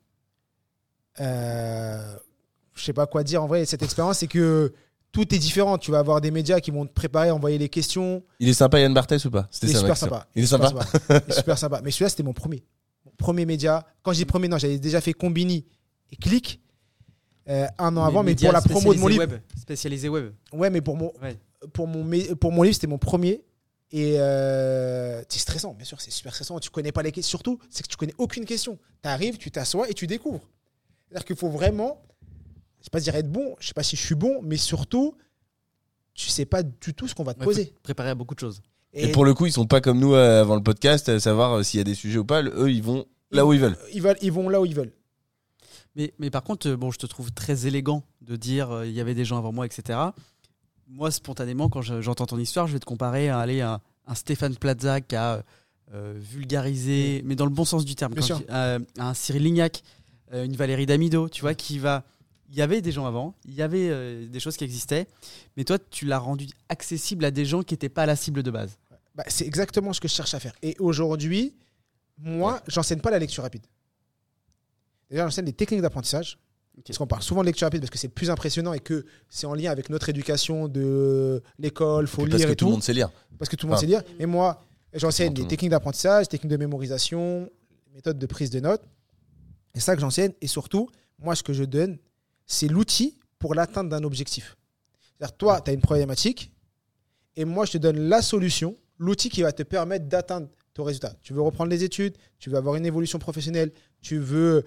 Euh, je sais pas quoi dire en vrai. Cette expérience, c'est que tout est différent. Tu vas avoir des médias qui vont te préparer, envoyer les questions. Il est sympa, Yann Barthès, ou pas? C'était Il est ça, super ma question. sympa. Il est super sympa. Il est super sympa. Mais celui-là, c'était mon premier. Mon premier média. Quand je dis premier, non, j'avais déjà fait Combini et Click euh, un an avant, mais médias pour la promo de mon spécialisés livre. web, spécialisé web. Ouais, mais pour mon, Ouais. pour mon, mé- pour mon livre, c'était mon premier. Et euh, c'est stressant, bien sûr, c'est super stressant. Tu connais pas les questions. Surtout, c'est que tu connais aucune question. Tu arrives, tu t'assois et tu découvres. C'est-à-dire qu'il faut vraiment, je sais pas dire être bon, je sais pas si je suis bon, mais surtout, tu sais pas du tout ce qu'on va te Ouais, poser. faut te préparer à beaucoup de choses. Et pour le coup, ils sont pas comme nous euh, avant le podcast, à savoir euh, s'il y a des sujets ou pas. Eux, ils vont là où ils veulent. Ils, veulent, ils vont là où ils veulent. Mais, mais par contre, euh, bon, je te trouve très élégant de dire euh, il y avait des gens avant moi, et cetera. Moi, spontanément, quand je- j'entends ton histoire, je vais te comparer à aller à un Stéphane Plaza qui a euh, vulgarisé, mais dans le bon sens du terme, Bien quand sûr. je dis, euh, à un Cyril Lignac, euh, une Valérie Damido, tu vois, qui va. Il y avait des gens avant, il y avait euh, des choses qui existaient, mais toi, tu l'as rendu accessible à des gens qui n'étaient pas la cible de base. Bah, c'est exactement ce que je cherche à faire. Et aujourd'hui, moi, Ouais. j'enseigne pas la lecture rapide. Déjà, j'enseigne des techniques d'apprentissage. Ok. Parce qu'on parle souvent de lecture rapide parce que c'est plus impressionnant et que c'est en lien avec notre éducation de l'école, faut Parce lire que et tout tout. le monde sait lire. Parce que tout le monde Enfin, sait lire. Et moi, j'enseigne tout le des monde. techniques d'apprentissage, techniques de mémorisation, méthodes de prise de notes. C'est ça que j'enseigne. Et surtout, moi, ce que je donne, c'est l'outil pour l'atteinte d'un objectif. C'est-à-dire, toi, tu as une problématique et moi, je te donne la solution, l'outil qui va te permettre d'atteindre ton résultat. Tu veux reprendre les études, tu veux avoir une évolution professionnelle, tu veux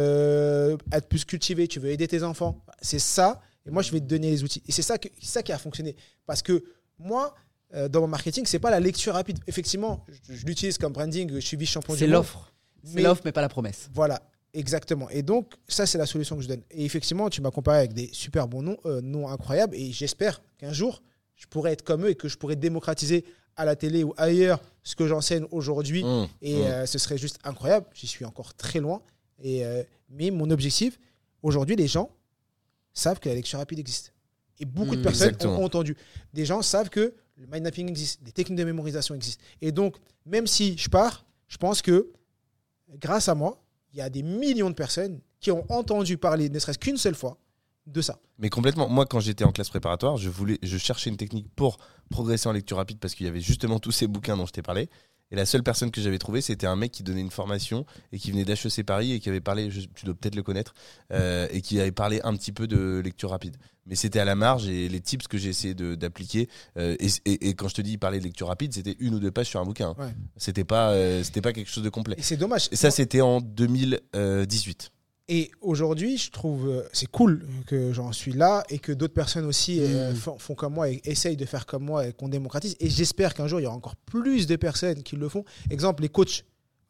euh, être plus cultivé, tu veux aider tes enfants. C'est ça. Et moi, je vais te donner les outils. Et c'est ça, que- c'est ça qui a fonctionné. Parce que moi, euh, dans mon marketing, c'est pas la lecture rapide. Effectivement, je, je l'utilise comme branding, je suis vice-champion du C'est monde. l'offre. C'est Mais- l'offre, mais pas la promesse. Voilà, exactement. Et donc, ça, c'est la solution que je donne. Et effectivement, tu m'as comparé avec des super bons noms, euh, noms incroyables. Et j'espère qu'un jour, je pourrai être comme eux et que je pourrai démocratiser à la télé ou ailleurs ce que j'enseigne aujourd'hui. Mmh, Et mmh. euh, ce serait juste incroyable. J'y suis encore très loin. Et, euh, mais mon objectif, aujourd'hui, les gens savent que la lecture rapide existe. Et beaucoup de Mmh, personnes exactement. ont entendu. Des gens savent que le mind mapping existe, des techniques de mémorisation existent. Et donc, même si je pars, je pense que grâce à moi, il y a des millions de personnes qui ont entendu parler, ne serait-ce qu'une seule fois, de ça. Mais complètement. Moi, quand j'étais en classe préparatoire, je voulais, je cherchais une technique pour progresser en lecture rapide parce qu'il y avait justement tous ces bouquins dont je t'ai parlé. Et la seule personne que j'avais trouvée, c'était un mec qui donnait une formation et qui venait d'H E C Paris et qui avait parlé, je- tu dois peut-être le connaître, euh, et qui avait parlé un petit peu de lecture rapide. Mais c'était à la marge et les tips que j'ai essayé de- d'appliquer. euh, et, et- et quand je te dis parler de lecture rapide, c'était une ou deux pages sur un bouquin. hein. Ouais. C'était pas, euh, c'était pas quelque chose de complet. Et c'est dommage. Et ça, c'était en deux mille dix-huit. Et aujourd'hui, je trouve euh, c'est cool que j'en suis là et que d'autres personnes aussi euh, Mmh. font, font comme moi et essayent de faire comme moi et qu'on démocratise. Et j'espère qu'un jour, il y aura encore plus de personnes qui le font. Exemple, les coachs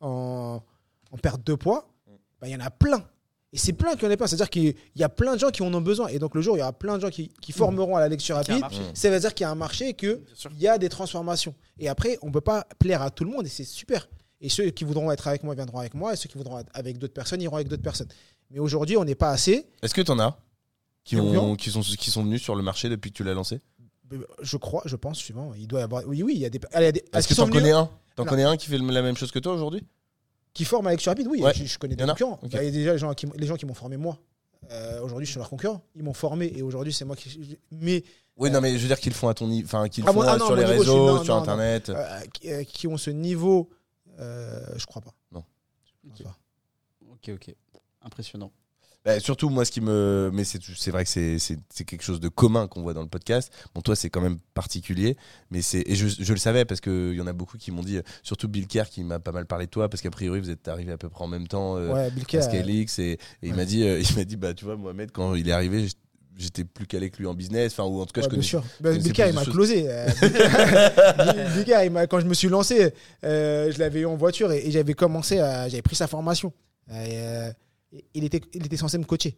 en, en perte de poids, bah, il y en a plein. Et c'est plein qui en ont pas. C'est-à-dire qu'il y a plein de gens qui en ont besoin. Et donc, le jour, il y aura plein de gens qui, qui formeront à la lecture Qui a un rapide. marché. Ça veut dire qu'il y a un marché et qu'il Bien sûr. y a des transformations. Et après, on ne peut pas plaire à tout le monde et c'est super. Et ceux qui voudront être avec moi viendront avec moi et ceux qui voudront être avec d'autres personnes iront avec d'autres personnes. Mais aujourd'hui, on n'est pas assez. Est-ce que t'en as qui, Des ont, bouquins qui, sont, qui sont venus sur le marché depuis que tu l'as lancé? Je crois, je pense, suivant. Il doit y avoir. Oui, oui, il y a des. Il y a des... Est-ce que t'en connais un T'en connais un qui fait la même chose que toi aujourd'hui? Qui forme avec lecture rapide? Oui, ouais. je, je connais des y concurrents. Okay. Il y a déjà les gens qui, les gens qui m'ont formé moi. Euh, aujourd'hui, je suis leur concurrent. Ils m'ont formé et aujourd'hui, c'est moi qui. Mais. Oui, euh... non, mais je veux dire qu'ils le font à ton niveau. Enfin, qu'ils le ah, font bon, ah, non, sur les niveau, réseaux, non, sur non, Internet. Non. Euh, qui, euh, qui ont ce niveau, euh, je crois pas. Non. Ok, ok. ok. Impressionnant. Bah, surtout, moi, ce qui me. Mais c'est, c'est vrai que c'est, c'est, c'est quelque chose de commun qu'on voit dans le podcast. Bon, toi, c'est quand même particulier. Mais c'est... Et je, je le savais parce qu'il y en a beaucoup qui m'ont dit, surtout Bill Kerr qui m'a pas mal parlé de toi, parce qu'a priori, vous êtes arrivés à peu près en même temps euh, ouais, Bill Kerr, à Scalix. Et, et ouais. il, m'a dit, euh, il m'a dit, bah, tu vois, Mohamed, quand il est arrivé, j'étais plus calé que lui en business. Enfin, ou en tout cas, ouais, je connais. Bien sûr. Bah, Bill Kerr, il m'a choses. closé. Bill Kerr, il m'a, quand je me suis lancé, euh, je l'avais eu en voiture et, et j'avais commencé à. J'avais pris sa formation. Et, euh, il, était, il était censé me coacher.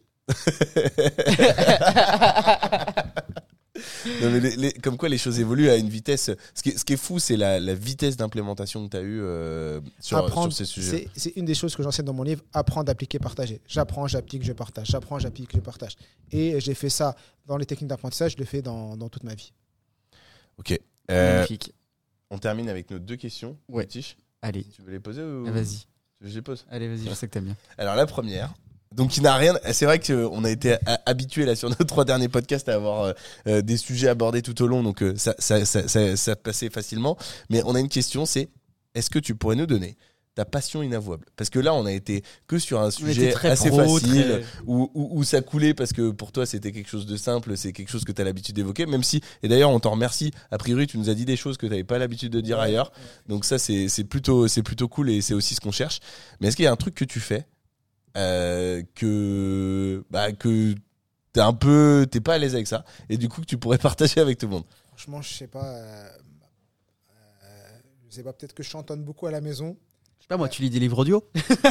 Non, mais les, les, comme quoi les choses évoluent à une vitesse. Ce qui est, ce qui est fou, c'est la, la vitesse d'implémentation que tu as eue euh, sur, apprendre, sur ces sujets. C'est, c'est une des choses que j'enseigne dans mon livre, apprendre, appliquer, partager. J'apprends, j'applique, je partage. J'apprends, j'applique, je partage. Et j'ai fait ça dans les techniques d'apprentissage, je le fais dans, dans toute ma vie. Ok. Euh, Magnifique. On termine avec nos deux questions. Ouais. Tiche. Allez. Tu veux les poser ou... ah, vas-y. Tu veux que je les pose? Allez, vas-y, je sais que t'aimes bien. Alors, la première. Donc, il n'a rien. C'est vrai qu'on a été habitué là sur nos trois derniers podcasts à avoir euh, des sujets abordés tout au long, donc euh, ça, ça, ça, ça, ça passait facilement. Mais on a une question, c'est est-ce que tu pourrais nous donner ta passion inavouable? Parce que là, on a été que sur un sujet assez pro, facile, très... où, où, où ça coulait parce que pour toi, c'était quelque chose de simple, c'est quelque chose que tu as l'habitude d'évoquer, même si, et d'ailleurs, on t'en remercie. A priori, tu nous as dit des choses que tu n'avais pas l'habitude de dire ouais, ailleurs. Ouais. Donc ça, c'est, c'est, plutôt, c'est plutôt cool et c'est aussi ce qu'on cherche. Mais est-ce qu'il y a un truc que tu fais Euh, que bah que t'es un peu t'es pas à l'aise avec ça et du coup que tu pourrais partager avec tout le monde? Franchement, je sais pas. Euh, euh, je sais pas. Peut-être que je chantonne beaucoup à la maison. Je sais pas moi. Tu lis des livres audio?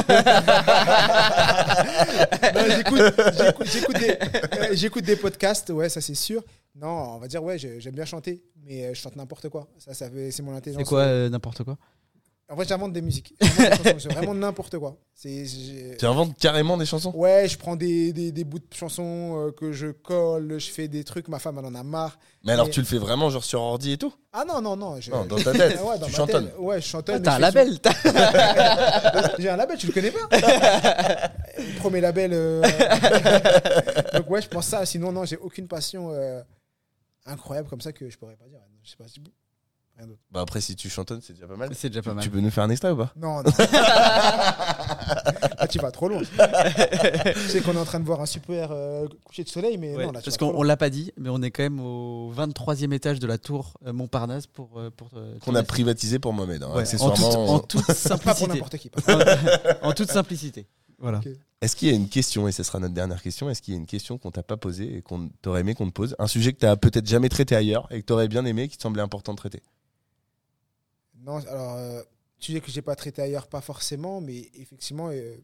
Non, j'écoute, j'écoute, j'écoute, des, euh, j'écoute des podcasts. Ouais, ça c'est sûr. Non, on va dire ouais, j'aime bien chanter, mais je chante n'importe quoi. Ça, ça fait, c'est mon intelligence. C'est quoi euh, n'importe quoi? En fait, j'invente des musiques. J'invente des chansons, c'est vraiment n'importe quoi. C'est, j'ai... Tu inventes carrément des chansons? Ouais, je prends des, des, des bouts de chansons euh, que je colle, je fais des trucs, ma femme elle en a marre. Mais alors, mais... tu le fais vraiment genre sur ordi et tout? Ah non, non, non. Je... Non, dans ta tête, ouais, dans tu ma chantonnes. Tête. Ouais, je chantonne. Ah, t'as un label sur... J'ai un label, tu le connais pas? Le premier label. Euh... Donc ouais, je pense ça. Sinon, non, j'ai aucune passion euh, incroyable comme ça que je pourrais pas dire. Je sais pas si... Rien d'autre. Bah après, si tu chantonnes, c'est déjà pas mal. C'est déjà pas mal. Tu peux nous faire un extrait ou pas? Non, non. Là, tu vas trop loin. Je sais qu'on est en train de voir un super euh, coucher de soleil, mais ouais, non, là, tu parce vas qu'on on l'a pas dit, mais on est quand même au vingt-troisième étage de la tour euh, Montparnasse pour. Euh, pour euh, qu'on a privatisé pour Mohamed. Hein. Ouais, en, toute, en toute simplicité. Pas pour n'importe qui. En toute simplicité. Voilà. Okay. Est-ce qu'il y a une question, et ce sera notre dernière question, est-ce qu'il y a une question qu'on t'a pas posée et qu'on t'aurait aimé qu'on te pose? Un sujet que t'as peut-être jamais traité ailleurs et que t'aurais bien aimé, qui te semblait important de traiter? Non, alors, euh, tu sais que j'ai pas traité ailleurs, pas forcément, mais effectivement, euh,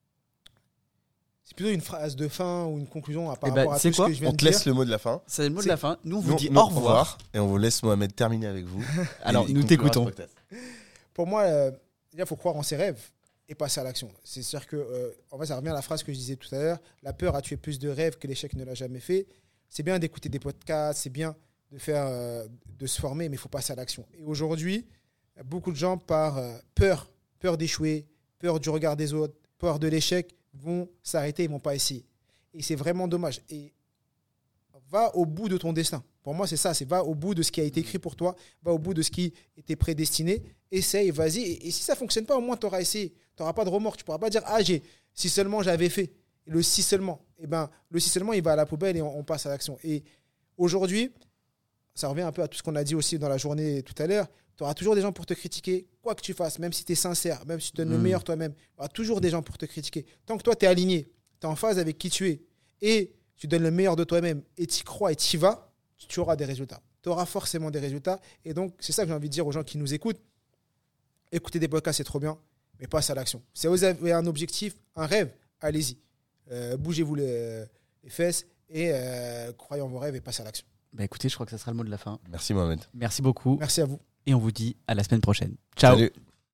c'est plutôt une phrase de fin ou une conclusion à par eh ben, rapport à tout quoi ce que je viens on de te dire. laisse le mot de la fin. C'est le mot c'est... de la fin. Nous, on vous nous, dit nous, au revoir. revoir. Et on vous laisse Mohamed terminer avec vous. Alors, nous t'écoutons. Pour moi, euh, il faut croire en ses rêves et passer à l'action. C'est sûr que, euh, en fait, ça revient à la phrase que je disais tout à l'heure. La peur a tué plus de rêves que l'échec ne l'a jamais fait. C'est bien d'écouter des podcasts, c'est bien de faire, euh, de se former, mais il faut passer à l'action. Et aujourd'hui, beaucoup de gens, par euh, peur, peur d'échouer, peur du regard des autres, peur de l'échec, vont s'arrêter, ils ne vont pas essayer. Et c'est vraiment dommage. Et va au bout de ton destin. Pour moi, c'est ça. C'est va au bout de ce qui a été écrit pour toi. Va au bout de ce qui était prédestiné. Essaye, vas-y. Et, et si ça ne fonctionne pas, au moins, tu auras essayé. Tu n'auras pas de remords. Tu ne pourras pas dire, ah, j'ai, si seulement j'avais fait. Et le si seulement. Eh ben, le si seulement, il va à la poubelle et on, on passe à l'action. Et aujourd'hui, ça revient un peu à tout ce qu'on a dit aussi dans la journée tout à l'heure. Tu auras toujours des gens pour te critiquer, quoi que tu fasses, même si tu es sincère, même si tu donnes mmh. le meilleur toi-même. Il y aura toujours des gens pour te critiquer. Tant que toi, tu es aligné, tu es en phase avec qui tu es et tu donnes le meilleur de toi-même et tu y crois et tu y vas, tu auras des résultats. Tu auras forcément des résultats. Et donc, c'est ça que j'ai envie de dire aux gens qui nous écoutent. Écoutez des podcasts, c'est trop bien, mais passe à l'action. Si vous avez un objectif, un rêve, allez-y. Euh, bougez-vous les, les fesses et euh, croyez en vos rêves et passez à l'action. Bah écoutez, je crois que ça sera le mot de la fin. Merci Mohamed. Merci beaucoup. Merci à vous. Et on vous dit à la semaine prochaine. Ciao. Salut.